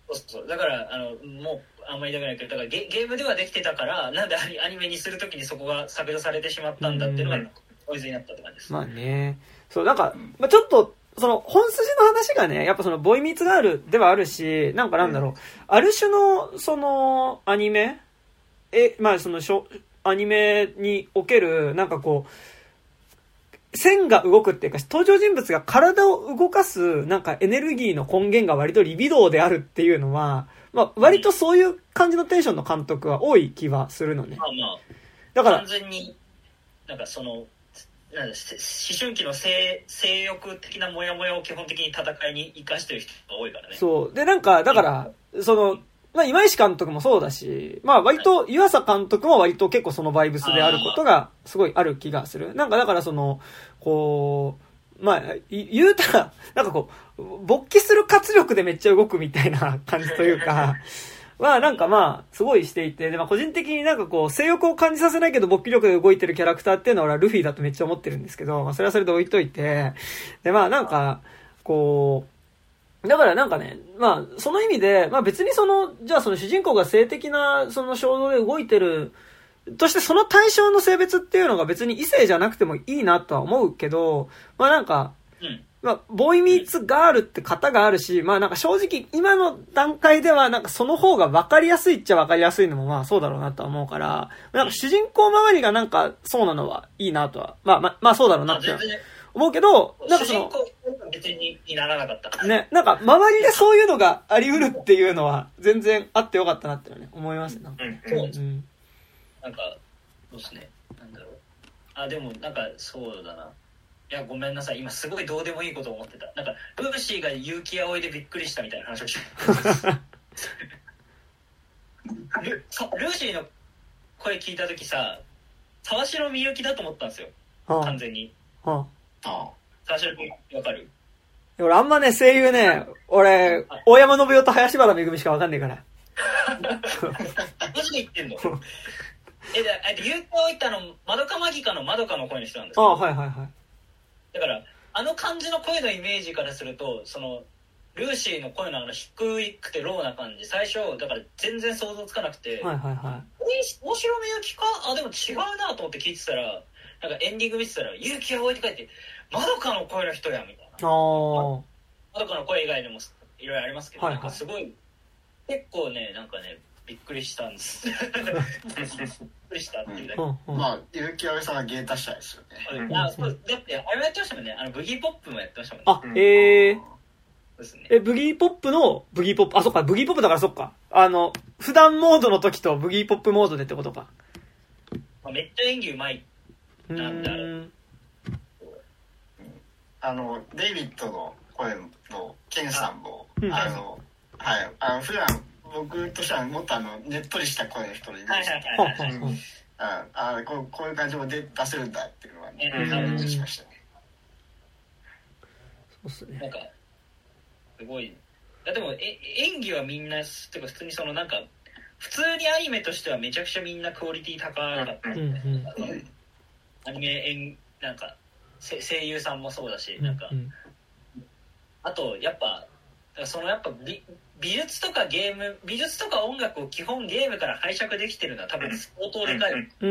そうそうだからあのもうあんまり言いたくないけどだから ゲ, ゲームではできてたからなんでアニメにするときにそこが削除されてしまったんだっていうのがノイズになったって感じです。 まあねそうなんか、まあ、ちょっとその本筋の話がねやっぱそのボーイミーツガールではあるしなんかなんだろう、うん、ある種のそのアニメえまあそのしょアニメにおけるなんかこう線が動くっていうか登場人物が体を動かすなんかエネルギーの根源が割とリビドーであるっていうのはまあ割とそういう感じのテンションの監督は多い気はするのね。 まあまあだから完全になんかそのなん思春期の 性, 性欲的なモヤモヤを基本的に戦いに生かしてる人が多いからね。 そうでなんかだからそのまあ今石監督もそうだしまあ割と湯浅監督も割と結構そのバイブスであることがすごいある気がする。なんかだからそのこうまあ言うたらなんかこう勃起する活力でめっちゃ動くみたいな感じというかまあなんかまあすごいしていてで、まあ、個人的になんかこう性欲を感じさせないけど勃起力で動いてるキャラクターっていうのは俺はルフィだとめっちゃ思ってるんですけど、まあ、それはそれで置いといてでまあなんかこうだからなんかねまあその意味でまあ別にそのじゃあその主人公が性的なその衝動で動いてるとしてその対象の性別っていうのが別に異性じゃなくてもいいなとは思うけどまあなんか、うんまあ、ボーイミーツガールって型があるし、まあなんか正直今の段階ではなんかその方が分かりやすいっちゃ分かりやすいのもまあそうだろうなとは思うから、なんか主人公周りがなんかそうなのはいいなとは、まあまあ、まあそうだろうなって思うけど、なんかその、 主人公別にならなかった。 ね、なんか周りでそういうのがあり得るっていうのは全然あってよかったなってね、思いますね。なんか、 うん、そうです。うん、なんか、そうですね。なんだろう。あ、でもなんかそうだな。いやごめんなさい今すごいどうでもいいことを思ってた。なんかルーシーが結城葵でびっくりしたみたいな話をしてル, ルーシーの声聞いた時さ沢城みゆきだと思ったんですよ、はあ、完全に、はあ、沢城みゆきわかる？ 俺あんまね声優ね俺大山信代と林原めぐみしかわかんねえからマジで言ってんのえで結城葵ってあのまどかマギカのまどかの声の人なんですよ。 ああはいはいはい。 だからあの感じの声のイメージからするとそのルーシーの声のあの低くてローな感じ最初だから全然想像つかなくて、 はいはいはい、 大城みゆきかあでも違うなと思って聞いてたらなんかエンディング見てたら結城葵って書いてまどかの声の人やみたいな。あまどかの声以外でもいろいろありますけど、はいはい、なんかすごい結構ねなんかねびっくりしたんですびっくりしたっていうだけ、うんうん、まあ結城葵さんは芸達者ですよね、 うん、あそうだってあれもやってましたもんねあのブギーポップもやってましたもんね。あへえーですね、 えブギーポップのブギーポップあそっかブギーポップだからそっかあの普段モードの時とブギーポップモードでってことか、 まあ、めっちゃ演技うまいなんだろうあのデイビッドの声のケンさんもあの、はいあの普段僕としてはもっとあのねっとりした声の人のイメージでああこうこういう感じも出せるんだっていうのはね感じしましたね。 そうっすね。 なんかすごいでもえ演技はみんなてか普通にそのなんか普通にアニメとしてはめちゃくちゃみんなクオリティ高かった、うんうん、アニメ演なんか声優さんもそうだしなんか、うんうん、あとやっぱそのやっぱ美美術とかゲーム美術とか音楽を基本ゲームから拝借できてるのは多分相当でかいから、うん、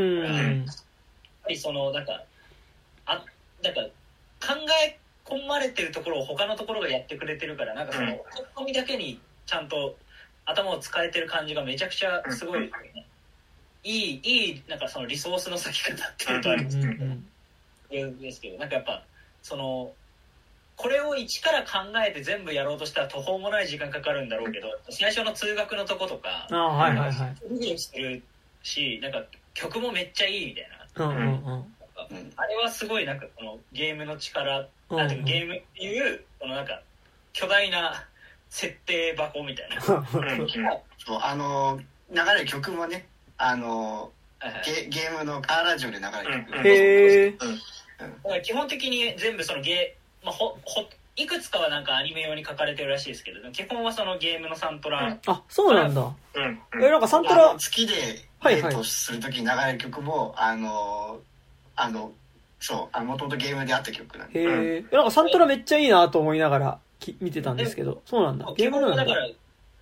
やっぱりそのなんかあなんか考え込まれてるところを他のところがやってくれてるからなんかそのツッコミだけにちゃんと頭を使えてる感じがめちゃくちゃすごい、ね、いいいいなんかそのリソースの割き方っていうとあるんですけど、うん、ですけどなんかやっぱそのこれを一から考えて全部やろうとしたら途方もない時間かかるんだろうけど最初の通学のとことかあ、はいはいはい、 ドキドキするしなんか曲もめっちゃいいみたいな、うんうんうん、 あれはすごいなんかこのゲームの力、うんうん、ゲームっていうこのなんか巨大な設定箱みたいなそうあの流れる曲もねあの、はいはい、ゲ, ゲームのカーラジオで流れる曲へー、 うんだから基本的に全部そのゲーまあ、ほほいくつかはなんかアニメ用に書かれてるらしいですけど基本はそのゲームのサントラ、うん、 あそうなんだ、 うんうん、 えなんかサントラ月でデートするときに流れる曲も、はいはい、あのあのそうもともとゲームであった曲なんでへえ、うん、なんかサントラめっちゃいいなと思いながらき見てたんですけどそうなんだゲームなんだだから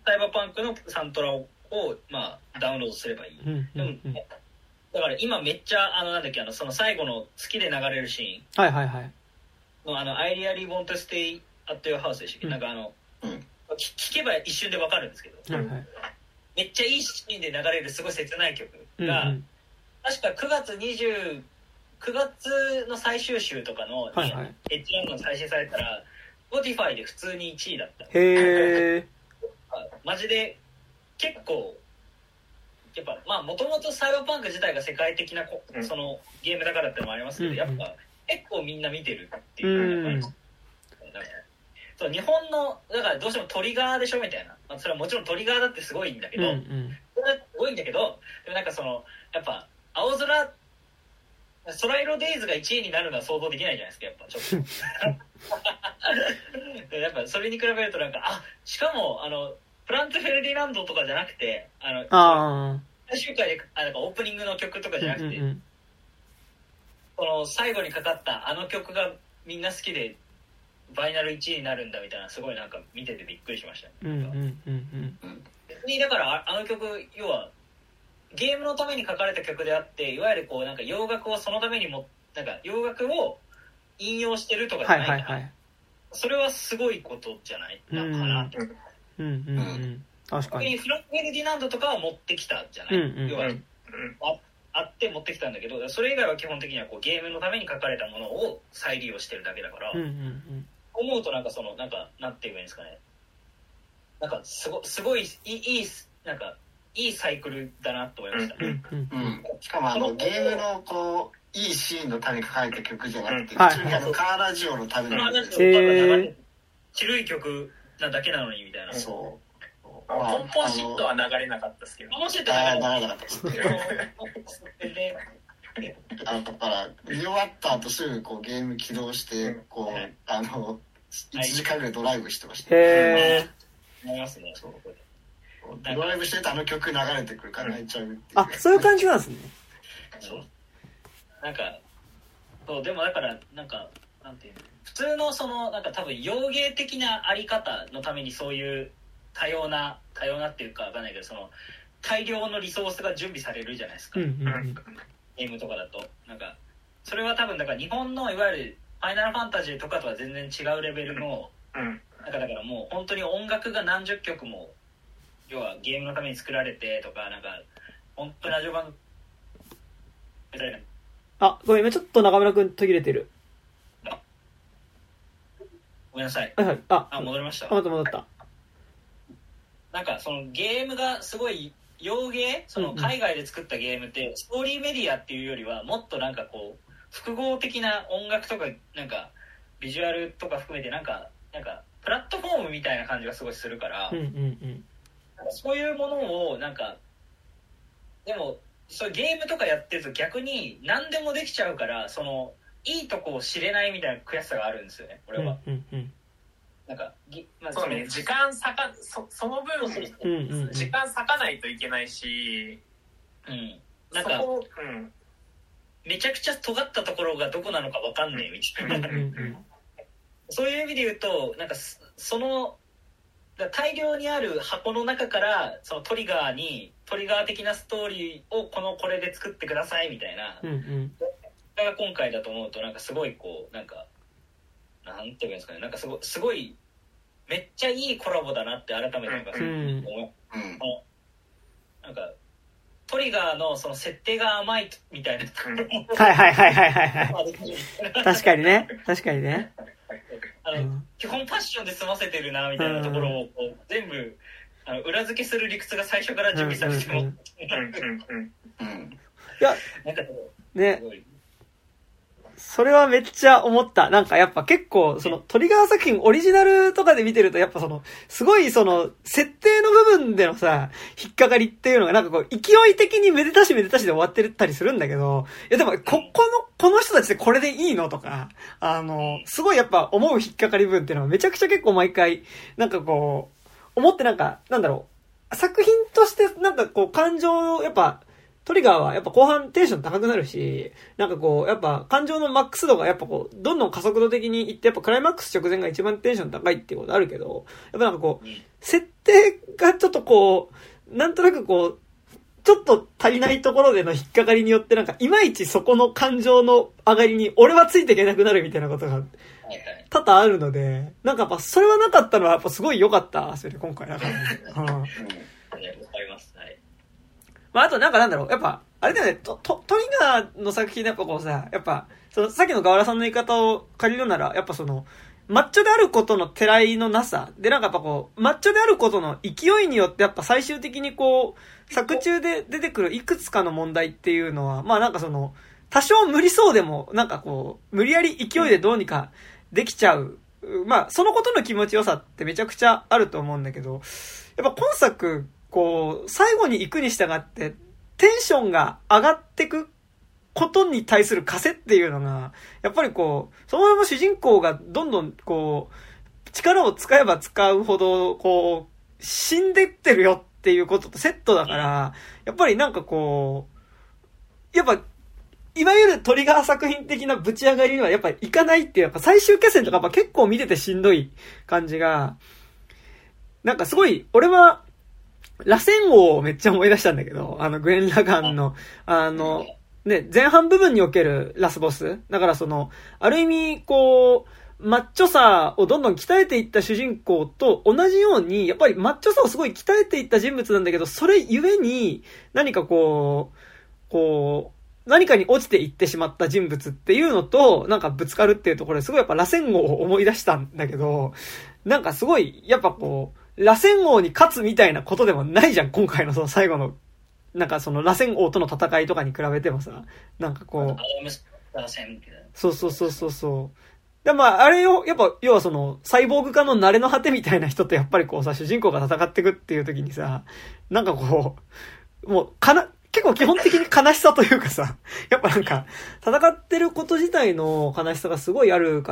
サイバーパンクのサントラを、まあ、ダウンロードすればいい、 うんうんうん、 でもだから今めっちゃあのなんだっけあのその最後の月で流れるシーンはいはいはいのあの I really want to stay at your house でしたっけ、うん、なんかあの、うん、聞けば一瞬でわかるんですけど、はいはい、めっちゃいいシーンで流れるすごい切ない曲が、うんうん、確かくがつにじゅうくがつの最終週とかの、はいはい、エッジランドが配信されたら Spotify で普通にいちいだった。 へーマジで結構やっぱまあもともとサイバーパンク自体が世界的なそのゲームだからってのもありますけど、うん、やっぱ結構みんな見てるっていう感じ、うん、そう日本のだからどうしてもトリガーでしょみたいな、まあ、それはもちろんトリガーだってすごいんだけど、うんうん、それはすごいんだけどでもなんかそのやっぱ青空空色デイズがいちいになるのは想像できないじゃないですかやっぱちょっとやっぱそれに比べるとなんかあしかもあのフランツ・フェルディナンドとかじゃなくてあのあ最終回であなんかオープニングの曲とかじゃなくて、うんうんうん、この最後にかかったあの曲がみんな好きでファイナルいちいになるんだみたいなすごいなんか見ててびっくりしました、ね、 うんうんうんうん、 別にだからあの曲要はゲームのために書かれた曲であっていわゆるこうなんか洋楽をそのためにもなんか洋楽を引用してるとかじゃないから、はいはいはい、それはすごいことじゃないのかなと、 うんうんうん、確かにフランク・フェルディナンドとかは持ってきたじゃない、うんうん、要は、うん、あ, あって持ってきたんだけどそれ以外は基本的にはこうゲームのために書かれたものを再利用してるだけだから、うんうんうん、思うとなんかそのなんかなんて言えばいいんですかねなんかすごすごいいいいいなんかいいサイクルだなと思いました、ねうんうんうん、しかもあのゲームのこういいシーンのために書かれた曲じゃなくて、うん、普通にあのカーラジオのための曲で、 えー、白い曲なだけなのにみたいなそうポンポンシットは流れなかったですけどポンポンシットは流れなかったですあのだから見終わった後すぐこうゲーム起動してこうあのいちじかんぐらいドライブしてました、 ね、へーありますねそうドライブしてたあの曲流れてくるから泣いちゃうっていう、 あ、そういう感じなんですね。 そうなんかそうでもだからなんかなんていうの普通のそのなんか多分洋芸的なあり方のためにそういう多様な多様なっていうかわかんないけどその大量のリソースが準備されるじゃないですか、うんうんうん、ゲームとかだとなんかそれは多分だから日本のいわゆるファイナルファンタジーとかとは全然違うレベルの、うん、なんかだからもう本当に音楽が何十曲も要はゲームのために作られてとかなんか本当にラジオ版あごめん今ちょっと中村くん途切れてるごめんなさいはいはいああ戻りました戻った戻ったなんかそのゲームがすごい洋ゲーその海外で作ったゲームって、うんうん、ストーリーメディアっていうよりはもっとなんかこう複合的な音楽とかなんかビジュアルとか含めてなんかなんかプラットフォームみたいな感じがすごいするから、うんうんうんそういうものをなんかでもそういうゲームとかやってると逆に何でもできちゃうからそのいいとこを知れないみたいな悔しさがあるんですよね俺は、うんうんうん、なんか、 まあ、そうね時間割か そ, その分、うんうんうん、時間割かないといけないし、 うん、なんか、うん、めちゃくちゃ尖ったところがどこなのか分かんねえみたいな、うんうんうん、そういう意味で言うとなんかその大量にある箱の中からそのトリガーにトリガー的なストーリーをこのこれで作ってくださいみたいな、うんうん、それが今回だと思うとなんかすごいこうなんかなんて言うんですかねなんかすごいすごいめっちゃいいコラボだなって改めてなんか思う、うん、なんかトリガーのその設定が甘いみたいなはいはいはいはいはい確かにね確かにねあの、うん、基本パッションで済ませてるなみたいなところをこう全部あの裏付けする理屈が最初から準備されてもいやなんかねそれはめっちゃ思った。なんかやっぱ結構そのトリガー作品オリジナルとかで見てるとやっぱそのすごいその設定の部分でのさ引っかかりっていうのがなんかこう勢い的にめでたしめでたしで終わってたりするんだけどいやでもここのこの人たちでこれでいいのとかあのすごいやっぱ思う引っかかり部分っていうのはめちゃくちゃ結構毎回なんかこう思ってなんかなんだろう作品としてなんかこう感情やっぱトリガーはやっぱ後半テンション高くなるし、なんかこう、やっぱ感情のマックス度がやっぱこう、どんどん加速度的にいって、やっぱクライマックス直前が一番テンション高いっていうことあるけど、やっぱなんかこう、設定定がちょっとこう、なんとなくこう、ちょっと足りないところでの引っかかりによってなんかいまいちそこの感情の上がりに俺はついていけなくなるみたいなことが多々あるので、なんかやっぱそれはなかったのはやっぱすごい良かったですよね、今回だからね。うん。わかります。はい。 まああとなんかなんだろう、やっぱ、あれだよね、ト、ト、トリガーの作品でやっぱこうさ、やっぱ、そのさっきの河原さんの言い方を借りるなら、やっぱその、マッチョであることのてらいのなさ、でなんかやっぱこう、マッチョであることの勢いによってやっぱ最終的にこう、作中で出てくるいくつかの問題っていうのは、まあなんかその、多少無理そうでも、なんかこう、無理やり勢いでどうにかできちゃう。まあ、そのことの気持ちよさってめちゃくちゃあると思うんだけど、やっぱ今作、こう、最後に行くに従って、テンションが上がってくことに対する枷っていうのが、やっぱりこう、そのまま主人公がどんどんこう、力を使えば使うほど、こう、死んでってるよっていうこととセットだから、やっぱりなんかこう、やっぱ、いわゆるトリガー作品的なぶち上がりにはやっぱりいかないっていう、やっぱ最終決戦とかやっぱ結構見ててしんどい感じが、なんかすごい、俺は、螺旋王をめっちゃ思い出したんだけど、あのグレン・ラガンの、あの、ね、前半部分におけるラスボス。だからその、ある意味、こう、マッチョさをどんどん鍛えていった主人公と同じように、やっぱりマッチョさをすごい鍛えていった人物なんだけど、それゆえに、何かこう、こう、何かに落ちていってしまった人物っていうのと、なんかぶつかるっていうところですごいやっぱ螺旋王を思い出したんだけど、なんかすごい、やっぱこう、螺旋王に勝つみたいなことでもないじゃん、今回のその最後の、なんかその螺旋王との戦いとかに比べてもさ、なんかこう、そうそうそうそうそう。でまあ、あれを、やっぱ、要はその、サイボーグ化の慣れの果てみたいな人とやっぱりこうさ、主人公が戦っていくっていう時にさ、なんかこう、もう、かな、結構基本的に悲しさというかさ、やっぱなんか、戦ってること自体の悲しさがすごいあるから、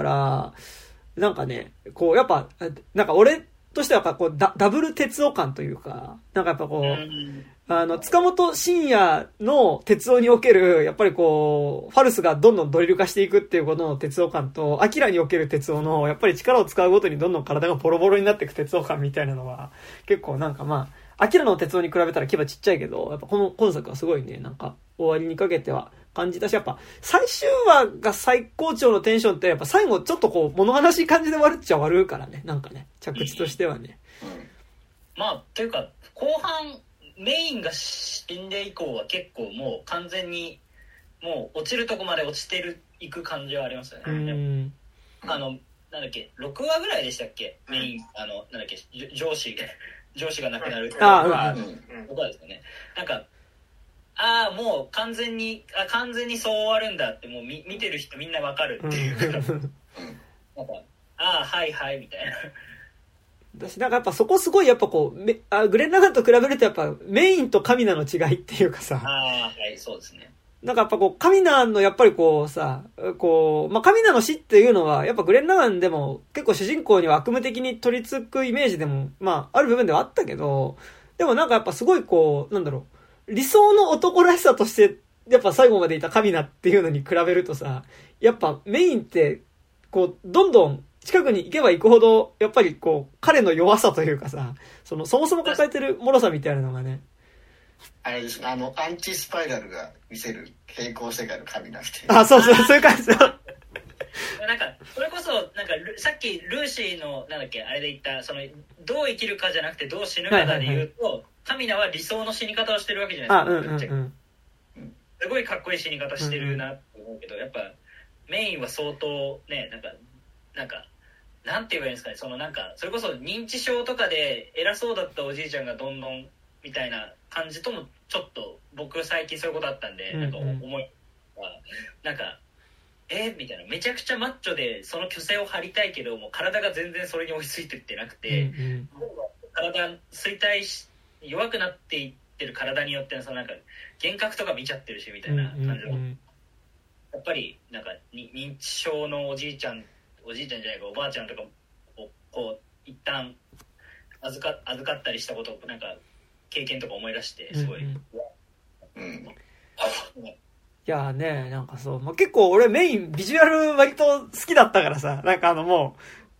なんかね、こう、やっぱ、なんか俺としてはやっぱこう、ダ, ダブル鉄夫感というか、なんかやっぱこう、あの、塚本慎也の鉄夫における、やっぱりこう、ファルスがどんどんドリル化していくっていうことの鉄夫感と、アキラにおける鉄夫の、やっぱり力を使うごとにどんどん体がボロボロになっていく鉄夫感みたいなのは、結構なんかまあ、アキラの鉄夫に比べたら規模ちっちゃいけど、やっぱこの今作はすごいね、なんか、終わりにかけては感じたし、やっぱ、最終話が最高潮のテンションって、やっぱ最後ちょっとこう、物悲しい感じで終わるっちゃ終わるからね、なんかね、着地としてはね。 うんうん、まあ、というか、後半、メインが死んで以降は結構もう完全にもう落ちるとこまで落ちてるいく感じはありますよね。うんあのなんだっけろくわぐらいでしたっけメインあのなんだっけ上司上司が亡くなるっていうのは僕はですねなんかああもう完全にあ完全にそう終わるんだってもう見見てる人みんなわかるっていうかなんかああはいはいみたいな。 私なんかやっぱそこすごいやっぱこうめあグレン・ラガンと比べるとやっぱメインとカミナの違いっていうかさああはいそうですねなんかやっぱこうカミナのやっぱりこうさこうまあカミナの死っていうのはやっぱグレン・ラガンでも結構主人公には悪夢的に取り付くイメージでもまあある部分ではあったけどでもなんかやっぱすごいこうなんだろう理想の男らしさとしてやっぱ最後までいたカミナっていうのに比べるとさやっぱメインってこうどんどん近くに行けば行くほど、やっぱりこう、彼の弱さというかさ、その、そもそも抱えてる脆さみたいなのがね。 あれですね、あの、アンチスパイラルが見せる平行世界の神なくて。 あ、そうそう、そういう感じだ。 なんか、それこそ、なんか、さっきルーシーの、なんだっけ、あれで言った、その、どう生きるかじゃなくてどう死ぬかだで言うと、はいはいはい、カミナは理想の死に方をしてるわけじゃないですか。あ、うんうんうん。すごいかっこいい死に方してるなって思うけど、やっぱ、メインは相当ね、なんか、なんか、なんて言えばいいんですかねそのなんかそれこそ認知症とかで偉そうだったおじいちゃんがどんどんみたいな感じともちょっと僕最近そういうことあったんで、うんうん、なんか思いはなんかえー、みたいなめちゃくちゃマッチョでその虚勢を張りたいけども体が全然それに追いついてってなくて、うんうん、体衰退し弱くなっていってる体によってそのなんか幻覚とか見ちゃってるしみたいな感じの、うんうんうん、やっぱりなんか認知症のおじいちゃんおじいちゃんじゃないかおばあちゃんとかをこう一旦預か、預かったりしたことをなんか経験とか思い出してすごい、うんうん、いやーねなんかそう、まあ、結構俺メインビジュアル割と好きだったからさなんかあのもう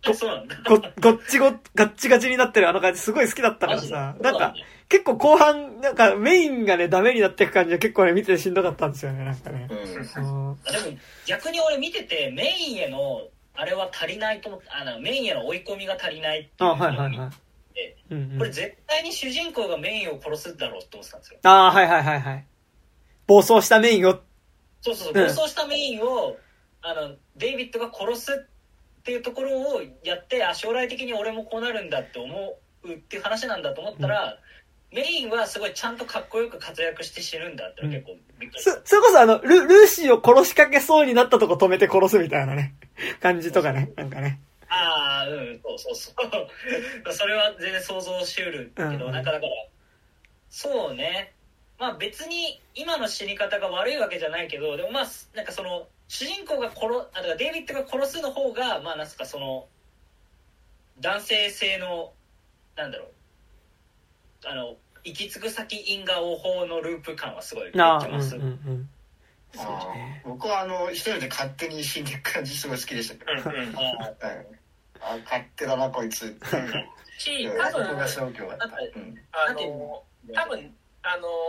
そうなんだ。 ご、ごっちご、ガッチガチになってるあの感じすごい好きだったからさ、なんか、結構後半、なんかメインがね、ダメになっていく感じは結構ね、見ててしんどかったんですよね、なんかね。うん、 でも、逆に俺見てて、メインへの、あれは足りないと思って、あの、メインへの追い込みが足りないっていうのを見て、あ、はいはいはい。うんうん、これ絶対に主人公がメインを殺すだろうって思ってたんですよ。 ああ、はいはいはいはい。暴走したメインを。 そうそうそう、暴走したメインを、うん、あの、デイビッドが殺すっていうところをやって、あ、将来的に俺もこうなるんだって思うっていう話なんだと思ったら、うん、メインはすごいちゃんとかっこよく活躍して死ぬんだって結構びっくりした、うん、 そ, それこそあのル、ルーシーを殺しかけそうになったとこ止めて殺すみたいなね、感じとかね、なんかね。 ああ、うん、そうそうそう。それは全然想像しうるけど、うん、なんかだから、そうね。まあ別に今の死に方が悪いわけじゃないけど、でもまあ、なんかその、主人公が殺、あ、だからデイビッドが殺すの方が、まあなんすかその、男性性の、なんだろう、あの、行き着く先因果応報のループ感はすごい出てます。うんうんうん、 あね、僕はあの一人で勝手に死んでいく感じすごい好きでしたけど、うんうん、ああ勝手だなこいつってし多分が消去だった、 うん、あの多分あの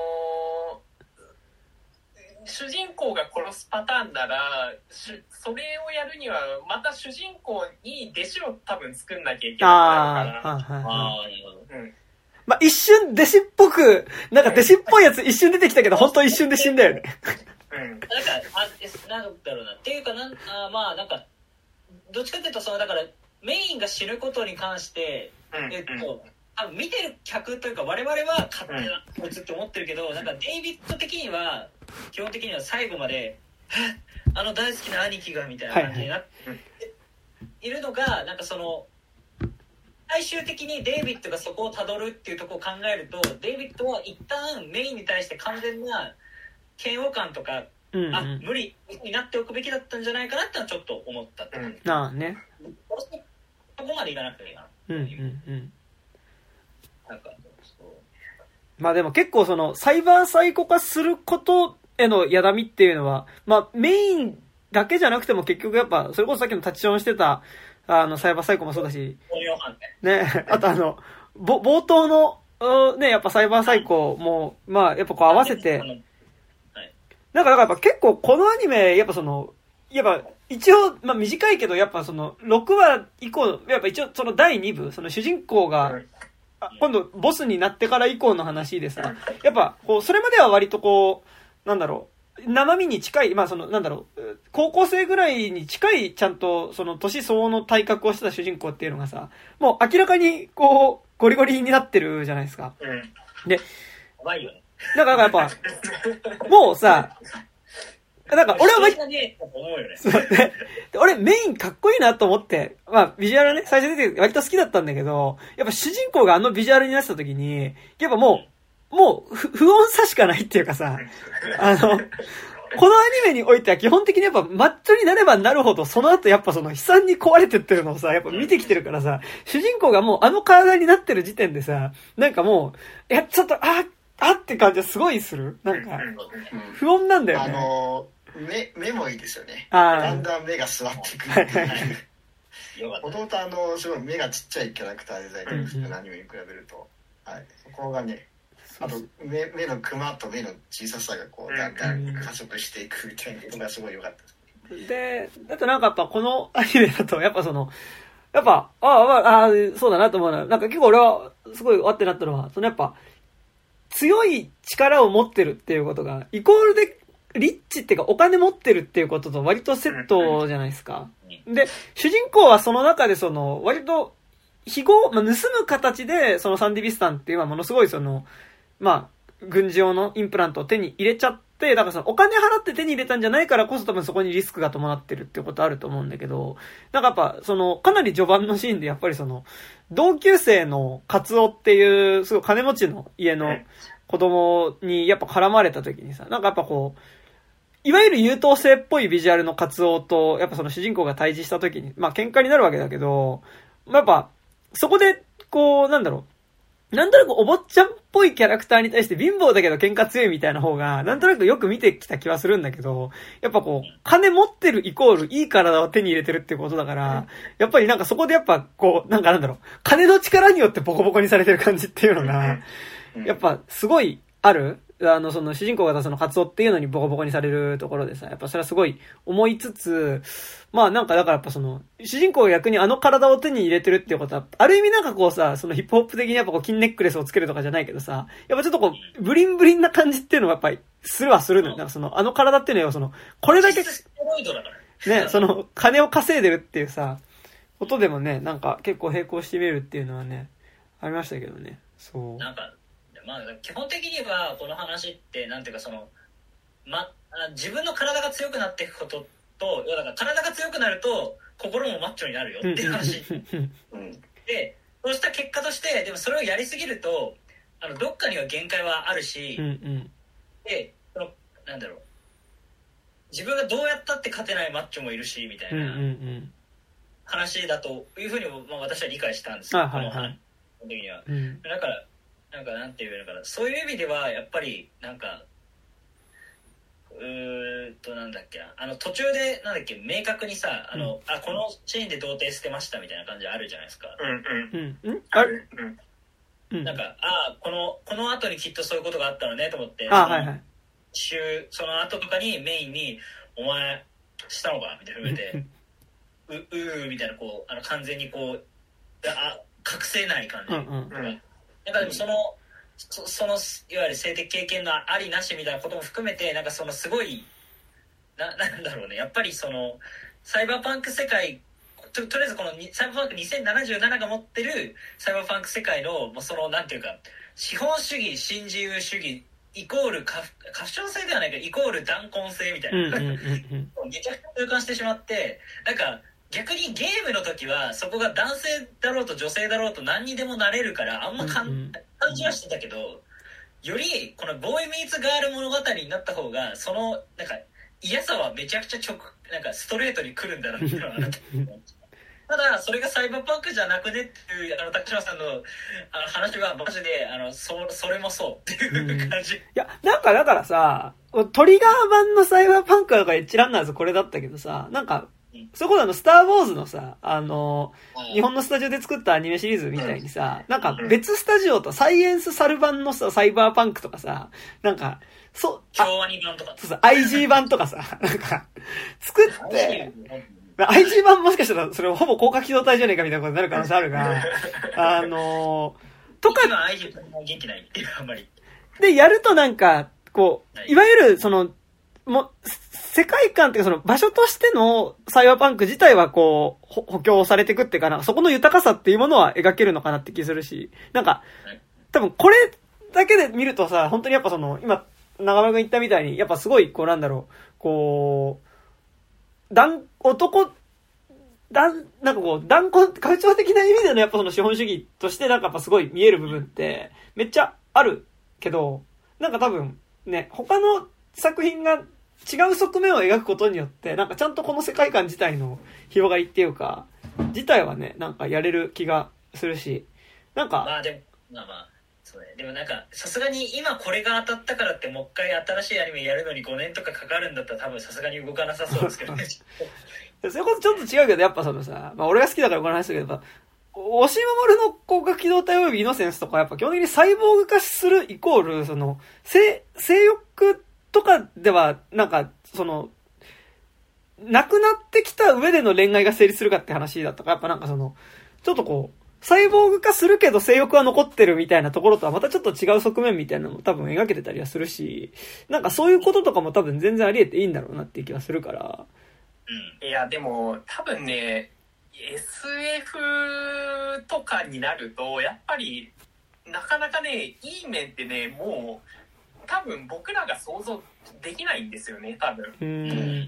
ー、主人公が殺すパターンならそれをやるにはまた主人公に弟子を多分作んなきゃいけないから、あー、はいはいはい、うん、まあ、 一瞬弟子っぽくなんか弟子っぽいやつ一瞬出てきたけど本当一瞬で死んだよね。 うん、なんかあなんだろうなっていうかなんあまあなんかどっちかっていうとそのだからメインが死ぬことに関して、うん、えっとあ見てる客というか我々は勝手なこいつって思ってるけど、なんかデイビッド的には基本的には最後まであの大好きな兄貴がみたいな感じになっているのがなんかその最終的にデイビッドがそこを辿るっていうところを考えるとデイビッドは一旦メインに対して完全な嫌悪感とか、うんうん、あ無理になっておくべきだったんじゃないかなってのはちょっと思ったって、うん、 ああねそこまでいかなくていいなうんうんうんなんかそうまあでも結構そのサイバーサイコ化することへのやだみっていうのはまあメインだけじゃなくても結局やっぱそれこそさっきのタッチションしてたあのサイバーサイコもそうだしねあとあのぼ冒頭のねやっぱサイバーサイコもまあやっぱこう合わせてなんかだからやっぱ結構このアニメやっぱそのやっぱ一応まあ短いけどやっぱそのろくわ以降やっぱ一応そのだいにぶその主人公が今度ボスになってから以降の話でさやっぱこうそれまでは割とこうなんだろう生身に近いまあそのなんだろう高校生ぐらいに近いちゃんとその年相応の体格をしてた主人公っていうのがさもう明らかにこうゴリゴリになってるじゃないですか。で怖いよね。 だからやっぱ、もうさ、なんか俺は割と、俺メインかっこいいなと思って、まあビジュアルね、最初出て割と好きだったんだけど、やっぱ主人公があのビジュアルになってた時に、やっぱもう、もう不穏さしかないっていうかさ、あの、このアニメにおいては基本的にやっぱマッチョになればなるほど、その後やっぱその悲惨に壊れてってるのをさ、やっぱ見てきてるからさ、主人公がもうあの体になってる時点でさ、なんかもう、いや、ちょっと、ああって感じはすごいする。なんか、不穏なんだよね。 あの、目、目もいいですよね。だんだん目が座ってくるっていう。もともとあの、すごい目がちっちゃいキャラクターデザインですけど、アニメに比べると。はい。そこがね、あと目、目のクマと目の小ささがこう、だんだん加速していくみたいなことがすごい良かったです。 で、だとなんかやっぱこのアニメだと、やっぱその、やっぱ、ああ、ああ、そうだなと思うのは、なんか結構俺はすごいわってなったのは、そのやっぱ、強い力を持ってるっていうことが、イコールで、リッチっていうかお金持ってるっていうことと割とセットじゃないですか。で、主人公はその中でその、割と、非合、まあ、盗む形で、そのサンディビスタンっていうのはものすごいその、まあ、軍事用のインプラントを手に入れちゃって、だからそのお金払って手に入れたんじゃないからこそ多分そこにリスクが伴ってるっていうことあると思うんだけど、なんかやっぱその、かなり序盤のシーンでやっぱりその、同級生のカツオっていう、すごい金持ちの家の子供にやっぱ絡まれた時にさ、なんかやっぱこう、いわゆる優等生っぽいビジュアルのカツオと、やっぱその主人公が対峙した時に、まあ喧嘩になるわけだけど、やっぱ、そこで、こう、なんだろなんとなくお坊ちゃんっぽいキャラクターに対して貧乏だけど喧嘩強いみたいな方が、なんとなくよく見てきた気はするんだけど、やっぱこう、金持ってるイコールいい体を手に入れてるってことだから、やっぱりなんかそこでやっぱこう、なんかなんだろう、金の力によってボコボコにされてる感じっていうのが、やっぱすごいある。あの、その主人公がそのカツオっていうのにボコボコにされるところでさ、やっぱそれはすごい思いつつ、まあなんかだからやっぱその、主人公が逆にあの体を手に入れてるっていうことは、ある意味なんかこうさ、そのヒップホップ的にやっぱこう金ネックレスをつけるとかじゃないけどさ、やっぱちょっとこう、ブリンブリンな感じっていうのはやっぱりするはするのよ。なんかその、あの体っていうのはその、これだけ、ね、その、金を稼いでるっていうさ、ことでもね、なんか結構並行して見えるっていうのはね、ありましたけどね。そう。 なんかまあ、基本的にはこの話ってなんていうかその、ま、自分の体が強くなっていくことと、だから体が強くなると心もマッチョになるよっていう話で、そうした結果としてでもそれをやりすぎるとあのどっかには限界はあるし、 うんうん、 でそのなんだろう自分がどうやったって勝てないマッチョもいるしみたいな話だというふうに、まあ、私は理解したんですよ、 はいはいはい、 この話の時には、 うん、 だからなんかなんて言うのかな、そういう意味ではやっぱりなんかうーっとなんだっけな、あの途中でなんだっけ明確にさあの、うん、あこのシーンで童貞捨てましたみたいな感じあるじゃないですか。 うんうんうんある、 うん、なんかあこのこの後にきっとそういうことがあったのねと思って、 あはいはい、 週その後とかにメインにお前したのかみたいな言われてううーみたいなこうあの完全にこうあ隠せない感じ。 うんうんうんなんかでもそのそ, そのいわゆる性的経験のありなしみたいなことも含めてなんかそのすごい な, なんだろうねやっぱりそのサイバーパンク世界 と, とりあえずこのサイバーパンクにせんななじゅうななが持ってるサイバーパンク世界のもうそのなんていうか資本主義新自由主義イコール過小性ではないけどイコール断根性みたいな、うんうんうんうん、めちゃくちゃ痛感してしまってなんか逆にゲームの時はそこが男性だろうと女性だろうと何にでもなれるからあんまかん、うんうん、感じはしてたけどよりこのボーイミーツガール物語になった方がそのなんか嫌さはめちゃくちゃ直なんかストレートに来るんだなっていうのはただそれがサイバーパンクじゃなくねっていうあの高島さんのあの話はマジであの そ, それもそうっていう感じ、うん、いやなんかだからさトリガー版のサイバーパンクが一覧なんですこれだったけどさなんかそれこそあの、スターウォーズのさ、あの、日本のスタジオで作ったアニメシリーズみたいにさ、なんか別スタジオとサイエンスサル版のさ、サイバーパンクとかさ、なんか、 そう、昭和に版とか。 そうそう、アイジー 版とかさ、なんか、作って、アイジー 版もしかしたらそれほぼ高架機動隊じゃねえかみたいなことになる可能性あるが、あの、とか、 今アイジー 版元気ないっていう、あんまり。 で、やるとなんか、こう、いわゆるその、もう、世界観っていうかその場所としてのサイバーパンク自体はこう、補強されていくっていうかなんかそこの豊かさっていうものは描けるのかなって気するし、なんか、多分これだけで見るとさ、本当にやっぱその、今、長村くん言ったみたいに、やっぱすごい、こうなんだろう、こう、断、男、断、なんかこう、断根、拡張的な意味でのやっぱその資本主義としてなんかやっぱすごい見える部分って、めっちゃあるけど、なんか多分、ね、他の作品が違う側面を描くことによって、なんかちゃんとこの世界観自体の広がりっていうか、自体はね、なんかやれる気がするし、なんか。 まあでも、まあまあ、そうね。でもなんか、さすがに今これが当たったからってもう一回新しいアニメやるのにごねんとかかかるんだったら多分さすがに動かなさそうですけどね。 そういうことちょっと違うけど、やっぱそのさ、まあ俺が好きだからこの話だけど、やっぱ、押し守の広角機動隊及びイノセンスとかやっぱ基本的にサイボーグ化するイコール、その、性、性欲とかでは、なんか、その、なくなってきた上での恋愛が成立するかって話だったから、やっぱなんかその、ちょっとこう、サイボーグ化するけど性欲は残ってるみたいなところとはまたちょっと違う側面みたいなのも多分描けてたりはするし、なんかそういうこととかも多分全然あり得ていいんだろうなっていう気はするから。 うん。いや、でも多分ね、エスエフ とかになると、やっぱり、なかなかね、いい面ってね、もう、多分僕らが想像できないんですよね、多分。 うん。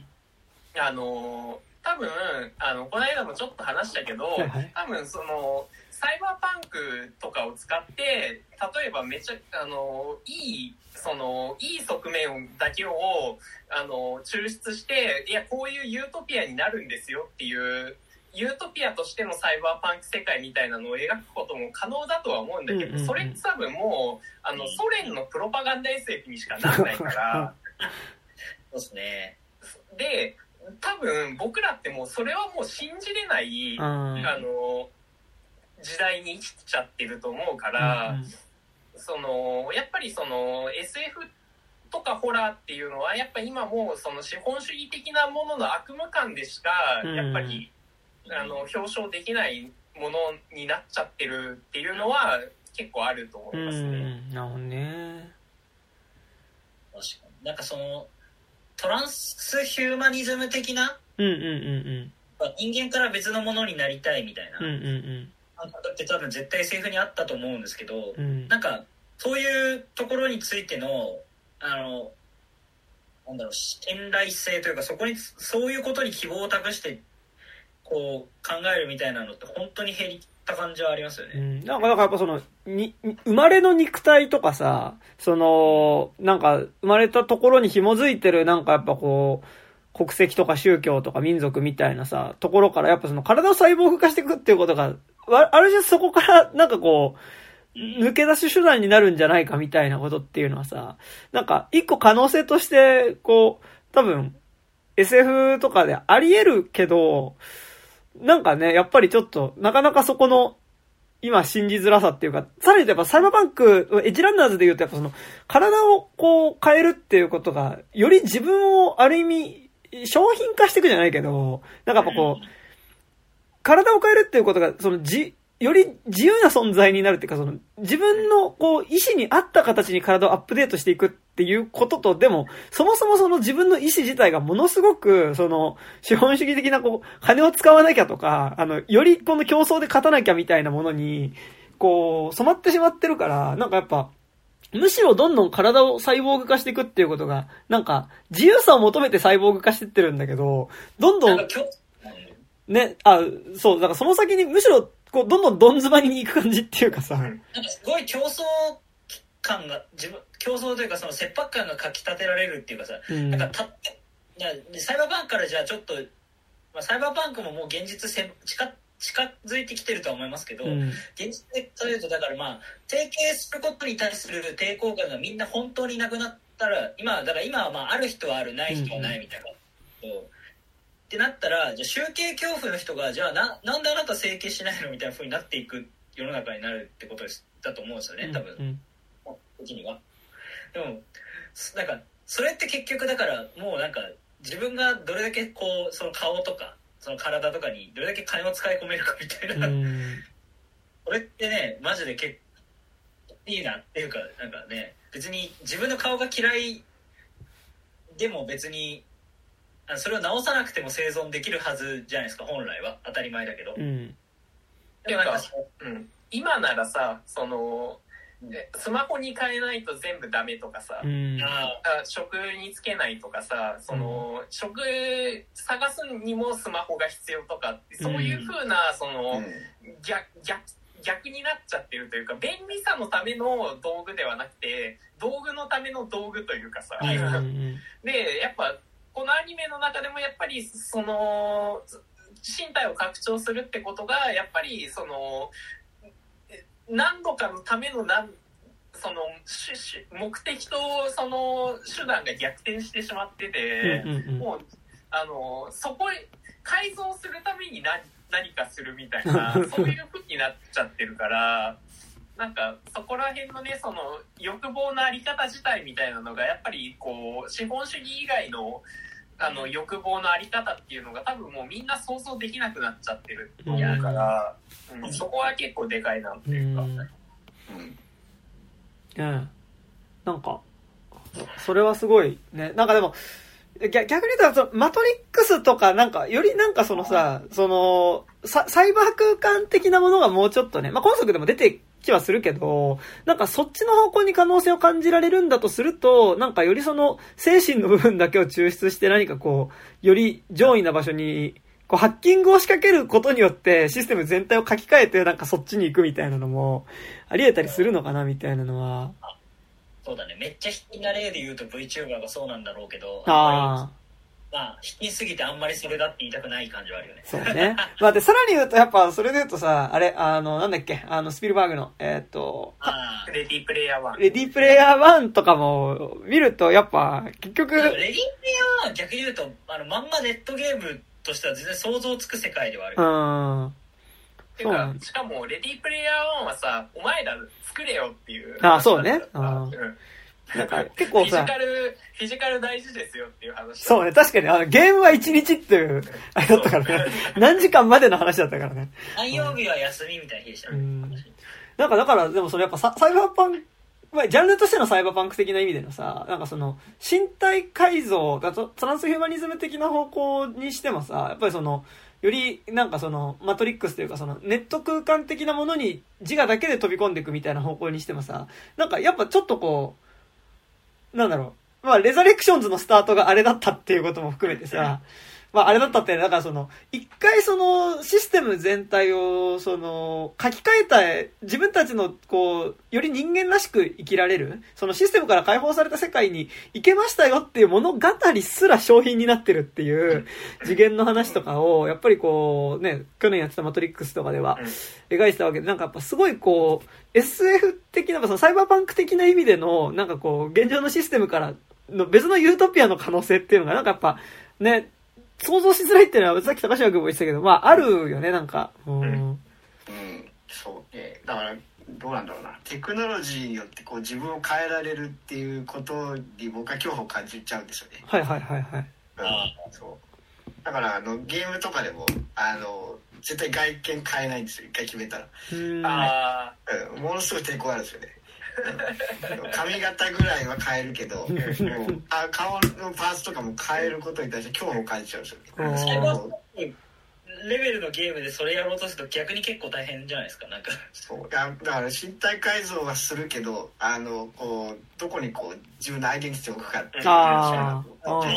あの、多分、あの、この間もちょっと話したけど、 はいはい、 多分その、サイバーパンクとかを使って、例えばめちゃ、あの、いい、その、いい側面だけを、あの、抽出して、いや、こういうユートピアになるんですよっていうユートピアとしてのサイバーパンク世界みたいなのを描くことも可能だとは思うんだけど、うんうんうん、それって多分もうあのソ連のプロパガンダ エスエフ にしかならないからそうですね。 で多分僕らってもうそれはもう信じれない、うん、あの時代に生きちゃってると思うから、うんうん、そのやっぱりその エスエフ とかホラーっていうのはやっぱ今もうその資本主義的なものの悪夢感でしかやっぱり、うん、あの表彰できないものになっちゃってるっていうのは結構あると思いますね。うん、 なるほどね。 確かになんかそのトランスヒューマニズム的な、 うんうんうんうん、 人間から別のものになりたいみたいな、 うんうんうん、 感覚って多分絶対 エスエフ にあったと思うんですけど、 うん、 なんかそういうところについてのあのなんだろう信頼性というかそこにそういうことに希望を託してこう考えるみたいなのって本当に減った感じはありますよね。 うん、なんかだからやっぱそのに生まれの肉体とかさ、そのなんか生まれたところに紐づいてるなんかやっぱこう国籍とか宗教とか民族みたいなさところからやっぱその体を細胞化していくっていうことがある種そこからなんかこう抜け出し手段になるんじゃないかみたいなことっていうのはさ、なんか一個可能性としてこう多分 エスエフ とかであり得るけど、なんかねやっぱりちょっとなかなかそこの今信じづらさっていうか、さらにやっぱサイバーパンクエッジランナーズで言うとやっぱその体をこう変えるっていうことがより自分をある意味商品化していくじゃないけど、なんかやっぱこう体を変えるっていうことがそのじより自由な存在になるっていうか、その自分のこう意思に合った形に体をアップデートしていくっていうことと、でもそもそもその自分の意思自体がものすごくその資本主義的なこう金を使わなきゃとか、あのよりこの競争で勝たなきゃみたいなものにこう染まってしまってるから、なんかやっぱむしろどんどん体をサイボーグ化していくっていうことがなんか自由さを求めてサイボーグ化してってるんだけど、どんどんね、あ、そう、だからその先にむしろこうどんどんどん詰まりに行く感じっていうかさ、なんかすごい競争感が自分競争というかその切迫感がかき立てられるっていうかさ、うん、なんかたサイバーパンクからじゃあちょっと、まあ、サイバーパンクももう現実せ近近づいてきてるとは思いますけど、うん、現実でそういうとだからまあ提携することに対する抵抗感がみんな本当になくなったら今だから今はまあある人はあるない人はないみたいな、うんうんってなったら、じゃあ集計恐怖の人がじゃあ な, なんであなた整形しないのみたいな風になっていく世の中になるってことですだと思うんですよね、多分、うんうん、時には。でもなんかそれって結局だからもうなんか自分がどれだけこうその顔とかその体とかにどれだけ金を使い込めるかみたいな、うん、それってねマジで結構いいなっていうかなんかね別に自分の顔が嫌いでも別にそれを直さなくても生存できるはずじゃないですか本来は当たり前だけど、うん、 でもなんか、うん、今ならさそのスマホに変えないと全部ダメとかさ、うん、あ職につけないとかさその、うん、職探すにもスマホが必要とかそういう風なその、うん、逆, 逆, 逆になっちゃってるというか便利さのための道具ではなくて道具のための道具というかさ、うん、でやっぱこのアニメの中でもやっぱりその身体を拡張するってことがやっぱりその何度かのための何その目的とその手段が逆転してしまってて、うんうんうん、もうあのそこへ改造するために 何, 何かするみたいなそういう風になっちゃってるからなんかそこら辺のねその欲望のあり方自体みたいなのがやっぱりこう資本主義以外のあの欲望のあり方っていうのが多分もうみんな想像できなくなっちゃってると思うから、うんうん、そこは結構でかいなっていうか、うんうん、 なんかそれはすごいね。なんかでも逆に言うとそのマトリックスとかなんかよりなんかそのさそのサイバー空間的なものがもうちょっとね、まあ、今作でも出て気はするけど、なんかそっちの方向に可能性を感じられるんだとすると、なんかよりその精神の部分だけを抽出して何かこう、より上位な場所に、こうハッキングを仕掛けることによってシステム全体を書き換えてなんかそっちに行くみたいなのもあり得たりするのかなみたいなのは。 そうだね。めっちゃ引きな例で言うと VTuber がそうなんだろうけど、 あまあ引きすぎてあんまりそれだって言いたくない感じはあるよね。 そうね。まあで、さらに言うと、やっぱ、それで言うとさ、あれ、あの、なんだっけ、あの、スピルバーグの、えー、っと、 あレディープレイヤーワン。 レディープレイヤーワンとかも見ると、やっぱ、結局、 レディープレイヤーワン逆に言うと、あの、まんまネットゲームとしては全然想像つく世界ではある。 うん。 ていうか、しかも、レディープレイヤーワンはさ、お前ら作れよっていう。 あ、そうね。うん。 なんか結構さ、 フィジカル、フィジカル大事ですよっていう話。 そうね、確かに、あの、ゲームはいちにちっていう、あれだったからね。何時間までの話だったからね。 何曜日は休みみたいな日でしたね。うん。 なんか、だから、でもそれやっぱサイバーパンク、まあ、ジャンルとしてのサイバーパンク的な意味でのさ、なんかその、身体改造、トランスヒューマニズム的な方向にしてもさ、やっぱりその、より、なんかその、マトリックスというかその、ネット空間的なものに自我だけで飛び込んでいくみたいな方向にしてもさ、なんかやっぱちょっとこう、なんだろう。まあ、レザレクションズのスタートがあれだったっていうことも含めてさ、まあ、あれだったって、だからその、一回その、システム全体を、その、書き換えた、自分たちの、こう、より人間らしく生きられる、そのシステムから解放された世界に行けましたよっていう物語すら商品になってるっていう次元の話とかを、やっぱりこう、ね、去年やってたマトリックスとかでは描いてたわけで、なんかやっぱすごいこう、エスエフ 的な、そのサイバーパンク的な意味での、なんかこう、現状のシステムからの別のユートピアの可能性っていうのが、なんかやっぱ、ね、想像しづらいっていうのは、さっき高島君も言ってたけど、まあ、あるよね、なんか。うん。うん、 そうね。だから、どうなんだろうな。テクノロジーによってこう自分を変えられるっていうことに僕は恐怖を感じちゃうんですよね。 はいはいはいはい。 うん、そう。だから、あの、ゲームとかでも、あの、絶対外見変えないんですよ、一回決めたら。 うんあうん、ものすごい抵抗あるんですよね。髪型ぐらいは変えるけど、もうあ顔のパーツとかも変えることに対して恐怖を感じちゃうんですよね。 サイバーレベルのゲームでそれやろうとすると逆に結構大変じゃないですか。なんかそうだから身体改造はするけど、あのこうどこにこう自分のアイデンティティを置くかっていうああ、うん、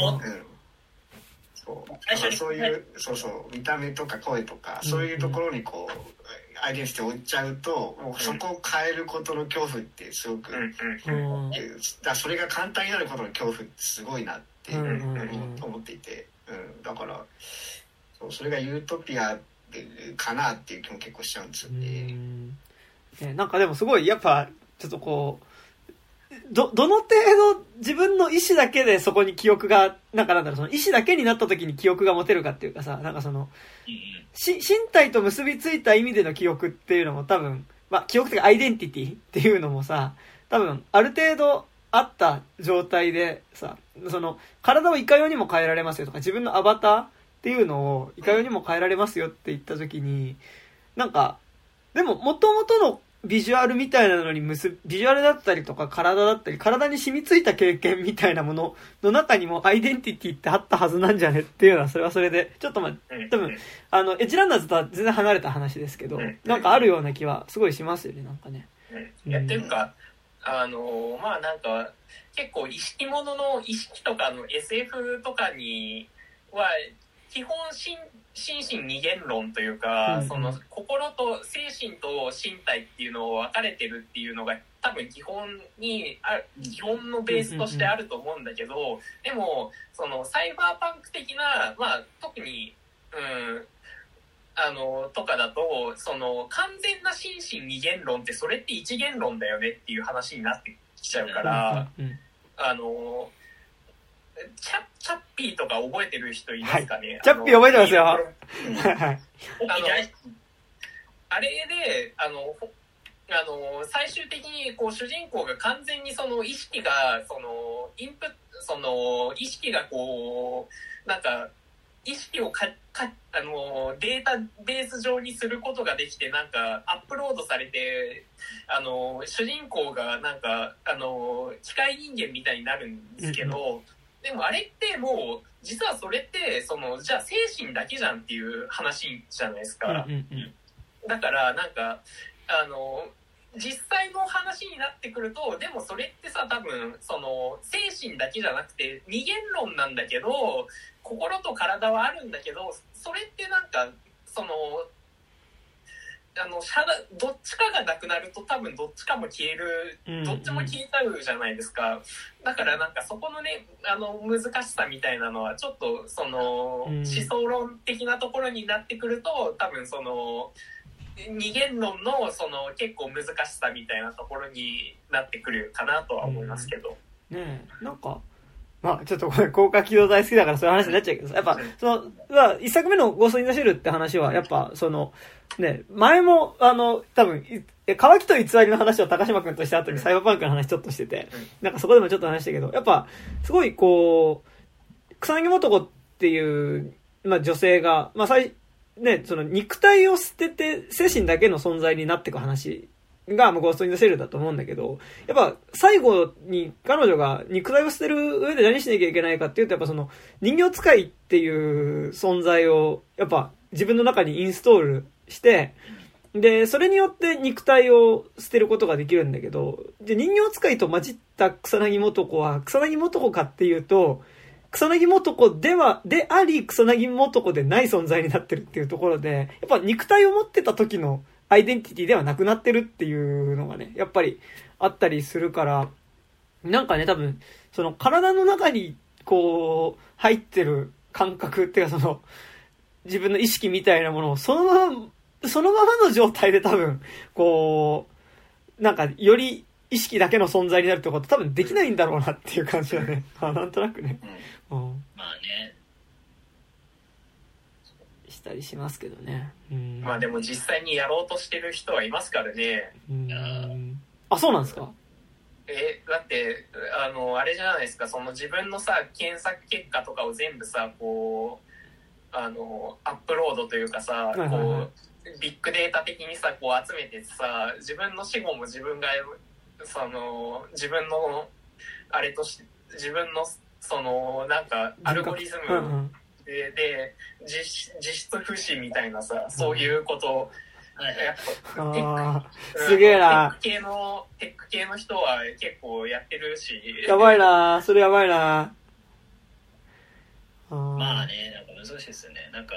そう最初にそういうそうそう見た目とか声とか、うん、そういうところにこうアイデンティティを置いちゃうと、もうそこを変えることの恐怖ってすごく、うん、だからそれが簡単になることの恐怖ってすごいなって思っていて、うん、だからそうそれがユートピアかなっていう気も結構しちゃうんですよね。 うん、なんかでもすごいやっぱちょっとこうど、どの程度自分の意思だけでそこに記憶が、なんかなんだろう、その意思だけになった時に記憶が持てるかっていうかさ、なんかその、し、身体と結びついた意味での記憶っていうのも多分、まあ、記憶というかアイデンティティっていうのもさ、多分、ある程度あった状態でさ、その、体をいかようにも変えられますよとか、自分のアバターっていうのをいかようにも変えられますよって言った時に、なんか、でも、元々のビジュアルみたいなのに結び、ビジュアルだったりとか体だったり、体に染みついた経験みたいなものの中にもアイデンティティってあったはずなんじゃねっていうのは、それはそれで、ちょっとまあ、多分、あの、エッジランナーズとは全然離れた話ですけど、なんかあるような気はすごいしますよね、なんかね。 いや、っていうか、あの、まあなんか、結構意識ものの意識とかの エスエフ とかには、基本心、心身二元論というか、うん、その心と精神と身体っていうのを分かれてるっていうのが多分基本にあ基本のベースとしてあると思うんだけど、でもそのサイバーパンク的な、まあ特にうんあのとかだと、その完全な心身二元論ってそれって一元論だよねっていう話になってきちゃうから、 うんうんうん、 あのチャチャッピーとか覚えてる人いますかね、はい、 チャッピー覚えてますよ。あのあれであのあの最終的にこう主人公が完全にその意識がそのインプその意識がこうなんか意識をかかあのデータベース上にすることができて、なんかアップロードされて、あの主人公がなんかあの機械人間みたいになるんですけど、うんでもあれってもう実はそれってそのじゃあ精神だけじゃんっていう話じゃないですか、 うんうんうん、 だからなんかあの実際の話になってくると、でもそれってさ多分その精神だけじゃなくて二元論なんだけど、心と体はあるんだけど、それってなんかそのあのしゃどっちかがなくなると多分どっちかも消える、どっちも消えちゃうじゃないですか。だからなんかそこのねあの難しさみたいなのはちょっとその思想論的なところになってくると多分その二元論のその結構難しさみたいなところになってくるかなとは思いますけど、 うん、ねえなんかまあちょっとこれ高架機動隊好きだからそういう話になっちゃうけどさ、やっぱそのまあ一作目のゴーストインザシェルって話はやっぱそのね前もあの多分乾きと偽りの話を高島くんとした後にサイバーパンクの話ちょっとしてて、なんかそこでもちょっと話したけど、やっぱすごいこう草薙素子っていうまあ女性がまあ最ね、その肉体を捨てて精神だけの存在になっていく話がゴーストインザシェルだと思うんだけど、やっぱ最後に彼女が肉体を捨てる上で何しなきゃいけないかっていうと、やっぱその人形使いっていう存在をやっぱ自分の中にインストールして、でそれによって肉体を捨てることができるんだけど、で人形使いと混じった草薙素子は草薙素子かっていうと草薙素子では、であり、草薙素子でない存在になってるっていうところで、やっぱ肉体を持ってた時のアイデンティティではなくなってるっていうのがね、やっぱりあったりするから、なんかね、多分、その体の中にこう、入ってる感覚っていうかその、自分の意識みたいなものをそのまま、そのままの状態で多分、こう、なんかより意識だけの存在になるってこと多分できないんだろうなっていう感じだね。あ、なんとなくね。うん、 まあねしたりしますけどね、うん、 まあでも実際にやろうとしてる人はいますからね、 うん、あ、そうなんですか。 えだってあのあれじゃないですか、その自分のさ検索結果とかを全部さこうあのアップロードというかさ、はいはいはい、こうビッグデータ的にさこう集めてさ、自分の死後も自分がその自分のあれとして自分のそのなんかアルゴリズムで、うんうん、で実, 実質不死みたいなさ、そういうことを、 うん、あすげえな。 テック系のテック系の人は結構やってるし、 やばいな、それやばいな。 あまあね、なんか難しいですよね。なんか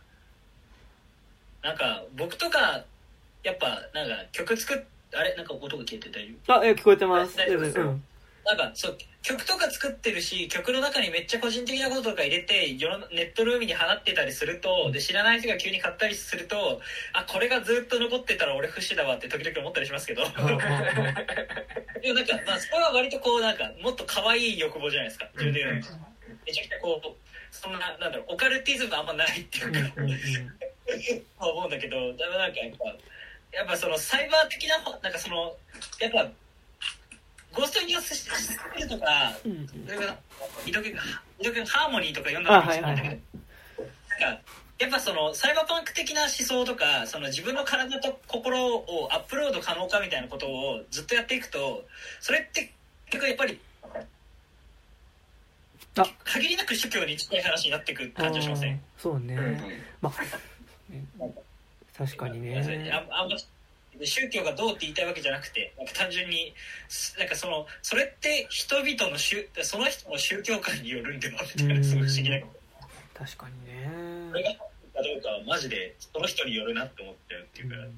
なんか僕とかやっぱなんか曲作っあれなんか音が消えて大丈夫？ あ、え聞こえてます。 大丈夫ですよ。うんなんかそう曲とか作ってるし、曲の中にめっちゃ個人的なこととか入れて世のネットの海に放ってたりすると、で知らない人が急に買ったりすると、あこれがずっと残ってたら俺不死だわって時々思ったりしますけどでもなんか、まあ、それは割とこうなんかもっと可愛い欲望じゃないですか。自分で言うのめちゃくちゃこうそんななんだろうオカルティズムあんまないっていうか思うんだけど、だからなんかやっぱやっぱそのサイバー的ななんかそのやっぱゴーストニュースしてるとか、うん、イドケンハーモニーとか読んだらいいんだけど、なんかやっぱそのサイバーパンク的な思想とか、その自分の体と心をアップロード可能かみたいなことをずっとやっていくと、それって結構やっぱりあ限りなく宗教に近い話になっていく感じがしません？ そうね、うんまあ、確かにね。 ああんま宗教がどうって言いたいわけじゃなくて、なんか単純になんかそのそれって人々の宗その人の宗教観によるんではみたいな、すごい不思議な。 確かにね。 これがかどうかはマジでその人によるなって思ってるっていうか、うん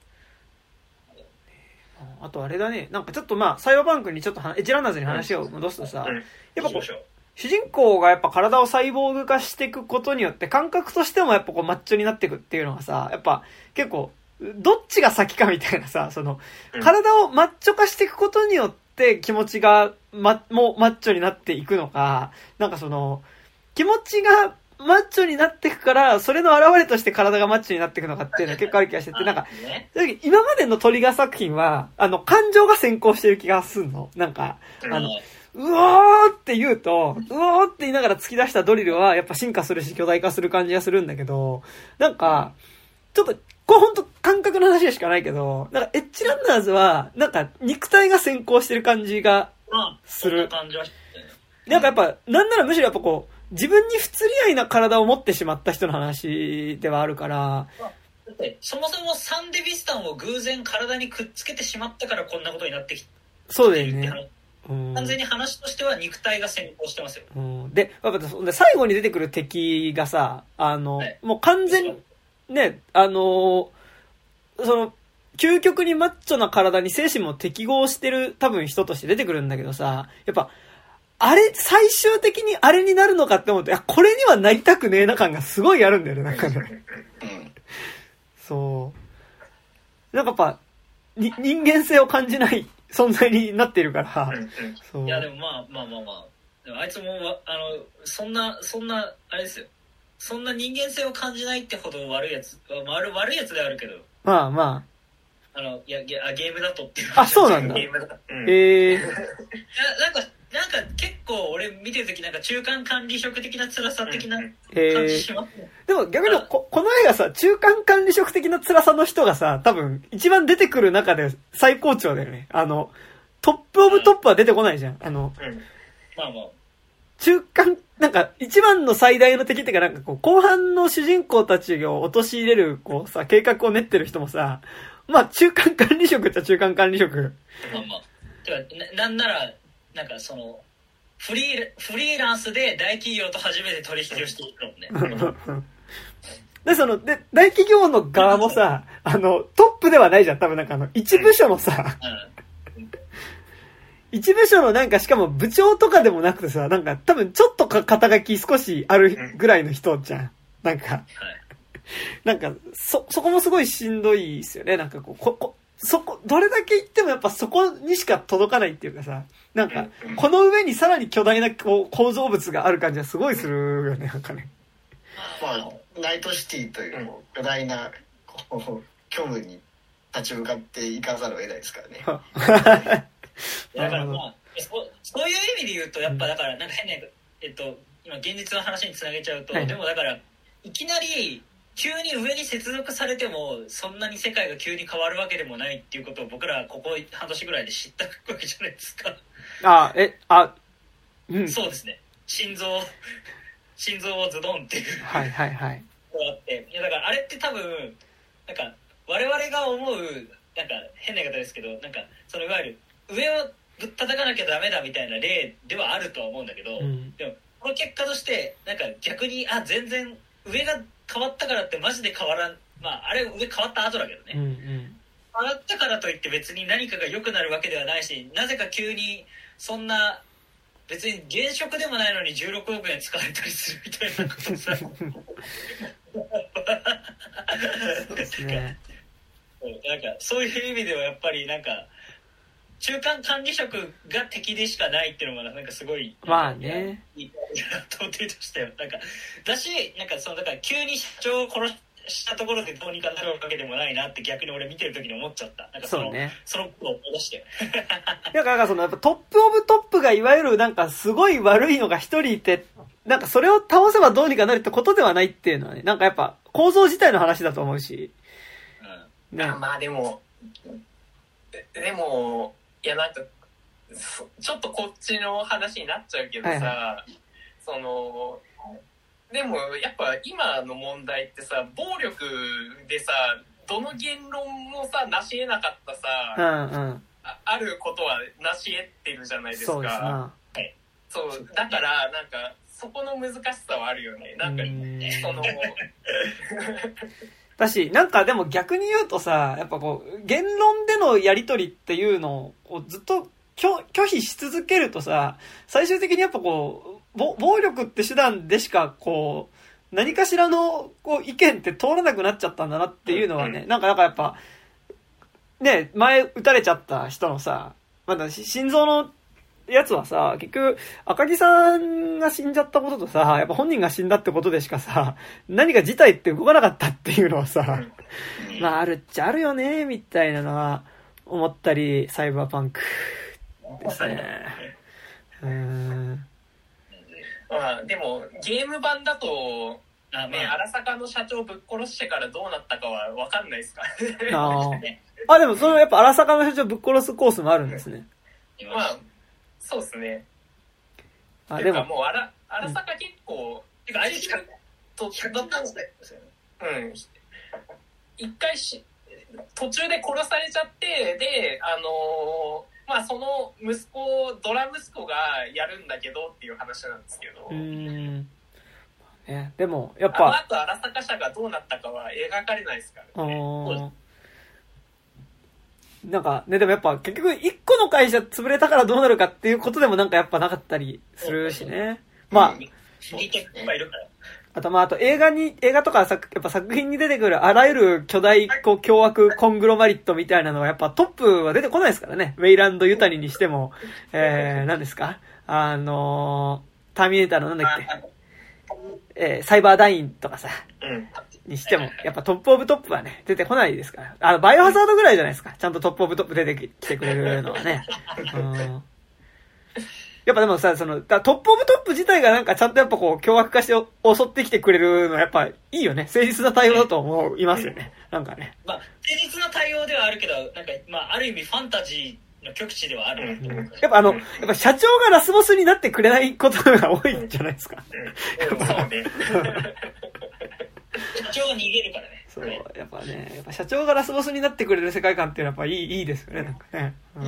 あとあれだね、なんかちょっとまあサイバーパンクにちょっとエッジランナーズに話を戻すとさ、うん、やっぱこう主人公がやっぱ体をサイボーグ化していくことによって感覚としてもやっぱこうマッチョになっていくっていうのがさ、やっぱ結構どっちが先かみたいなさ、その体をマッチョ化していくことによって気持ちがまもうマッチョになっていくのか、なんかその気持ちがマッチョになっていくからそれの表れとして体がマッチョになっていくのかっていうのは結構ある気がしてて、なんか今までのトリガー作品はあの感情が先行してる気がすんの。なんかあのうおーって言うと、うおーって言いながら突き出したドリルはやっぱ進化するし巨大化する感じがするんだけど、なんかちょっとこれほんと感覚の話でしかないけど、なんかエッジランナーズはなんか肉体が先行してる感じがする。なんかやっぱなんならむしろやっぱこう自分に不釣り合いな体を持ってしまった人の話ではあるから、 だってそもそもサンデビスタンを偶然体にくっつけてしまったからこんなことになってきてる。 そうだよね。 完全に話としては肉体が先行してますよ。 うん、で、最後に出てくる敵がさ、あの、はい、もう完全にね、あの、 その、究極にマッチョな体に精神も適合してる多分人として出てくるんだけどさ、やっぱ、あれ、最終的にあれになるのかって思うと、いや、これにはなりたくねえな感がすごいあるんだよね、なんかね。そう。なんかやっぱ、に、人間性を感じない存在になっているから、 そう。いや、でもまあまあまあまあ、でもあいつも、あの、そんな、そんな、あれですよ。そんな人間性を感じないってほど悪いやつ、悪悪いやつではあるけど。 まあまあ。あの、いや、ゲームだとっていう。 あ、そうなんだ。 ゲームだ。 うん、ええー。 なんか、なんか結構俺見てるときなんか中間管理職的な辛さ的な感じしますね。 えー、でも逆にこ、この映画さ、中間管理職的な辛さの人がさ、多分一番出てくる中で最高潮だよね。あの、トップオブトップは出てこないじゃん。あの、 うん、まあまあ。 中間、なんか一番の最大の敵っていうかなんかこう、後半の主人公たちを陥れるこうさ、計画を練ってる人もさ、まあ中間管理職っちゃ中間管理職。 まあまあ。てか、な、なんなら、なんかそのフリーフリーランスで大企業と初めて取引をしているもんね。 でそので大企業の側もさ、あのトップではないじゃん。多分なんかあの一部署のさ、うん、一部署のなんかしかも部長とかでもなくてさ、なんか多分ちょっとか肩書き少しあるぐらいの人じゃん。なんか、はい、なんかそそこもすごいしんどいですよね。なんかこうここそこ、どれだけ言ってもやっぱそこにしか届かないっていうかさ、なんか、この上にさらに巨大なこう構造物がある感じはすごいするよね、なんかね。 まあ、ナイトシティという巨大な、こう、虚無に立ち向かっていかざるを得ないですからね。 だからまあ、そ、そういう意味で言うと、やっぱだから、なんか変な、えっと、今現実の話につなげちゃうと、はい、でもだから、いきなり、急に上に接続されてもそんなに世界が急に変わるわけでもないっていうことを僕らここ半年ぐらいで知ったわけじゃないですか。 あ、え、あ、 うん。そうですね。心臓、心臓をズドンっていう。 はいはいはい。 こうあって。いやだからあれって多分、なんか我々が思う、なんか変な言い方ですけど、なんかそのいわゆる上をぶったたかなきゃダメだみたいな例ではあるとは思うんだけど、うん、でもこの結果として、なんか逆に、あ、全然上が変わったからってマジで変わらん、まああれ上変わった後だけどね、うんうん、変わったからといって別に何かが良くなるわけではないし、なぜか急にそんな別に現職でもないのにじゅうろくおくえん使われたりするみたいなことさそうですね。なんかそういう意味ではやっぱりなんか中間管理職が敵でしかないっていうのがなんかすごい、 まあね、 いいなと思ってましたよ。なんかだし、なんかそのだから急に社長を殺したところでどうにかなるわけでもないなって逆に俺見てる時に思っちゃった。なんかそのそうね、そのことを思い出して。 だからそのやっぱトップオブトップがいわゆるなんかすごい悪いのが一人いて、なんかそれを倒せばどうにかなるってことではないっていうのはね、なんかやっぱ構造自体の話だと思うし。 うん。ね、まあでもでも。いやなんかちょっとこっちの話になっちゃうけどさ、はいはい、そのでもやっぱ今の問題ってさ、暴力でさどの言論もさ成し得なかったさ、うんうん、あ, あることは成し得てるじゃないですか。 そうですな、はい、 そうだからなんかそこの難しさはあるよね。なんかそのだし、なんかでも逆に言うとさ、やっぱこう、言論でのやりとりっていうのをずっと拒否し続けるとさ、最終的にやっぱこう、暴力って手段でしかこう、何かしらのこう意見って通らなくなっちゃったんだなっていうのはね、なんかなんかやっぱ、ね、前撃たれちゃった人のさ、まだ心臓のやつはさ、結局赤木さんが死んじゃったこととさ、やっぱ本人が死んだってことでしかさ、何か事態って動かなかったっていうのはさ、まああるっちゃあるよねみたいなのは思ったり、サイバーパンクですね。うーん。 まあでもゲーム版だとあね、荒坂の社長ぶっ殺してからどうなったかは分かんないですかああでもそのやっぱ荒坂の社長ぶっ殺すコースもあるんですね。 まあそうですね。あでももう荒坂結構、うん、てかあれとひゃくなんだですよね。うん。一回し途中で殺されちゃってであのー、まあその息子ドラ息子がやるんだけどっていう話なんですけど。うーん。 ね、でもやっぱあの後荒坂社がどうなったかは描かれないですからね。 なんかね、でもやっぱ結局一個の会社潰れたからどうなるかっていうことでもなんかやっぱなかったりするしね。まあ、 知り手いっぱいいるから。 あとまあ、あと映画に、映画とか作、やっぱ作品に出てくるあらゆる巨大、こう、凶悪コングロマリットみたいなのはやっぱトップは出てこないですからね。ウェイランド・ユタニにしても、えー、何ですかあのー、ターミネーターのなんだっけ、えー、サイバーダインとかさ、にしても、やっぱトップオブトップはね、出てこないですから。あの、バイオハザードぐらいじゃないですか。ちゃんとトップオブトップ出てきてくれるのはね。うんやっぱでもさ、その、トップオブトップ自体がなんかちゃんとやっぱこう、凶悪化して襲ってきてくれるのはやっぱいいよね。誠実な対応だと思いますよね。なんかね。 まあ、誠実な対応ではあるけど、なんか、まあ、ある意味ファンタジーの極致ではある、 うん。やっぱあの、やっぱ社長がラスボスになってくれないことが多いんじゃないですか。 そうね。社長が逃げるからね。 そう、やっぱね、やっぱ社長がラスボスになってくれる世界観っていうのはやっぱいい、いいですよね、なんかね。うん。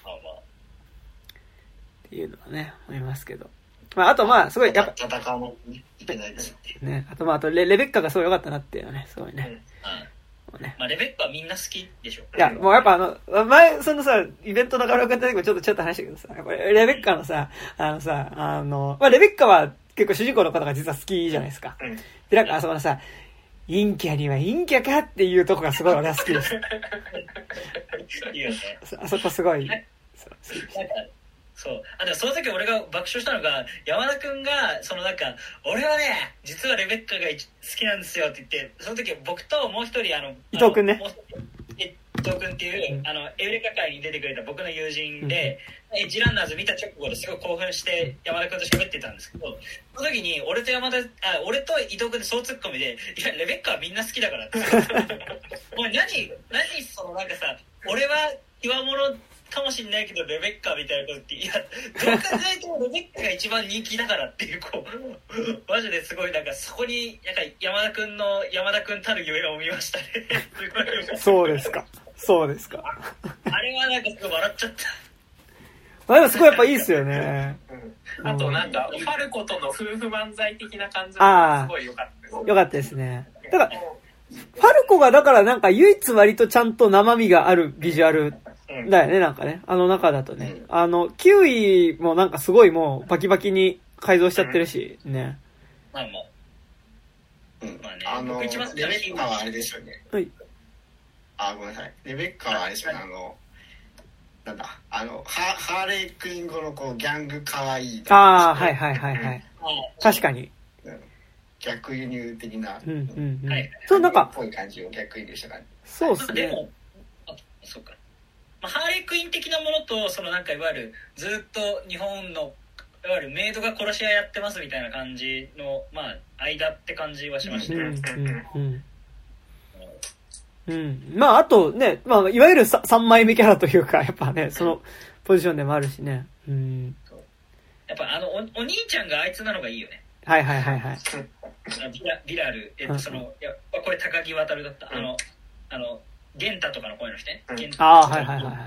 っていうのはね、思いますけど。まあ、あとまあ、すごい、やっぱ。 戦うもいけないですね。あとまあ、あとレ、レベッカがすごい良かったなっていうのはね、すごいね。 うん。ね、まあ、レベッカはみんな好きでしょ。 いや、もうやっぱあの、前、そのさ、イベント中村君とちょっとちょっと話したけどさ、やっぱレベッカのさ、あのさ、あの、まあ、レベッカは結構主人公の方が実は好きじゃないですか。うん、で、なんかあそこのさ、陰キャには陰キャかっていうとこがすごい俺は好きです。 いいよね。 あそこすごい。 そうそう。あ、でもその時俺が爆笑したのが、山田くんが、そのなんか、俺はね、実はレベッカが好きなんですよって言って、その時僕ともう一人、あの、 伊藤くんね。 伊藤くんっていう、うん、あの、エウレカ界に出てくれた僕の友人で、うん、エッジランナーズ見た直後ですごい興奮して山田くんと喋ってたんですけど、その時に俺と山田、あ、俺と伊藤くんでそうツッコミで、いや、レベッカはみんな好きだからって。もう何、何そのなんかさ、俺は極物かもしんないけどレベッカみたいなことって、いや、どう考えてもレベッカが一番人気だからっていう、こう、マジですごいなんかそこに、なんか山田くんの、山田くんたるゆえんを見ましたね。 すそうですか。そうですか。 あれはなんかすごい笑っちゃった。 あ、でもすごいやっぱいいっすよね。 うん、あとなんか、ファルコとの夫婦漫才的な感じがすごい良かったです。 良かったですね。だから、ファルコがだからなんか唯一割とちゃんと生身があるビジュアルだよね、なんかね。あの中だとね。うん、あの、キウイもなんかすごいもうバキバキに改造しちゃってるし、ね。 まあまあ。 うん。まあね、あの、レベッカはあれですよね。 はい。 あ、ごめんなさい。レベッカはあれですよね、あの、なんだ、あの、ハ, ハーレークイーン語のこうギャングかわいい。 ああ、はいはいはいはい。確かに。 逆輸入的な。 うんうんうん。 はい、 そう、なんか。 っぽい感じを逆輸入した感じ。 そうっすね。 でも、あ、そうか。まあ、ハーレークイーン的なものと、そのなんかいわゆる、ずっと日本の、いわゆるメイドが殺し屋やってますみたいな感じの、まあ、間って感じはしました。 うんうんうんうん。まあ、あとね、まあ、いわゆるさんまいめキャラというか、やっぱね、そのポジションでもあるしね。うん。 やっぱあのお、お兄ちゃんがあいつなのがいいよね。 はいはいはいはい。 ビラ、ビラル、えっと、その、いや、これ高木渡るだった。あの、あの、ゲンタとかの声の人ね。ゲンタああ、はいはいはいはい。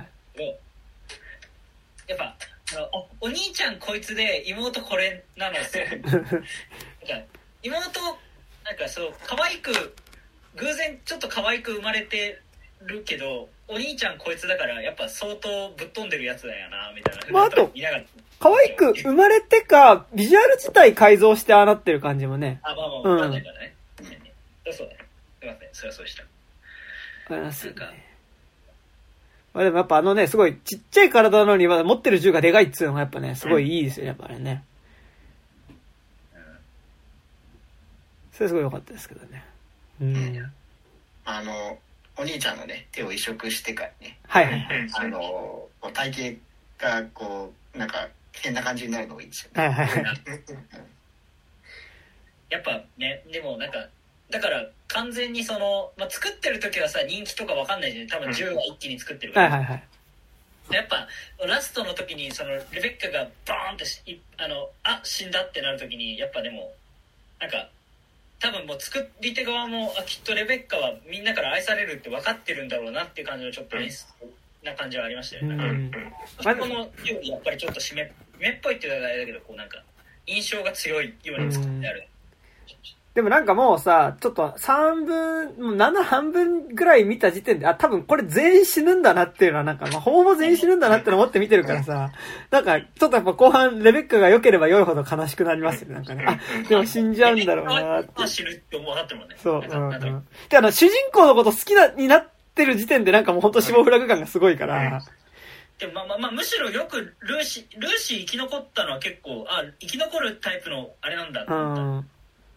やっぱ、あのお、お兄ちゃんこいつで妹これなのですよ。妹、なんかそう、可愛く、偶然ちょっと可愛く生まれてるけど、お兄ちゃんこいつだからやっぱ相当ぶっ飛んでるやつだよなみたいな。 まああと可愛く生まれてかビジュアル自体改造してああなってる感じもね。 あ、まあまあ分かんないからね。うん、そうね。すいません、それはそうでした。 わかりますよね。まあでもやっぱあのねすごいちっちゃい体なのにまだ持ってる銃がでかいっつうのがやっぱねすごいいいですよねやっぱね。うん、それすごい良かったですけどね。うん、 あのお兄ちゃんのね手を移植してからね、 はいはいはい、 あの体型がこうなんか変な感じになるのがいいですよね。 はいはいはい。 やっぱねでもなんかだから完全にその、まあ、作ってる時はさ人気とかわかんないじゃん。多分じゅうは一気に作ってるから、 はいはいはい。 やっぱラストの時にそのレベッカがバーンってしあのあ死んだってなる時にやっぱでもなんか。多分もう作り手側もあきっとレベッカはみんなから愛されるって分かってるんだろうなっていう感じのちょっと演出な感じはありましたよね。うん、そこのようにやっぱりちょっと締め、締めっぽいっていうのがあれだけどこうなんか印象が強いように作ってある。 でもなんかもうさ、ちょっとさんぶん、もうなな半分ぐらい見た時点で、あ、多分これ全員死ぬんだなっていうのはなんか、まあ、ほぼ全員死ぬんだなっての思って見てるからさ、なんか、ちょっとやっぱ後半、レベッカが良ければ良いほど悲しくなりますよね、なんかね。あ、でも死んじゃうんだろうなって。 死ぬって思わってもね。 そう、うん、うん。で、あの、主人公のこと好きな、になってる時点でなんかもうほんと死亡フラグ感がすごいから、 でもまあまあまあ、むしろよくルーシー、ルーシー生き残ったのは結構、あ、生き残るタイプのあれなんだって思った。うん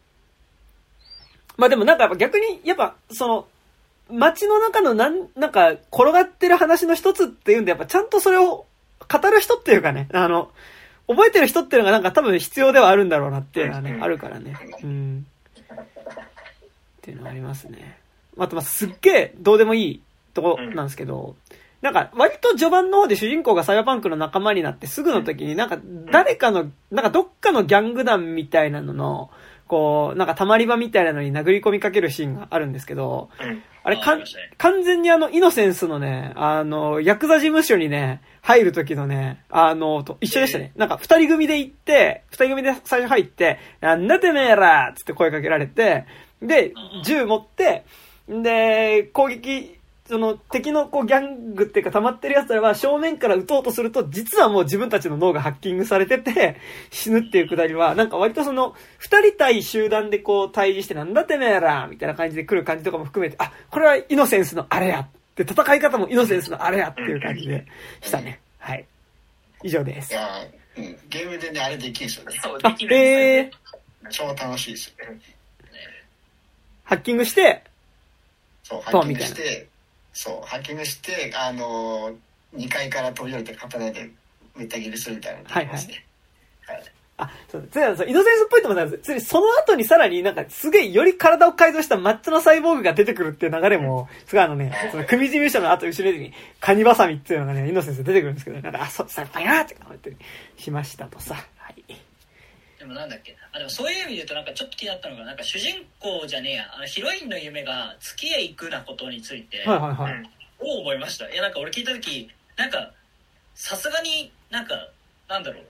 まあでもなんかやっぱ逆に、やっぱその、街の中のなん、なんか転がってる話の一つっていうんで、やっぱちゃんとそれを語る人っていうかね、あの、覚えてる人っていうのがなんか多分必要ではあるんだろうなっていうのはね、あるからね。うん。っていうのはありますね。あとまあすっげえどうでもいいとこなんですけど、なんか割と序盤の方で主人公がサイバーパンクの仲間になってすぐの時になんか誰かの、なんかどっかのギャング団みたいなのの、こう、なんか溜まり場みたいなのに殴り込みかけるシーンがあるんですけど、うん、あれかん、完全にあの、イノセンスのね、あの、ヤクザ事務所にね、入る時のね、あの、と一緒でしたね。なんか二人組で行って、二人組で最初入って、なんだてめえらつって声かけられて、で、銃持って、で、攻撃、その敵のこうギャングっていうか溜まってる奴らは正面から撃とうとすると実はもう自分たちの脳がハッキングされてて死ぬっていうくだりはなんか割とその二人対集団でこう対峙してなんだてめえらみたいな感じで来る感じとかも含めてあこれはイノセンスのあれやって戦い方もイノセンスのあれやっていう感じでしたね。はい以上です。 いや、うん、ゲームでねあれできるんですよね。 そうできるんですよね。 えー、超楽しいですよね。 ハッキングしてそうハッキングしてそうハッキングしてあのにかいから飛び降りて刀でめった切りするみたいなのができますね。はいはい。はい、 あ、そう、そう、イノセンスっぽいと思ったんです。その後にさらになんかすげえより体を改造したマッチョなサイボーグが出てくるっていう流れも、すごいあのね、その組事務所の後後ろにカニバサミっていうのがね、イノセンス出てくるんですけど、なんか、あ、そ、さっぱりなーって思ってしましたとさ。はい。 でもなんだっけあ、でもそういう意味で言うとなんかちょっと気になったのが、なんか主人公じゃねえや、あのヒロインの夢が月へ行くなことについて、 はいはいはい。 を思いました。いやなんか俺聞いたとき、なんか、さすがになんか、なんだろう。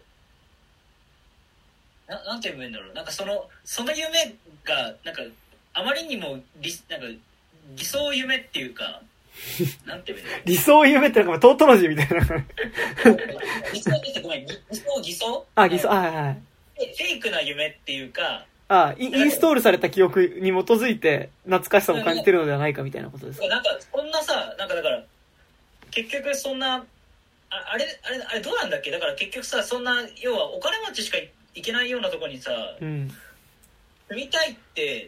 な, なんて言えばいいんだろうなんかそのその夢がなんかあまりにも理なんか理想夢っていうかなんて言えばいいんだろう理想夢ってなんかトートロジーみたいな理想ってごめん理想偽装あ偽装あはいはいフェイクな夢っていうかあインストールされた記憶に基づいて懐かしさを感じてるのではないかみたいなことですか。 なんかこんなさなんかだから結局そんなああれあれあれどうなんだっけだから結局さそんな要はお金持ちしかいけないようなところにさ、 うん、 住みたいって、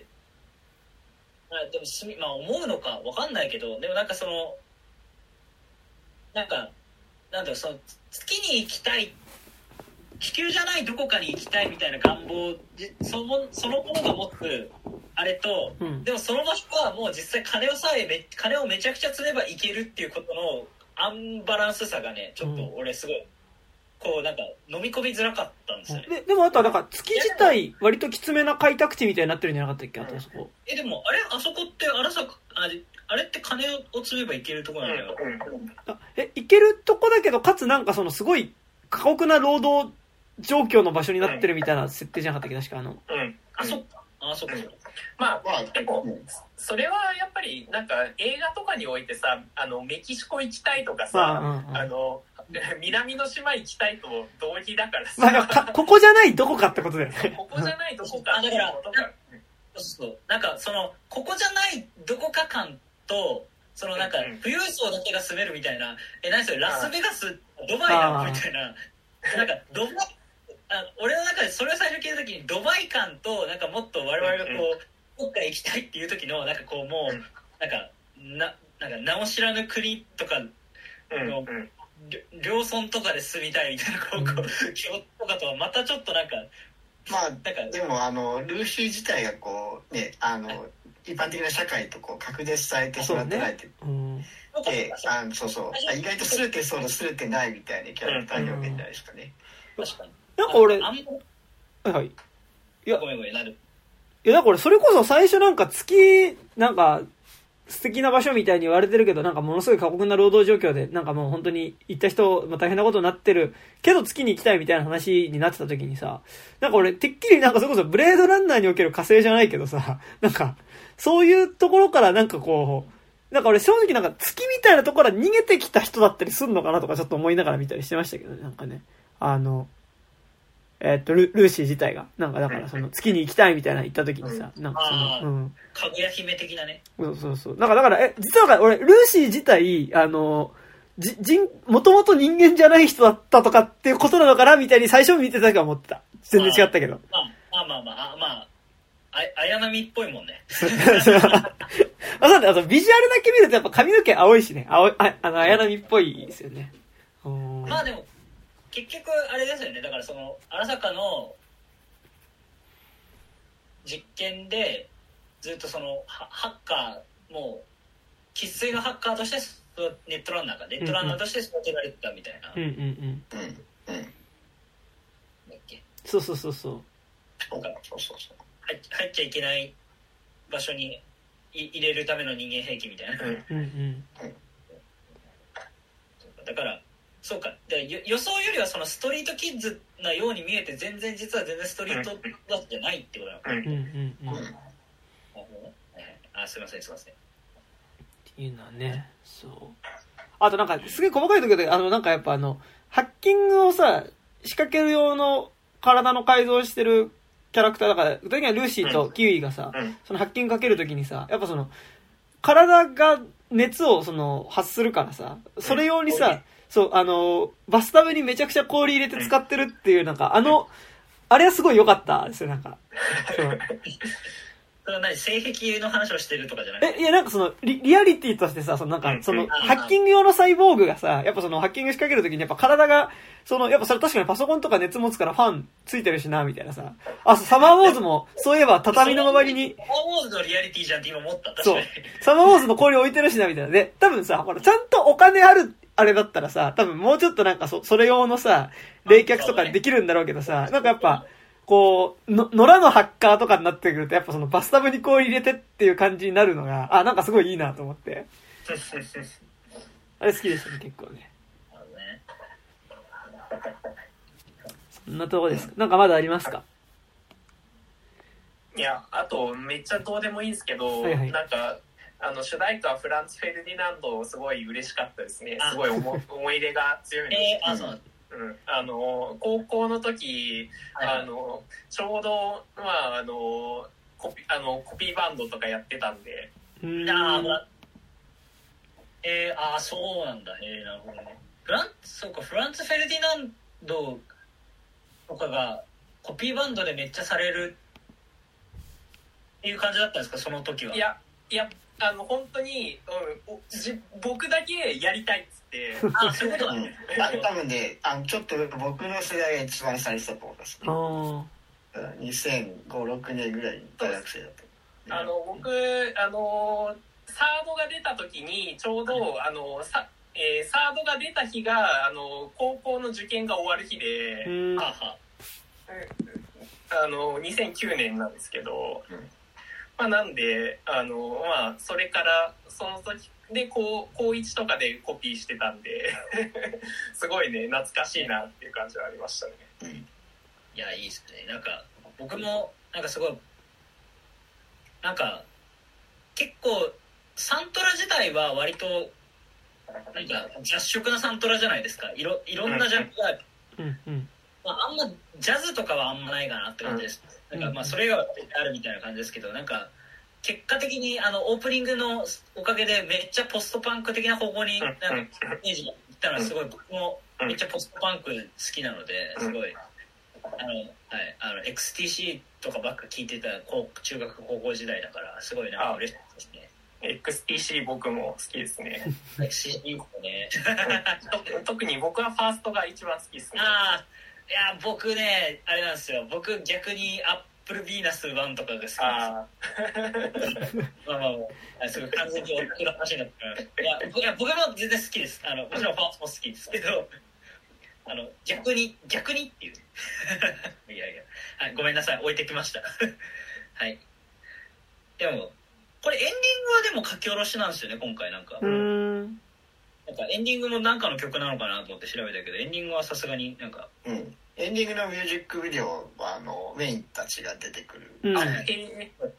まあ、でも住み、まあ、思うのかわかんないけどでもなんかそのなんかなんだろうその月に行きたい地球じゃないどこかに行きたいみたいな願望そのそのものが持つあれと、うん、でもその場所はもう実際金をさえめ金をめちゃくちゃ積めば行けるっていうことのアンバランスさがねちょっと俺すごい、うんこうなんか飲み込みづらかったんですよね。 で, でもあとはなんか月自体割ときつめな開拓地みたいになってるんじゃなかったっけあとそこ。 えでもあれあそこってあらさあれあれって金を積めばいけるところなんだよ。 あえいけるとこだけどかつなんかそのすごい過酷な労働状況の場所になってるみたいな設定じゃなかったっけ確かあの。 うんあそっかあそっか。 まあでもそれはやっぱりなんか映画とかにおいてさあのメキシコ行きたいとかさ、うんうん、あの南の島行きたいと同義だからさ、 まあ、かここじゃないどこかってことだよね。 ここじゃないどこかあだからそうそうなんかそのここじゃないどこか感とそのなんか富裕層だけが住めるみたいなえ何それラスベガスドバイなのみたいななんかドバイあ俺の中でそれを最初聞いた時にドバイ感となんかもっと我々がこうどっか行きたいっていう時のなんかこうもうなんかななんか名を知らぬ国とかの、うんうん両村とかで住みたいみたいなこう、うん、こう京都とかとはまたちょっとなんかまあなんかでもあのルーシー自体がこうねあの、はい、一般的な社会とこう隔絶されてしまってないって、そうね、うん、であそうそう意外とすれてそうだすれてないみたいなキャラクター表現じゃないですかね。 確かになんか俺あんはいはいいやごめんごめんなるいやだからそれこそ最初なんか月なんか素敵な場所みたいに言われてるけど、なんかものすごい過酷な労働状況で、なんかもう本当に行った人、まあ、大変なことになってるけど月に行きたいみたいな話になってた時にさ、なんか俺てっきりなんかそれこそブレードランナーにおける火星じゃないけどさ、なんかそういうところからなんかこう、なんか俺正直なんか月みたいなところから逃げてきた人だったりすんのかなとかちょっと思いながら見たりしてましたけどね、なんかね。あの、えー、っとル、ルーシー自体が。なんかだからその月に行きたいみたいな言った時にさ、なんかその、うん。 かぐや姫的なね。 そうそうそう。なんかだから、え、実は俺、ルーシー自体、あの、じ、人、もともと人間じゃない人だったとかっていうことなのかなみたいに最初見てた時は思ってた。全然違ったけど。 まあまあまあまあ、まあ、あ、綾波っぽいもんね。 あ、そうだ、あとビジュアルだけ見るとやっぱ髪の毛青いしね。青い、あ、あの、綾波っぽいですよね。 まあでも、結局あれですよね。だからその荒坂の実験でずっとそのハッカーも生粋のハッカーとしてネットランナーかネットランナーとして育てられてたみたいな。 うんうんうん。うんうん。だっけ。 そうそうそうそう。 そうそうそう。入, 入っちゃいけない場所に入れるための人間兵器みたいな。うんうんうん。だから。そうか。で予想よりはそのストリートキッズなように見えて全然実は全然ストリートだじゃないってことなのかな。うんうんうん。あ、すいませんすいません。 っていうのはね、そう。あとなんかすげえ細かいところであのなんかやっぱあのハッキングをさ仕掛ける用の体の改造してるキャラクターだから具体的にはルーシーとキウイがさ、そのハッキングかけるときにさやっぱその体が熱をその発するからさそれ用にさ。そう、あの、バスタブにめちゃくちゃ氷入れて使ってるっていう、なんか、あの、あれはすごい良かったですよ、なんか。そう。 それは何性癖の話をしてるとかじゃない？ え、いや、なんかそのリ、リアリティとしてさ、そのなんか、その、ハッキング用のサイボーグがさ、やっぱその、ハッキング仕掛けるときにやっぱ体が、その、やっぱそれ確かにパソコンとか熱持つからファンついてるしな、みたいなさ。あ、サマーウォーズも、そういえば畳の周りに。 サマーウォーズのリアリティじゃんって今思った。確かに。 そう。サマーウォーズの氷置いてるしな、みたいな。で、多分さ、ほら、ちゃんとお金ある、あれだったらさ、多分もうちょっとなんかそ、それ用のさ、冷却とかできるんだろうけどさ、なんかやっぱ、こう、の、野良のハッカーとかになってくると、やっぱそのバスタブにこう入れてっていう感じになるのが、あ、なんかすごいいいなと思って。あれ好きでしたね、結構ね。そんなとこですか。なんかまだありますか？ いや、あと、めっちゃどうでもいいんですけど、はいはい、なんか、あの主題歌はフランツ・フェルディナンドすごい嬉しかったですね。すごい 思, 思い入れが強いので、 えー、あそううん、あの高校の時、はい、あのちょうど、まあ、あのコピあのコピーバンドとかやってたんで、 うんあ、まえー、あそうなんだ、えー、なるほどね。フランそうかフランツ・フェルディナンドとかがコピーバンドでめっちゃされるっていう感じだったんですか、その時は。 いやいやあの本当に、うん、じ僕だけやりたいっつってあそういうことだね、 うん、多分ねあのちょっと僕の世代が一番最初だと思いますね。にせんご、ろくねんぐらいに大学生だと。 あの僕あのサードが出た時にちょうど、はい、あのさえー、サードが出た日があの高校の受験が終わる日で、うん、あのにせんきゅうねんなんですけど、うんまあ、なんであの、まあ、それからその時で高いちとかでコピーしてたんですごいね懐かしいなっていう感じはありましたね、うん、いやいいですね。なんか僕もなんかすごいなんか結構サントラ自体は割となんか雑食なサントラじゃないですか。いろいろんなジャンルがある、うんうんまあ、あんまジャズとかはあんまないかなって感じです、うん、なんかまあそれがあるみたいな感じですけど、なんか結果的にあのオープニングのおかげでめっちゃポストパンク的な方向になんかイメージがいったのはすごい僕もめっちゃポストパンク好きなのですごいあの、はい、あの エックスティーシー とかばっか聞いてた中学高校時代だからすごいなんか嬉しいですね。 エックスティーシー 僕も好きですね。 エックスティーシー もね特に僕はファーストが一番好きですね。 あいや僕ねあれなんですよ、僕逆にアップルビーナスワンとかが好きです。あまあまあまあすごい完全に僕の話になったからいや僕いや僕も全然好きです。あのもちろんファーストも好きですけどあの逆に逆にっていういやいや、はい、ごめんなさい置いてきましたはい。でもここれエンディングはでも書き下ろしなんですよね今回なんか。 うーん。 なんかエンディングもなんかの曲なのかなと思って調べたけどエンディングはさすがになんか。 うん。エンディングのミュージックビデオはあのメインたちが出てくる。 うん。 あ、 だえー、ね。うん。い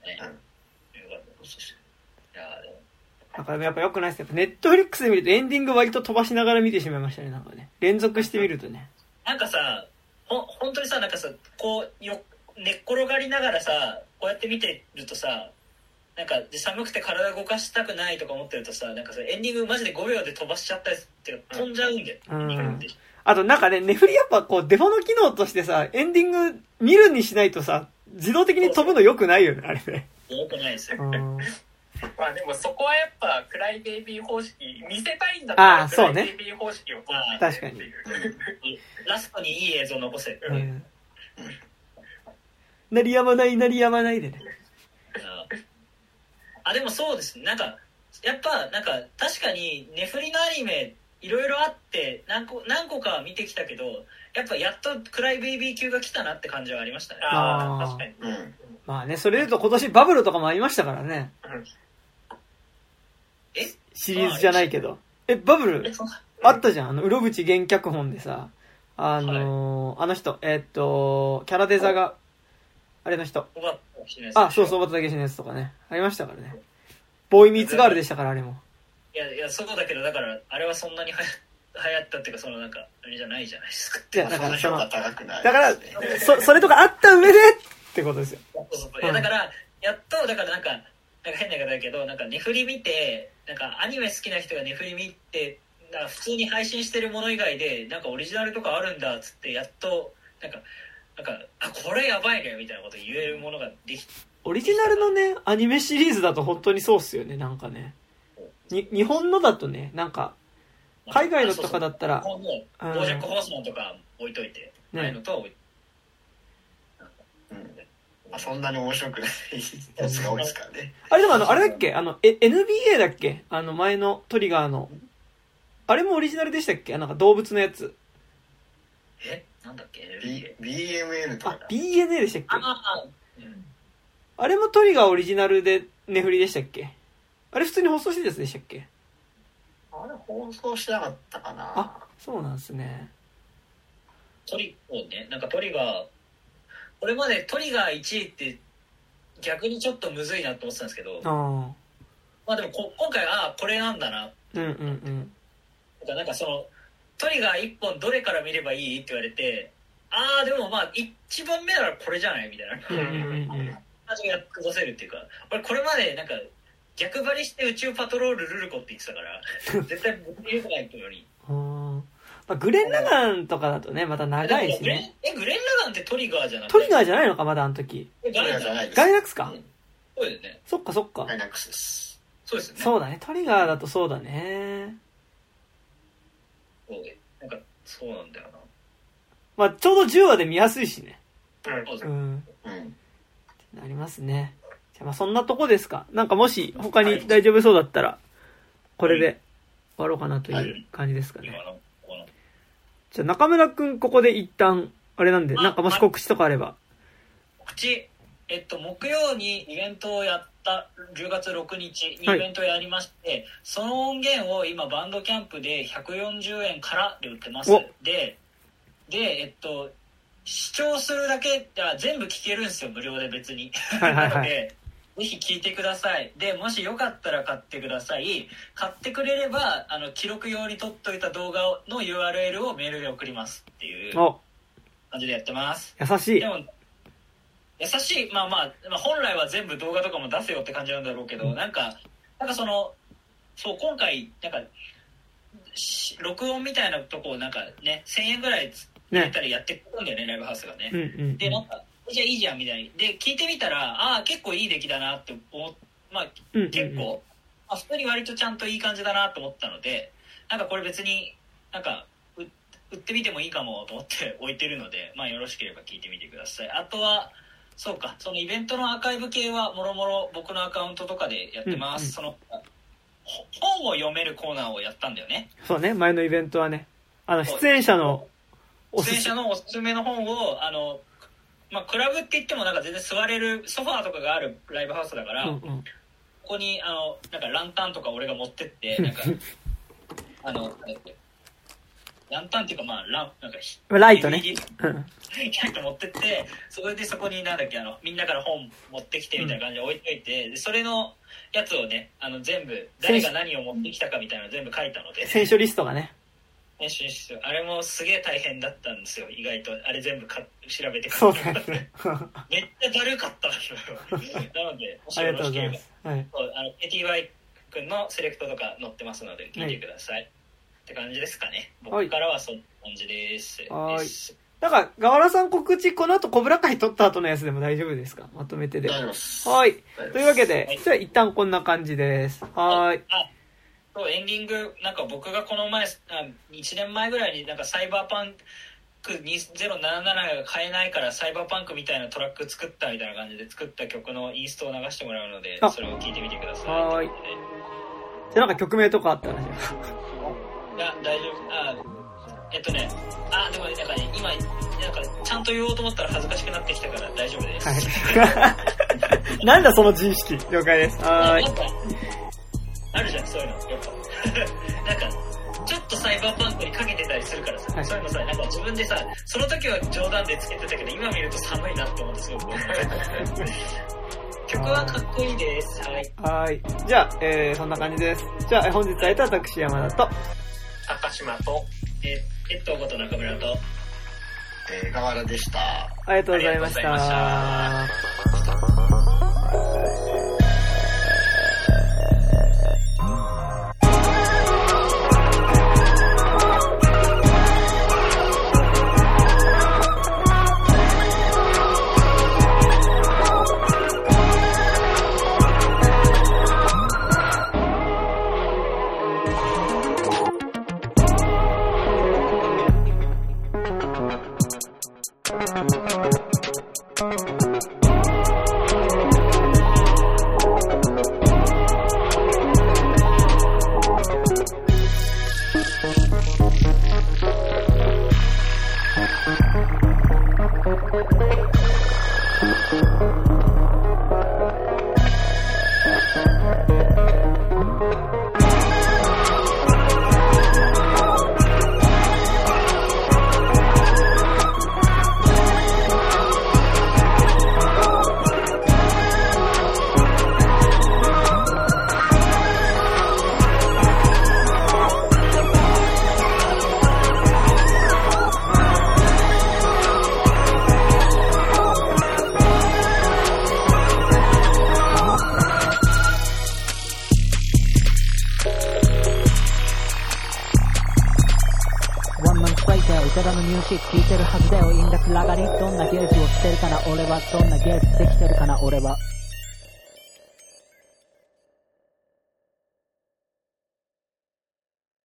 やでも。 からやっぱ良くないですけど、ネットフリックスで見るとエンディング割と飛ばしながら見てしまいましたね、なんかね。連続して見るとね。 なんかさ、ほ本当にさ、なんかさ、こうよ寝っ転がりながらさ、こうやって見てるとさ、なんか寒くて体動かしたくないとか思ってるとさ、なんかさエンディングマジでごびょうで飛ばしちゃったりっていうか飛んじゃうんだよ。 うん。 エンディングってあとなんかね、ネフリやっぱこうデフォの機能としてさ、エンディング見るにしないとさ、自動的に飛ぶの良くないよね、あれね。 良くないですよ。 まあでもそこはやっぱクライベイビー方式見せたいんだったらクライベイビー方式を取って確かにラストにいい映像残せ、うん、 鳴りやまない鳴りやまないでね。 あでもそうですね、なんかやっぱなんか確かにネフリのアニメいろいろあって何個何個か見てきたけど、やっぱやっとクライベイビー級が来たなって感じはありましたね。 ああ確かに、 うん、 まあね、それで言うと今年バブルとかもありましたからね、うん、 えシリーズじゃないけど、えバブルあったじゃん、あのうろぶち原脚本でさ、あのーはい、あの人えー、っとキャラデザがあれの人、あそうそう、小畑健のやつとかねありましたからね。ボーイミーツガールでしたから、あれも。 いやいやそうだけど、だからあれはそんなにはや流行ったっていうか、そのなんかあれじゃないじゃないですか。 いやだからそのだからそそれとかあった上でってことですよ。 そうそうそう、いやだからやっとだからなんかなんか変な言い方だけど、なんかネフリ見て、なんかアニメ好きな人がネフリ見て、なんか普通に配信してるもの以外でなんかオリジナルとかあるんだっつって、やっとなんかなんかあこれやばいねみたいなこと言えるものができ。 オリジナルのねアニメシリーズだと本当にそうっすよね。なんかね、に日本のだとね、なんか海外のとかだったら、 日本のボージャックホースマンとか置いといて、ね、ないのと置いて、 うん、まあ、そんなに面白くないやつが多いですからね。 あれでもあのあれだっけ、あのえ エヌビーエー だっけ、あの前のトリガーのあれもオリジナルでしたっけ、なんか動物のやつ。 えなんだっけ、 B、ビーエムエル とかだ。 あ ビーエヌエー でしたっけ。 ああ、うん、 あれもトリガーオリジナルでネフリでしたっけ。あれ普通に放送してたやつでしたっけ。 あれ放送してなかったかな。 あ、そうなんですね。 トリをね、なんかトリガー、これまでトリガーいちいって逆にちょっとむずいなと思ってたんですけど、 あまあでもこ今回あこれなんだな。 うんうんうん。 なんかそのトリガーいっぽんどれから見ればいいって言われて、ああでもまあいちばんめならこれじゃないみたいな感じが出せるっていうか、俺これまでなんか逆張りして宇宙パトロールルルコって言ってたから絶対僕言うないとよりまあ、グレン・ラガンとかだとねまた長いですね。 えグレン・ラガンってトリガーじゃなくて。 トリガーじゃないのかまだあの時。 えガイナックスじゃないです。 ガイナックスか、うん、 そうですね。 そっかそっか、 ガイナックスです。 そうですね。 そうだね、トリガーだとそうだね。 そうなんかそうなんだよな。 まあちょうどじゅうわで見やすいしね。 うん。 うん。なりますね。じゃあまあそんなとこですか。なんかもし他に大丈夫そうだったらこれで終わろうかなという感じですかね。はい、じゃあ中村くんここで一旦あれなんで、なんかもし告知とかあれば。 告知、えっと木曜にイベントをやったじゅうがつろくにちにイベントをやりまして、はい、その音源を今バンドキャンプでひゃくよんじゅうえんからで売ってます。ででえっと視聴するだけ全部聞けるんですよ、無料で別に。 はいはいはい、 なのでぜひ聞いてください。でもしよかったら買ってください。買ってくれればあの記録用に撮っといた動画の ユーアールエル をメールで送りますっていう感じでやってます。 優しい。 でも優しい、まあまあ、まあ、本来は全部動画とかも出せよって感じなんだろうけど、うん、なんかなんかそのそう今回なんか録音みたいなとこをなんかねせんえんぐらい入れたらやってくるんだよね、ライブハウスがね、 うんうんうん、 でなんかじゃあいいじゃんみたいにで聞いてみたら、ああ結構いい出来だなって思っまあ結構、うんうんうん、まあ、普通に割とちゃんといい感じだなと思ったので、なんかこれ別になんか売ってみてもいいかもと思って置いてるので、まあよろしければ聞いてみてください。あとはそうか、そのイベントのアーカイブ系はもろもろ僕のアカウントとかでやってます、うんうん、その本を読めるコーナーをやったんだよね。 そうね、前のイベントはね、あの出演者のおす出演者のおすすめの本をあのまあ、クラブって言ってもなんか全然座れるソファーとかがあるライブハウスだから、うんうん、ここにあのなんかランタンとか俺が持ってってなんかあのランタンっていうかまあランなんかライトねライト持ってってそれでそこになんだっけあのみんなから本持ってきてみたいな感じで置いといて、うん、でそれのやつをねあの全部誰が何を持ってきたかみたいなの全部書いたので選書リストがね選書リストあれもすげえ大変だったんですよ意外とあれ全部か調べてそうですねめっちゃだるかったなのでもしよろしければ、はい、あの ケーティーワイ 君のセレクトとか載ってますので聞いてください、はい、って感じですかね。僕からはそんな感じです。 はい。 ですなんか河原さん告知この後コブラ会撮った後のやつでも大丈夫ですか？まとめてで。 大丈夫です。 はい。というわけで、 はい、 じゃあ一旦こんな感じです。はい。 あ、そうエンディングなんか僕がこの前いちねんまえぐらいになんかサイバーパンクにせんななじゅうななが買えないからサイバーパンクみたいなトラック作ったみたいな感じで作った曲のインストを流してもらうのでそれを聞いてみてください。 はい。じゃあなんか曲名とかあったらね。 いや大丈夫。あえっとねあでもなんかね今なんかちゃんと言おうと思ったら恥ずかしくなってきたから大丈夫です。 はい、なんだその自意識。了解です。はい。 なんかあるじゃんそういうのやっぱなんかちょっとサイバーパンクにかけてたりするからさ、はい、そういうのさなんか自分でさその時は冗談でつけてたけど今見ると寒いなって思ってすごく思う。曲はかっこいいです。はい。 はい。じゃあ、えー、そんな感じです。じゃあ本日会えた私山田と高島とえー、ペットこと中村と、 えー、河原でした。 ありがとうございました。 ありがとうございました。 聞いてるはずだよ。インダクラガリどんなゲージをしてるかな俺は。どんなゲージできてるかな俺は。